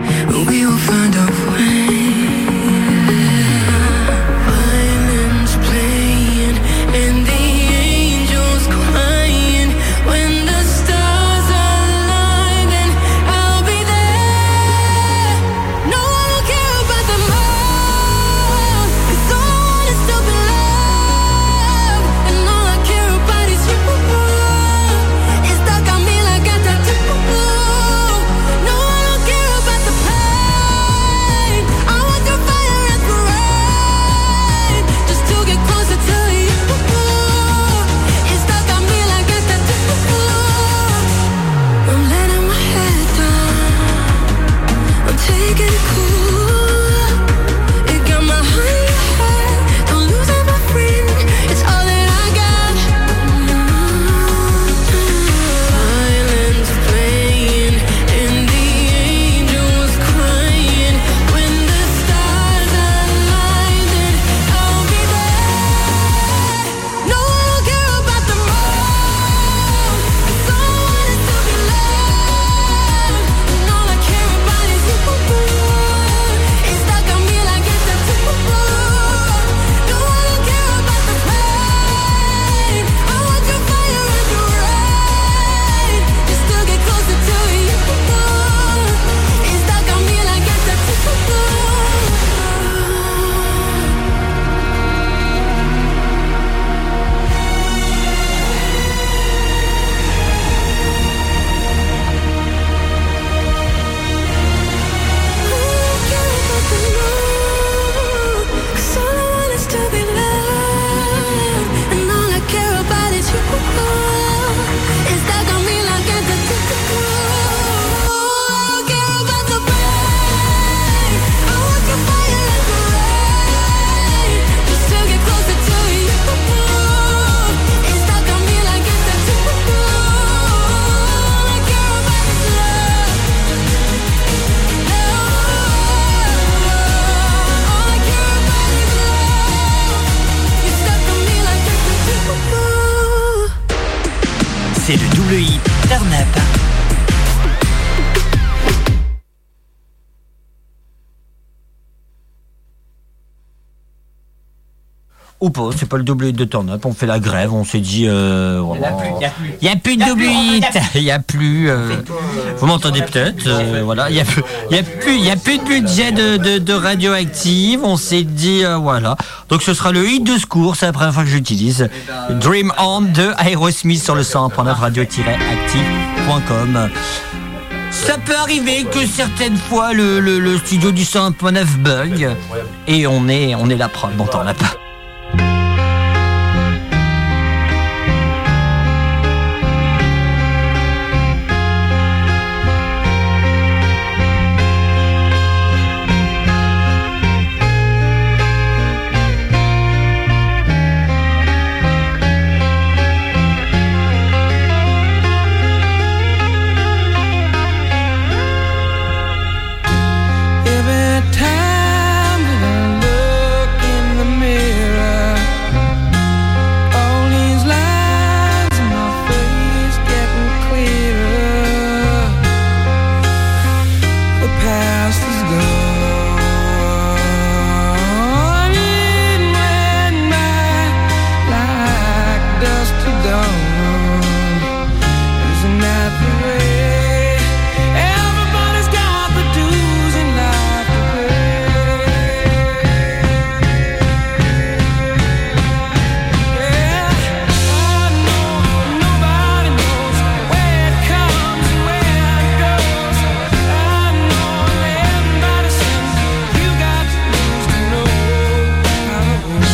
c'est le double hit Turn Up. Ou pas, c'est pas le double hit de Turn Up, on fait la grève, on s'est dit... Euh, Il n'y a plus, il n'y a plus. Il n'y a plus de double hit, il n'y a plus... Euh, vous m'entendez peut-être, euh, voilà, il n'y a, plus- il y a, plus- il y a plus de budget de, de, de radioactive, on s'est dit, euh, voilà. Donc ce sera le hit de secours, c'est la première fois que j'utilise. Dream On de Aerosmith sur le cent un point neuf radio-active point com. Ça peut arriver que certaines fois le, le, le studio du cent un point neuf bug, et on est, on est la prod, bon t'en as pas. Every time that I look in the mirror, all these lines in my face getting clearer. The past is gone. It went by like dust to dawn. Isn't that the way? Everybody's got the dues in life to pay. Yeah, I know nobody knows where it comes and where it goes. I know everybody says you got to lose to know how it goes.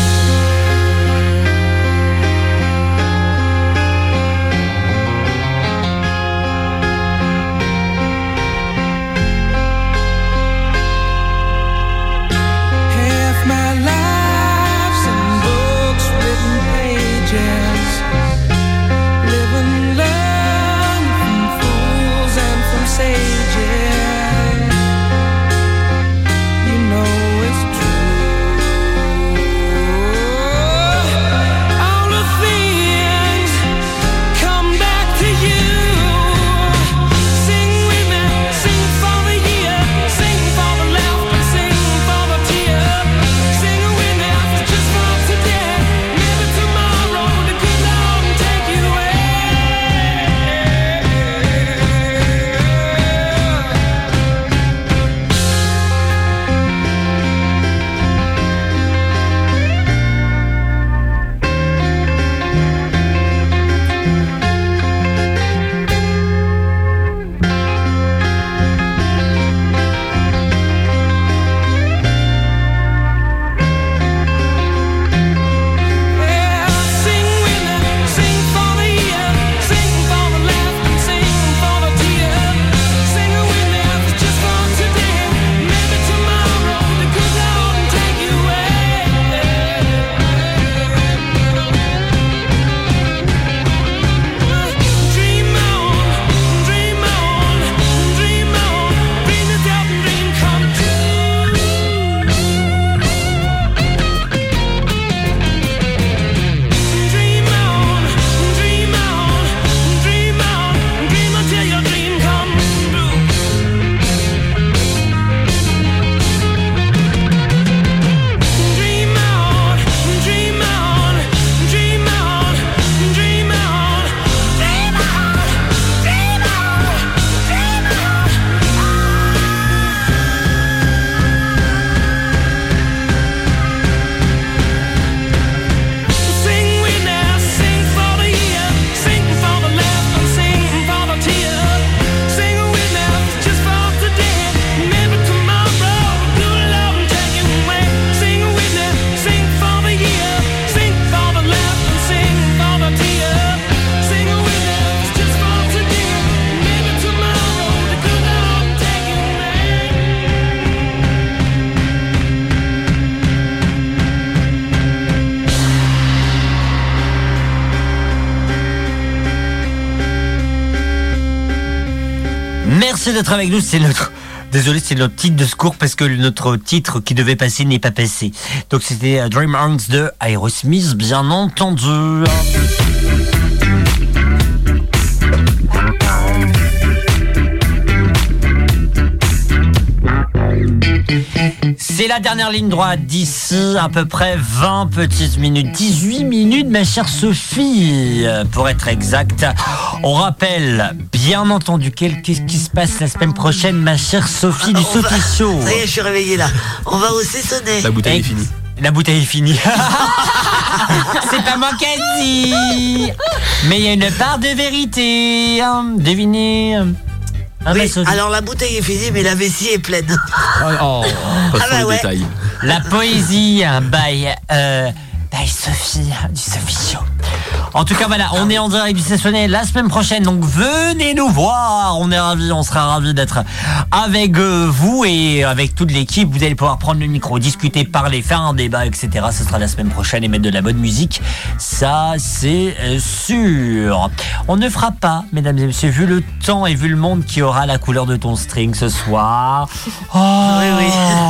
Half my life's in books, written pages, living learn from fools and from sages. You know it's true. All the things come back to you. Sing with me, sing for the year, sing for the laughter, sing for the tear. Sing with me, just for today, maybe tomorrow the good Lord will take you away. Yeah, sing with me, sing for the year, sing for the laughter, sing for the tear. Sing with me, just for today, maybe tomorrow the good Lord will take you away. Dream on, dream on, dream on, dream yourself a dream come true. Dream on, dream on, dream on, dream until your dream comes true. Dream on, dream on, dream on, dream on, dream on, dream on, dream on. Sing with me, sing for the year, sing for the laughter, sing for the tear. Sing with me, just for today, maybe tomorrow good Lord will take you away. Sing with me, sing for the year, sing for the laughter, sing for the tear. Sing with me, just for today, maybe tomorrow the good Lord will take you away. Merci d'être avec nous, c'est notre... Désolé, c'est notre titre de secours parce que notre titre qui devait passer n'est pas passé. Donc c'était euh, Dream On de Aerosmith, bien entendu. la dernière ligne droite d'ici à peu près vingt petites minutes, dix-huit minutes, ma chère Sophie, pour être exact. On rappelle, bien entendu, qu'est-ce qui se passe la semaine prochaine, ma chère Sophie du Sophie Show. Ça y est, je suis réveillée là. On va au Cessonnet. La bouteille est finie. La bouteille est finie. C'est pas moi qui ai dit. Mais il y a une part de vérité. Hein. Devinez. Ah, oui, bah, alors la bouteille est finie, mais la vessie est pleine. Oh, oh. Ah bah ouais. Détails. La poésie by, euh, by Sophie du Sophie Show. En tout cas, voilà, on est en direct du Cessonnet la semaine prochaine, donc venez nous voir. On est ravis, on sera ravis d'être avec euh, vous et avec toute l'équipe. Vous allez pouvoir prendre le micro, discuter, parler, faire un débat, et cetera. Ce sera la semaine prochaine et mettre de la bonne musique. Ça, c'est euh, sûr. On ne fera pas, mesdames et messieurs, vu le temps et vu le monde qui aura la couleur de ton string ce soir. Oh, oui, oui.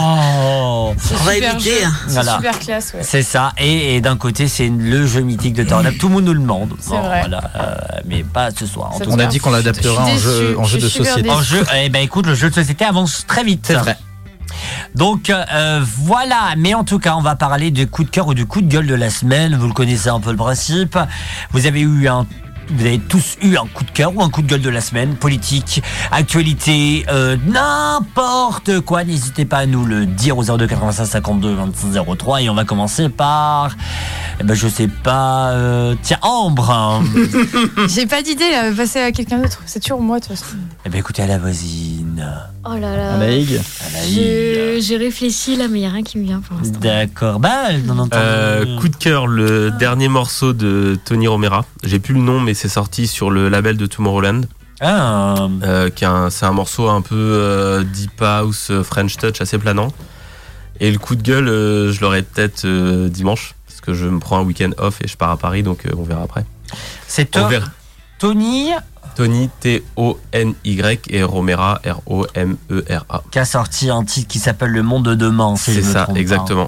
C'est On va super éviter. jeu. Hein. C'est Voilà. super classe, ouais. C'est ça. Et, et d'un côté, c'est le jeu mythique de Turn Up. Tout le monde nous le demande. C'est vrai. Voilà, euh, mais pas ce soir. En Ça tout On cas. a dit qu'on l'adaptera en Je suis jeu, déçue, en jeu je de suis super société. En jeu, eh ben écoute, le jeu de société avance très vite. C'est vrai. Donc euh, voilà, mais en tout cas, on va parler du coup de cœur ou du coup de gueule de la semaine. Vous le connaissez un peu le principe. Vous avez eu un Vous avez tous eu un coup de cœur ou un coup de gueule de la semaine, politique, actualité, euh, n'importe quoi. N'hésitez pas à nous le dire au zéro deux quatre-vingt-cinq cinquante-deux vingt-six zéro trois et on va commencer par, eh ben je sais pas, euh, tiens Ambre. Hein. J'ai pas d'idée là, passer à quelqu'un d'autre. C'est toujours moi de toute façon. Eh ben écoutez à la voisine. Oh là là. Alaïg. Je- J'ai réfléchi là, mais il n'y a rien qui me vient pour l'instant. D'accord, bah non, non, Euh, coup de cœur, le dernier morceau de Tony Romera. J'ai plus le nom, mais c'est sorti sur le label de Tomorrowland. Ah. Euh, qui est un- c'est un morceau un peu euh, deep house, euh, French touch, assez planant. Et le coup de gueule, euh, je l'aurai peut-être euh, dimanche, parce que je me prends un week-end off et je pars à Paris, donc euh, on verra après. C'est On toi, verra. Tony, Tony, T O N Y, et Romera, R O M E R A. qui a sorti un titre qui s'appelle Le Monde de Demain. Si C'est je me ça, trompe pas. exactement.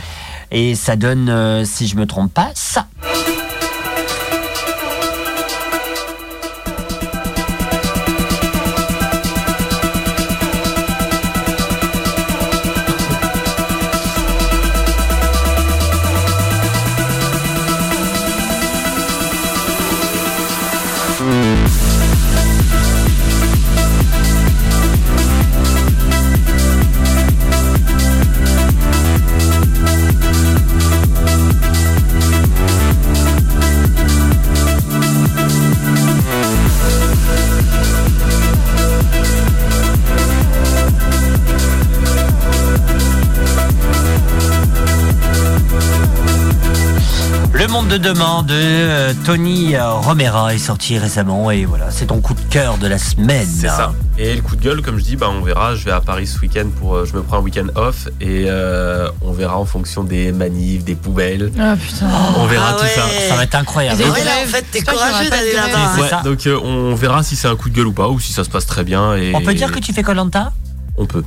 Et ça donne, euh, si je me trompe pas, ça. Le Monde de Demain de euh, Tony euh, Romera est sorti récemment et voilà, c'est ton coup de cœur de la semaine. C'est ça. Et le coup de gueule, comme je dis, bah, on verra. Je vais à Paris ce week-end pour. euh, je me prends un week-end off et euh, on verra en fonction des manifs, des poubelles. Ah putain. On verra Ah tout ouais. ça. Ça va être incroyable. Et Ah des ouais, là, en grèves. fait, t'es J'espère qu'il y aura courageux pas de d'aller grève. là-bas. C'est Ouais, ça. donc euh, on verra si c'est un coup de gueule ou pas, ou si ça se passe très bien. Et On peut dire que tu fais Koh-Lanta. On peut.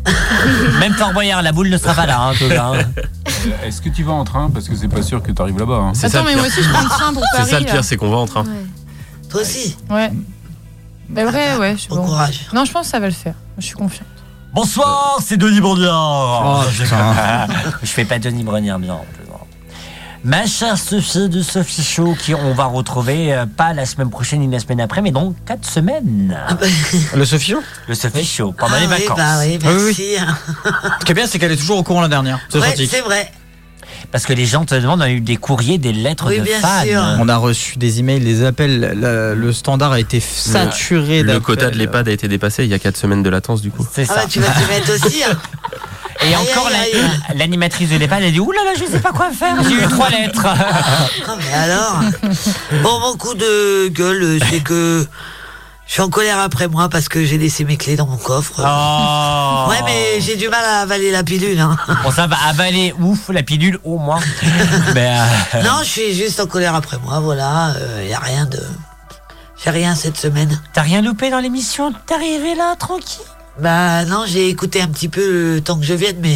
Même Fort Boyard, la boule ne sera pas là. Hein, tout là, hein. Euh, Est-ce que tu vas en train? Parce que c'est pas sûr que tu arrives là-bas. hein. C'est ça Attends, le mais pire. moi aussi je prends le train pour C'est Paris. ça le là. pire, c'est qu'on va en train. Ouais. Toi aussi. Ouais. Bah vrai, ouais, je suis Bon bon. courage. Non, je pense que ça va le faire. Je suis confiante. Bonsoir, c'est Denis Brognard. Oh, putain. Je fais pas Denis Brognard bien. en plus, non. Ma chère Sophie du Sophie Show, qui on va retrouver euh, pas la semaine prochaine ni la semaine après, mais dans quatre semaines. Le Sophie Show. Le Sophie Show, pendant Ah les oui, vacances. bah oui, Oui, oui. merci. Ce qui est bien, c'est qu'elle est toujours au courant la dernière. C'est Ouais, gentil. c'est vrai. Parce que les gens te demandent, on a eu des courriers, des lettres Oui, de bien fans. sûr. On a reçu des emails, des appels. la- le standard a été saturé Le d'appels. quota de l'EHPAD a été dépassé il y a quatre semaines de latence, du coup. C'est Ah ça. bah tu vas te mettre aussi. Hein. Et Aïe, encore, aïe, la- aïe. l'animatrice de l'EHPAD, elle dit, ouh là là, je sais pas quoi faire, j'ai eu trois lettres. Ah, mais alors. Bon, mon coup de gueule, c'est que je suis en colère après moi parce que j'ai laissé mes clés dans mon coffre. Oh. Ouais, mais j'ai du mal à avaler la pilule. Hein. Bon, ça va avaler, ouf, la pilule, au moins. Mais, euh, Non, je suis juste en colère après moi, voilà. Il y a rien de. J'ai rien cette semaine. T'as rien loupé dans l'émission? T'es arrivé là, tranquille? Bah non, j'ai écouté un petit peu le temps que je vienne, mais.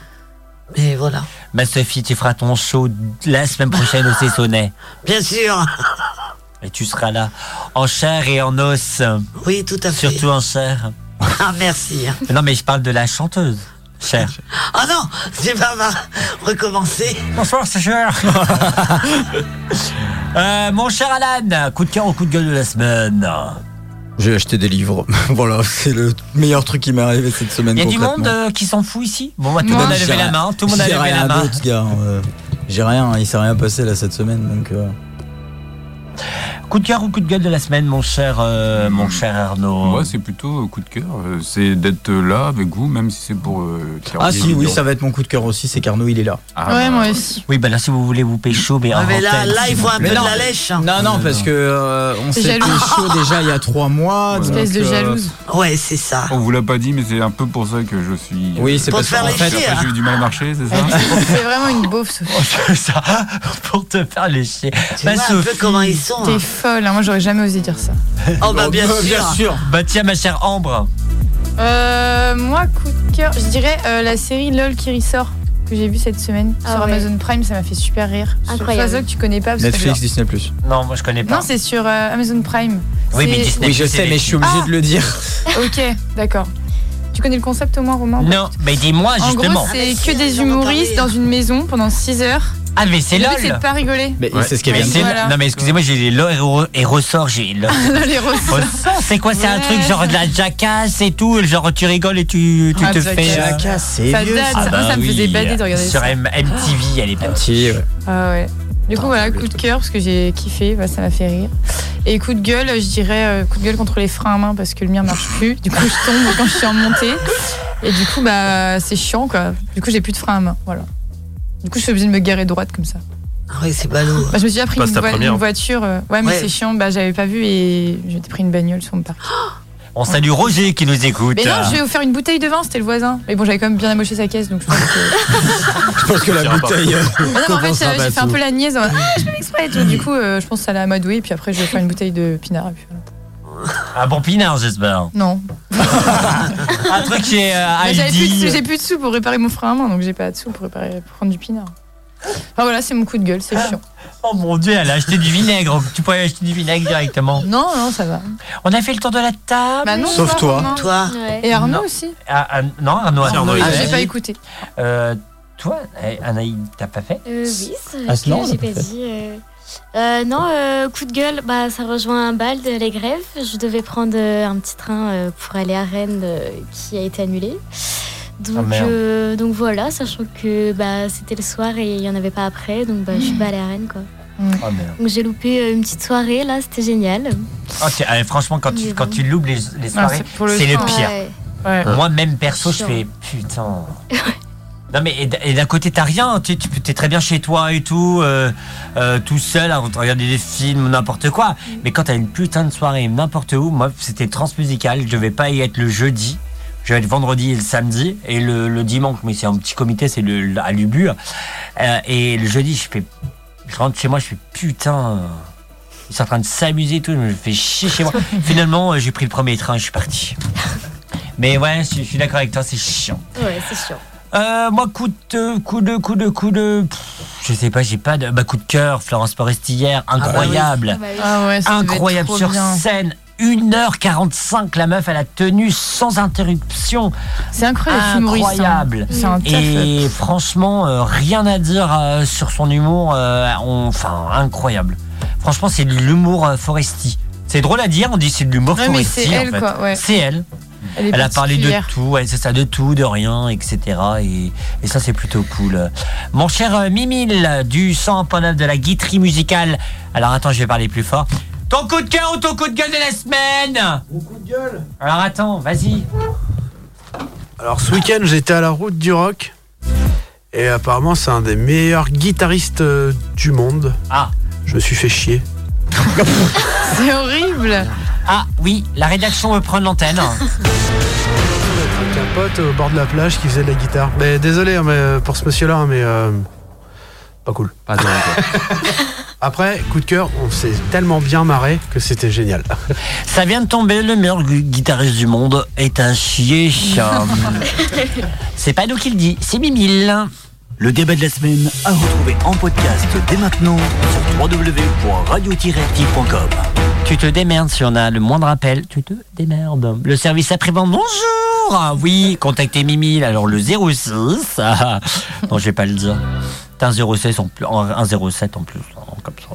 Mais voilà. Bah, Sophie, tu feras ton show la semaine prochaine au Cessonnet. Bien sûr. Et tu seras là, en chair et en os. Oui, tout à fait. Surtout en chair. Ah, merci. Non, mais je parle de la chanteuse. Cher. Ah non, c'est pas mal. Recommencer. Bonsoir, c'est cher. euh, mon cher Alan, coup de cœur ou coup de gueule de la semaine? J'ai acheté des livres. Voilà, c'est le meilleur truc qui m'est arrivé cette semaine. Il y a du concrètement. monde euh, qui s'en fout ici. Bon, bah, tout le Moi, monde a j'ai levé la rien- main. Tout le monde a j'ai levé rien la main. d'autre, gars. Euh, J'ai rien, il s'est rien passé là cette semaine, donc. euh, Coup de cœur ou coup de gueule de la semaine, mon cher, euh, mon cher Arnaud? Moi, c'est plutôt coup de cœur. euh, C'est d'être là avec vous, même si c'est pour. euh, faire Ah des si, oui, vidéos. ça va être mon coup de cœur aussi, c'est qu'Arnaud il est là. Ah, Ouais, bah, moi aussi. Oui, bah là, si vous voulez vous pécho, mais, Ah, en mais là, antenne, là, il s'il faut vous un peu plaît. de non. la lèche. hein. Non, non, parce que euh, on T'es s'est jalouse. chaud déjà il y a trois mois. donc, Espèce de euh, jalouse. Ouais, c'est ça. On vous l'a pas dit, mais c'est un peu pour ça que je suis. Oui, c'est Pour parce te faire qu'en fait, lécher, Après, hein. j'ai eu du mal à marcher, c'est ça? C'est vraiment une beauf, Sophie. Oh, ça, pour te faire lécher. Tu Bah, vois un peu Sophie. comment ils sont. T'es hein. folle, hein. Moi j'aurais jamais osé dire ça. Oh bah bien euh, sûr. bien sûr. Bah tiens, ma chère Ambre. Euh, moi, coup de cœur, je dirais euh, la série LOL qui ressort que j'ai vue cette semaine Ah sur ouais. Amazon Prime, ça m'a fait super rire. Incroyable. C'est que tu connais pas. Parce que Netflix, genre- Disney plus. Non, moi je connais pas. Non, c'est sur euh, Amazon Prime. Oui, mais C'est- Disney. Oui, je c'est sais, les- mais je suis obligé Ah. de le dire. Ok, d'accord. Tu connais le concept au moins, Romain? Non, mais dis-moi En justement. gros, c'est Ah, que mais des si, j'en ai humoristes parlé. dans une maison pendant six heures. Ah, mais c'est Le but, LOL. c'est de pas rigoler. Mais Ouais. c'est ce qu'elle Mais vient de c'est- dire. Voilà. Non, mais excusez-moi, j'ai les LOL et re- et ressort, j'ai LOL. Les ressources. Ressort, c'est quoi? C'est un Ouais. truc genre de la jackass et tout, genre tu rigoles et tu, tu Ah, te Jackass. fais. euh, Jackass, c'est Ça vieux. date. ça. Ça- moi, ça me faisait bader de regarder sur ça. M- M T V à l'époque. Si, ouais. Ah ouais. Du coup, Putain, voilà, le coup de truc. cœur parce que j'ai kiffé, bah, ça m'a fait rire. Et coup de gueule, je dirais euh, coup de gueule contre les freins à main parce que le mien marche plus. Du coup, je tombe quand je suis en montée. Et du coup, bah, c'est chiant quoi. Du coup, j'ai plus de freins à main. Voilà. Du coup, je suis obligée de me garer droite comme ça. Ah oui, c'est ballot. Bah, je me suis déjà pris Passe une, ta voi- première. une voiture. euh, Ouais, mais Ouais. c'est chiant. Bah, j'avais pas vu et j'ai pris une bagnole sur mon parking. On salue Roger qui nous écoute. Mais non, je vais vous faire une bouteille de vin, c'était le voisin. Mais bon, j'avais quand même bien amoché sa caisse, donc je pense que. Je pense que la Tira pas. bouteille. euh, Mais non, mais en fait, compensera j'ai pas j'ai fait un tout. peu la niaise. en mode, Ah, je fais exprès et tout. Du coup, euh, je pense que ça l'a amadoué. Et puis après, je vais faire une bouteille de pinard. Et puis voilà. Un bon pinard, j'espère. Non. Un truc chez euh, Mais j'avais plus de sous- Aldi. J'ai plus de sous pour réparer mon frein à main, donc j'ai pas de sous pour, réparer, pour prendre du pinard. Enfin voilà, c'est mon coup de gueule, c'est chiant. Oh mon dieu, elle a acheté du vinaigre. Tu pourrais acheter du vinaigre directement. Non, non, ça va. On a fait le tour de la table. Bah non, Sauf toi. Romain. Toi. Ouais. Et Arnaud Non. aussi. Ah, ah, non, Arnaud, Si, Arnaud, Arnaud, il Ah, a j'ai fait. pas écouté. Euh, toi, eh, Anaïs, t'as pas fait? Euh, oui, c'est Ah, vrai non, que on j'ai a pas pas fait. dit. euh. Euh, non, euh, coup de gueule, bah, ça rejoint un bal de les grèves. Je devais prendre euh, un petit train euh, pour aller à Rennes euh, qui a été annulé. Ah, Donc, merde. euh, donc voilà, sachant que bah, c'était le soir et il n'y en avait pas après, donc bah, je suis pas allée à Rennes. Quoi. Oh merde. Donc j'ai loupé euh, une petite soirée, là, c'était génial. Oh, c'est- allez, franchement, quand tu, Mais quand bon. tu loupes les, les Ah, soirées, c'est pour le c'est le train. pire. Ouais. Ouais. Moi, même perso, je Chiant. fais putain. Non, mais et d- et d'un côté, t'as rien. Tu tu- t'es très bien chez toi et tout, euh, euh, tout seul, à regarder des films, n'importe quoi. Mais quand t'as une putain de soirée, n'importe où, moi, c'était transmusical. Je devais pas y être le jeudi. Je vais être vendredi et le samedi. Et le, le dimanche, mais c'est un petit comité, c'est le, à l'Ubu. Euh, et le jeudi, je fais. Je rentre chez moi, je fais putain. Ils sont en train de s'amuser et tout, je me fais chier chez moi. Finalement, euh, j'ai pris le premier train et je suis parti. Mais ouais, je, je suis d'accord avec toi, c'est chiant. Ouais, c'est chiant. Euh, moi, coup de, coup de, coup de, coup de. Pff, je sais pas, j'ai pas de. Bah, coup de cœur, Florence Foresti hier, incroyable. Ah bah oui. Ah ouais, ça devait être Incroyable trop sur bien. scène. une heure quarante-cinq, la meuf, elle a tenu sans interruption. C'est incroyable, humoriste, hein. Incroyable. C'est un taf. Et franchement, euh, rien à dire euh, sur son humour. euh, on- Enfin, incroyable. Franchement, c'est de l'humour euh, Foresti. C'est drôle à dire, on dit c'est de l'humour Ouais, mais Foresti. c'est en elle, fait. quoi, ouais. C'est elle. Elle est Elle a parlé de particulière. tout, ouais, c'est ça, de tout, de rien, et cetera. Et, et ça, c'est plutôt cool. Mon cher euh, Mimile, du cent point neuf de la guiterie musicale. Alors attends, je vais parler plus fort. Ton coup de cœur ou ton coup de gueule de la semaine? Mon coup de gueule. Alors attends, vas-y. Alors ce week-end, j'étais à la Route du Rock. Et apparemment, c'est un des meilleurs guitaristes euh, du monde. Ah. Je me suis fait chier. C'est horrible. Ah oui, la rédaction veut prendre l'antenne. Avec un pote au bord de la plage qui faisait de la guitare. Mais désolé hein, mais, euh, pour ce monsieur-là, hein, mais euh, pas cool. Pas dingue, quoi. Après, coup de cœur, on s'est tellement bien marré que c'était génial. Ça vient de tomber, le meilleur gu- guitariste du monde est un chier. C'est pas nous qui le dit, c'est Mimile. Le débat de la semaine à retrouver en podcast dès maintenant sur w w w point radio tiret active point com. Tu te démerdes si on a le moindre appel, tu te démerdes. Le service après-vente, bonjour. bonjour. Oui, contactez Mimi. Alors le zéro six. Ah, non, je vais pas le dire. T'as un zéro six en plus, un zéro sept en plus, comme ça.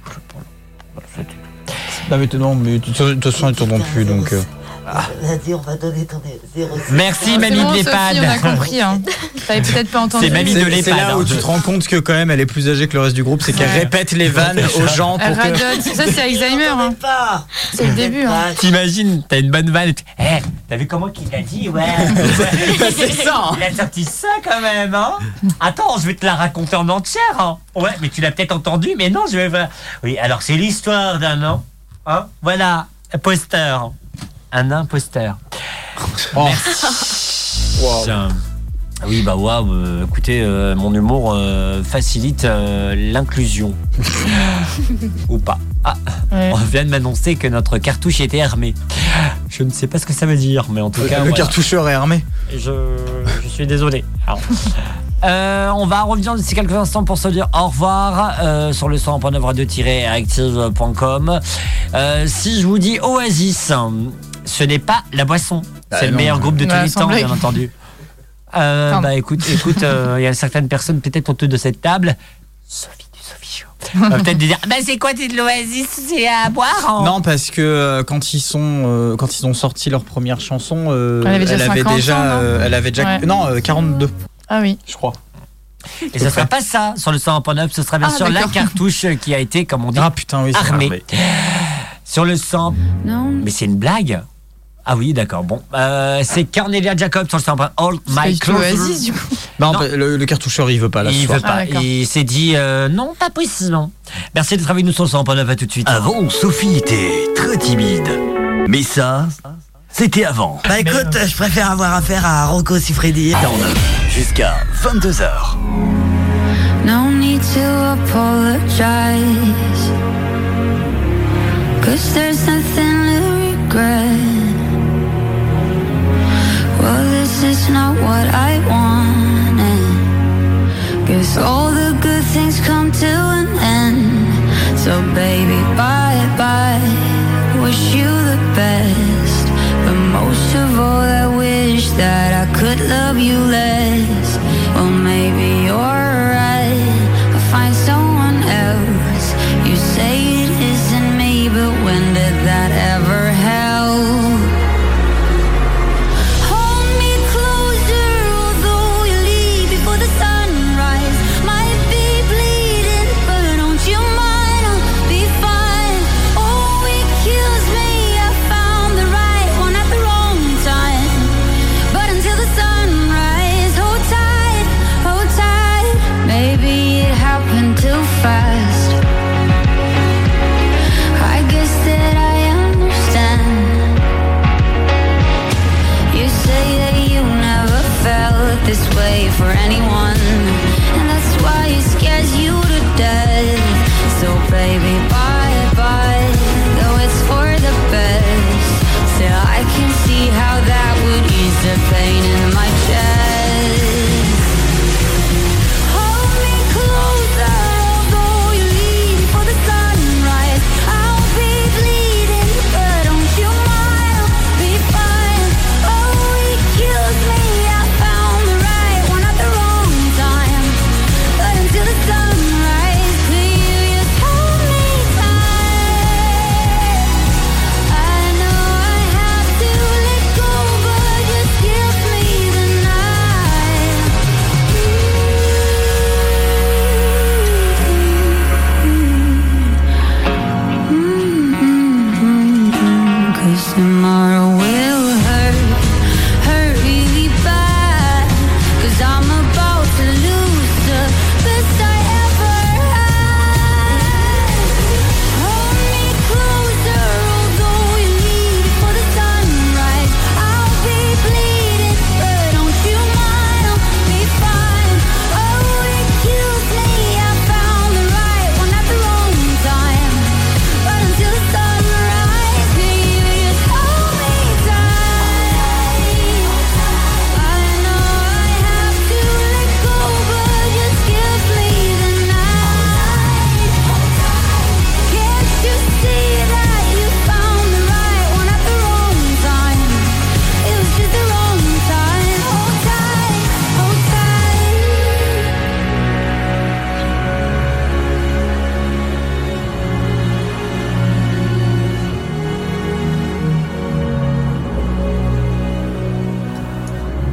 Non mais non, mais de toute façon ils tournent plus donc. Euh... Ah. Vas-y, on va donner ton zéro six. Merci, mamie bon, de l'EHPAD. Sophie, on a compris. Hein. T'avais peut-être pas entendu. C'est mamie de l'EHPAD. C'est là où tu te rends compte que quand même elle est plus âgée que le reste du groupe, c'est qu'elle Ouais. répète les vannes aux gens pour Elle que. radote. Ça, c'est Alzheimer. Hein. C'est le début. Hein. T'imagines, t'as une bonne vanne. Et tu... Eh, t'as vu comment qu'il a dit, ouais. Bah, c'est ça. Hein. Il a sorti ça quand même, hein. Attends, je vais te la raconter en entière. Hein. Ouais, mais tu l'as peut-être entendu, mais non, je vais. Oui, alors c'est l'histoire d'un an. Hein. Voilà, imposteur. Un imposteur. Oh. Merci. Wow. Tiens. Oui, bah waouh, euh, écoutez, euh, mon humour euh, facilite euh, l'inclusion. Ou pas. Ah, Ouais. on vient de m'annoncer que notre cartouche était armée. Je ne sais pas ce que ça veut dire, mais en tout cas. Le voilà. cartoucheur est armé. Je, je suis désolé. Alors, euh, on va revenir d'ici quelques instants pour se dire au revoir euh, sur le cent point neuf radio-active point com. Euh, si je vous dis Oasis, ce n'est pas la boisson. Bah C'est le non. meilleur groupe de tous Bah, les temps, semblait. bien entendu. Euh, Pardon. bah écoute, écoute, il euh, y a certaines personnes peut-être autour de cette table. Sophie du Sophie Show. Va peut-être dire, bah c'est quoi t'es de l'Oasis, c'est à boire hein. Non, parce que euh, quand ils sont, euh, quand ils ont sorti leur première chanson, euh, Elle avait déjà cinquante déjà, ans, non euh, elle avait déjà, Ouais. non, euh, quarante-deux, Ah oui. je crois. Et ce sera pas ça sur le cent point neuf, ce sera bien Ah, sûr la d'accord. cartouche qui a été, comme on dit, Ah putain, oui. c'est armée. vrai. Sur le cent. Mais c'est une blague. Ah oui, d'accord. Bon, euh, c'est Cornelia Jacobs sur le cent point All C'est pas My du tout Clothes. Oasis, du coup. Non, Non. bah, le, le cartoucheur il veut pas là. ce Il soir. veut pas. Ah, d'accord. Il s'est dit euh, non, pas possible. Merci d'être avec nous sur le cent point neuf. À tout de suite. Avant, Sophie était très timide. Mais ça, c'était avant. Bah écoute, je préfère avoir affaire à Rocco Siffredi. Jusqu'à vingt-deux heures. No need to apologize, 'cause there's nothing to regret. Well, this is not what I wanted. Guess all the good things come to an end. So baby, bye bye. Wish you the best, but most of all I wish that I could love you less. Well, maybe you're right, I'll find someone else. You say it isn't me, but when did that ever help? Hold me closer, although you leave before the sunrise. Might be bleeding, but don't you mind, I'll be fine. Oh, it kills me, I found the right one at the wrong time. But until the sunrise, hold tight, hold tight. Maybe it happened too fast. I guess that I understand. You say that you never felt this way for anyone, and that's why it scares you to death. So baby, bye bye, though it's for the best. Still I can see how that would ease the pain in my chest. Hold me closer, although you leave before the sunrise. I'll be bleeding, but don't you mind, I'll be fine. Oh, it kills me, I found the right one at the wrong time. But until the sunrise, please just hold me tight. I know I have to let go, but just give me the night. Cause tomorrow will hurt, hurt really bad. Cause I'm about to lose the best I ever had. Hold me closer, although you leave before the sunrise. I'll be bleeding, but don't you mind, I'll be fine. Oh, it kills me, I found the right one at the wrong time. But until the sunrise, please just hold me tight.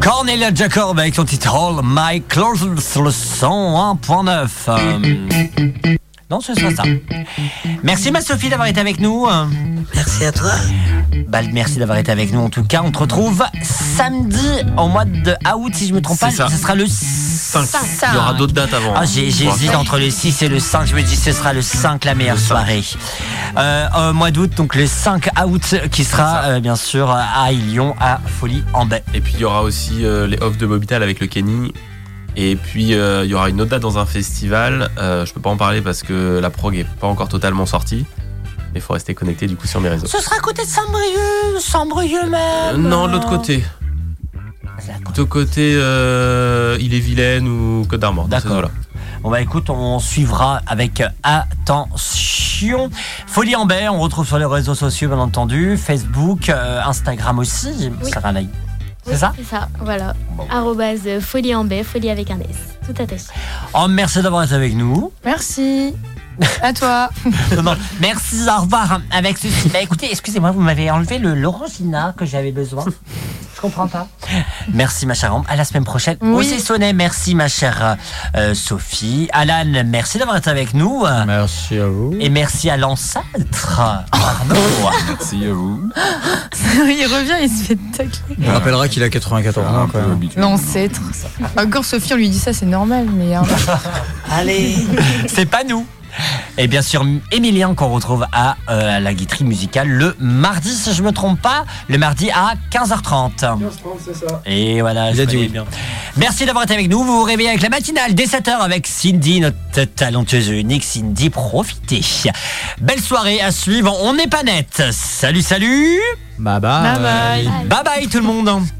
Cornelia Jacob avec son titre All My Clothes sur le cent un point neuf. Euh, non, ce sera ça. Merci ma Sophie d'avoir été avec nous. Merci à toi. Bah, merci d'avoir été avec nous en tout cas. On te retrouve samedi au mois de août si je me trompe pas. C'est ça. Ce sera le cinq. Il y aura d'autres dates avant. Ah, j'ai- j'hésite entre le six et le cinq. Je me dis ce sera le cinq la meilleure soirée. Euh, au mois d'août, donc le cinq août qui sera euh, bien sûr à Lyon à Folie en Baie. Et puis il y aura aussi euh, les off de Mobitel avec le Kenny. Et puis euh, il y aura une autre date dans un festival. Euh, je peux pas en parler parce que la prog est pas encore totalement sortie. Mais il faut rester connecté du coup sur mes réseaux. Ce sera à côté de Saint-Brieuc, Saint-Brieuc même. Euh, non, de l'autre côté. De côté euh, Ille-et-Vilaine ou Côte d'Armor. dans ces D'accord. eaux-là. Bon bah écoute, on suivra avec attention. Folie en Baie, on retrouve sur les réseaux sociaux bien entendu, Facebook, euh, Instagram aussi. Oui. Sarah Laï. C'est ça? C'est ça, voilà. Arrobase folie en baie, folie avec un S. Tout attaché. Oh, merci d'avoir été avec nous. Merci. À toi. Non, non, merci, au revoir. Avec ceci. Bah écoutez, excusez-moi, vous m'avez enlevé le l'orangina que j'avais besoin. Je comprends pas. Merci ma chère Ambre. À la semaine prochaine. Oui. Au Sonnet, merci ma chère euh, Sophie. Alan, merci d'avoir été avec nous. Merci à vous. Et merci à l'ancêtre. Arnaud. Merci à vous. Il revient, il se fait tacler. On rappellera qu'il a quatre-vingt-quatorze ans quand même. L'ancêtre. Encore Sophie, on lui dit ça, c'est normal, mais. hein. Allez, c'est pas nous. Et bien sûr, Emilien qu'on retrouve à euh, la guiterie musicale le mardi, si je me trompe pas, le mardi à quinze heures trente. quinze heures trente, c'est ça. Et voilà, Il je a dit connais oui. bien. Merci d'avoir été avec nous. Vous vous réveillez avec la matinale dès sept heures avec Cindy, notre talentueuse et unique Cindy. Profitez. Belle soirée à suivre. On n'est pas net. Salut, salut. Bye bye. Bye bye. Bye bye tout le monde.